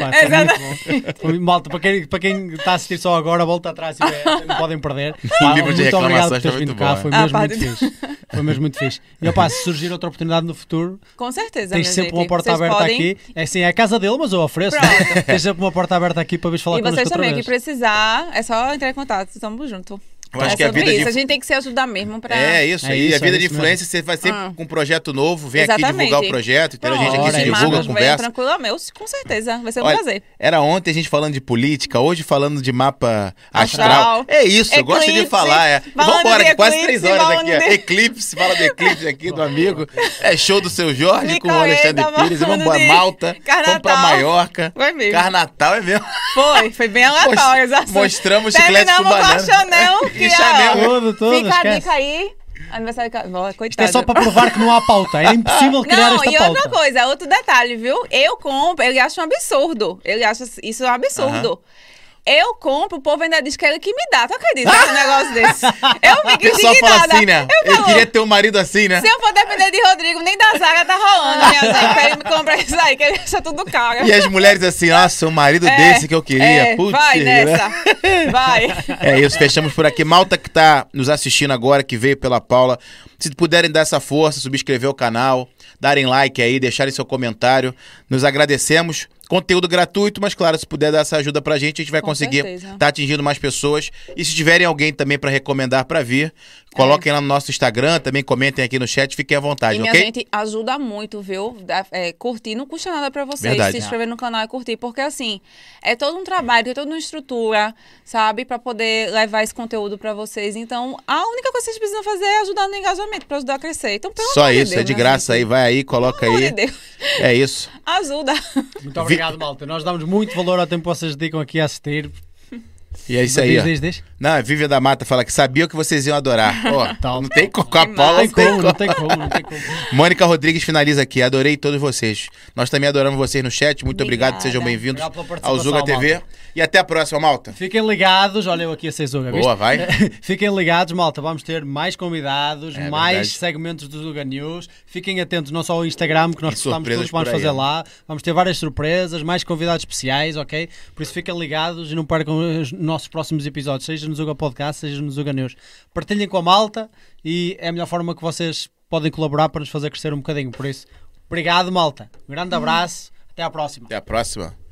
Foi, malta, para quem, para quem está a assistir só agora, volta atrás e vê, não podem perder. Pá, livro de muito obrigado por reclamações teres foi vindo muito cá, bom, foi é? mesmo Ah, muito pá, fixe. Foi mesmo muito fixe. E opá, se surgir outra oportunidade no futuro, Com certeza, tens minha sempre gente. uma porta Vocês aberta podem... aqui. É assim, é a casa dele, mas eu ofereço. Pronto. Tens sempre uma porta aberta aqui para vir falar E connosco vocês outra também, vez. que precisar, é só entrar em contato. Tamo junto. Eu acho é que a sobre vida isso. de... A gente tem que se ajudar mesmo pra... É isso É aí, isso, a vida é de isso influência, você vai sempre Ah. com um projeto novo, vem aqui Exatamente. divulgar o projeto, entendeu? A gente aqui Ora, se é isso divulga, mesmo. conversa. Tranquilamente, com certeza. Vai ser um Olha, prazer. era ontem a gente falando de política, hoje falando de mapa astral. Astral. É isso, eu gosto de Eclipse. falar. É. Falando Vambora, de que quase eclipse, três horas aqui. falando Ó. de- Eclipse, fala do eclipse aqui do amigo. É show do seu Jorge Me com o Alexandre caguei, Pires. tava Vamos embora, falando de Malta, vamos pra Carnatal. Maiorca. Foi mesmo. Carnatal é mesmo. Foi, foi bem aleatório. os assuntos. Mostramos chiclete com Terminamos com a banana. Chanel, que E Chanel. ó, Tudo, tudo, fica a esquece. dica aí. Aniversário de Carnaval, Isto coitado. é só para provar que não há pauta. É impossível criar Não, esta e pauta. outra coisa, outro detalhe, viu? Eu compro, ele acha um absurdo. Ele acha isso um absurdo. Eu compro, o povo ainda diz que ele que me dá. Tu acredita num negócio desse? Eu O fico pessoal fala indignada. assim, né? Eu Eu falo, queria ter um marido assim, né? se eu for depender de Rodrigo, nem da zaga tá rolando, minha gente. Pra ele me comprar isso aí, que ele acha tudo caro. E as mulheres assim, nossa, um marido É, desse que eu queria. é, Putz, vai né? nessa. Vai. É isso, fechamos por aqui. Malta que tá nos assistindo agora, que veio pela Paula, se puderem dar essa força, subscrever o canal, darem like aí, deixarem seu comentário, nos agradecemos. Conteúdo gratuito, mas claro, se puder dar essa ajuda pra gente, a gente vai Com conseguir certeza. estar atingindo mais pessoas. E se tiverem alguém também pra recomendar pra vir, coloquem lá no nosso Instagram, também comentem aqui no chat, fiquem à vontade, E minha ok? gente ajuda muito, viu? Dá- é, curtir não custa nada pra vocês. Verdade. Se inscrever no canal e curtir. Porque assim, é todo um trabalho, tem toda uma estrutura, sabe? Pra poder levar esse conteúdo pra vocês. Então, a única coisa que vocês precisam fazer é ajudar no engajamento, pra ajudar a crescer. Então, pelo Só amor isso, Deus, é de né, graça gente? aí, vai aí, coloca Pelo amor aí. de Deus. É isso. Ajuda. Muito obrigado, malta. Nós damos muito valor ao tempo que vocês dedicam aqui a assistir. E é isso aí, Diz, ó. diz, diz. Não, a Vivian da Mata fala que sabia que vocês iam adorar. Ó, Tal. não tem co- com a Que Paula, Não não tem tem como, como. não tem como, não tem como. Mônica Rodrigues finaliza aqui. Adorei todos vocês. Nós também adoramos vocês no chat. Muito obrigado, Obrigada. sejam bem-vindos Obrigado pela participação, ao Zuga T V. malta. E até a próxima, malta. Fiquem ligados, olha eu aqui a ser Zuga, Boa, viste? vai. Fiquem ligados, malta, vamos ter mais convidados, É mais verdade. segmentos do Zuga News. Fiquem atentos não só ao Instagram, que nós E postamos surpresas tudo que vamos por aí, fazer ó. lá. Vamos ter várias surpresas, mais convidados especiais, ok? Por isso fiquem ligados e não percam os nossos próximos episódios, seja no Zuga Podcast, seja no Zuga News. Partilhem com a malta e é a melhor forma que vocês podem colaborar para nos fazer crescer um bocadinho. Por isso, obrigado, malta. Um grande abraço, até à próxima. Até a próxima.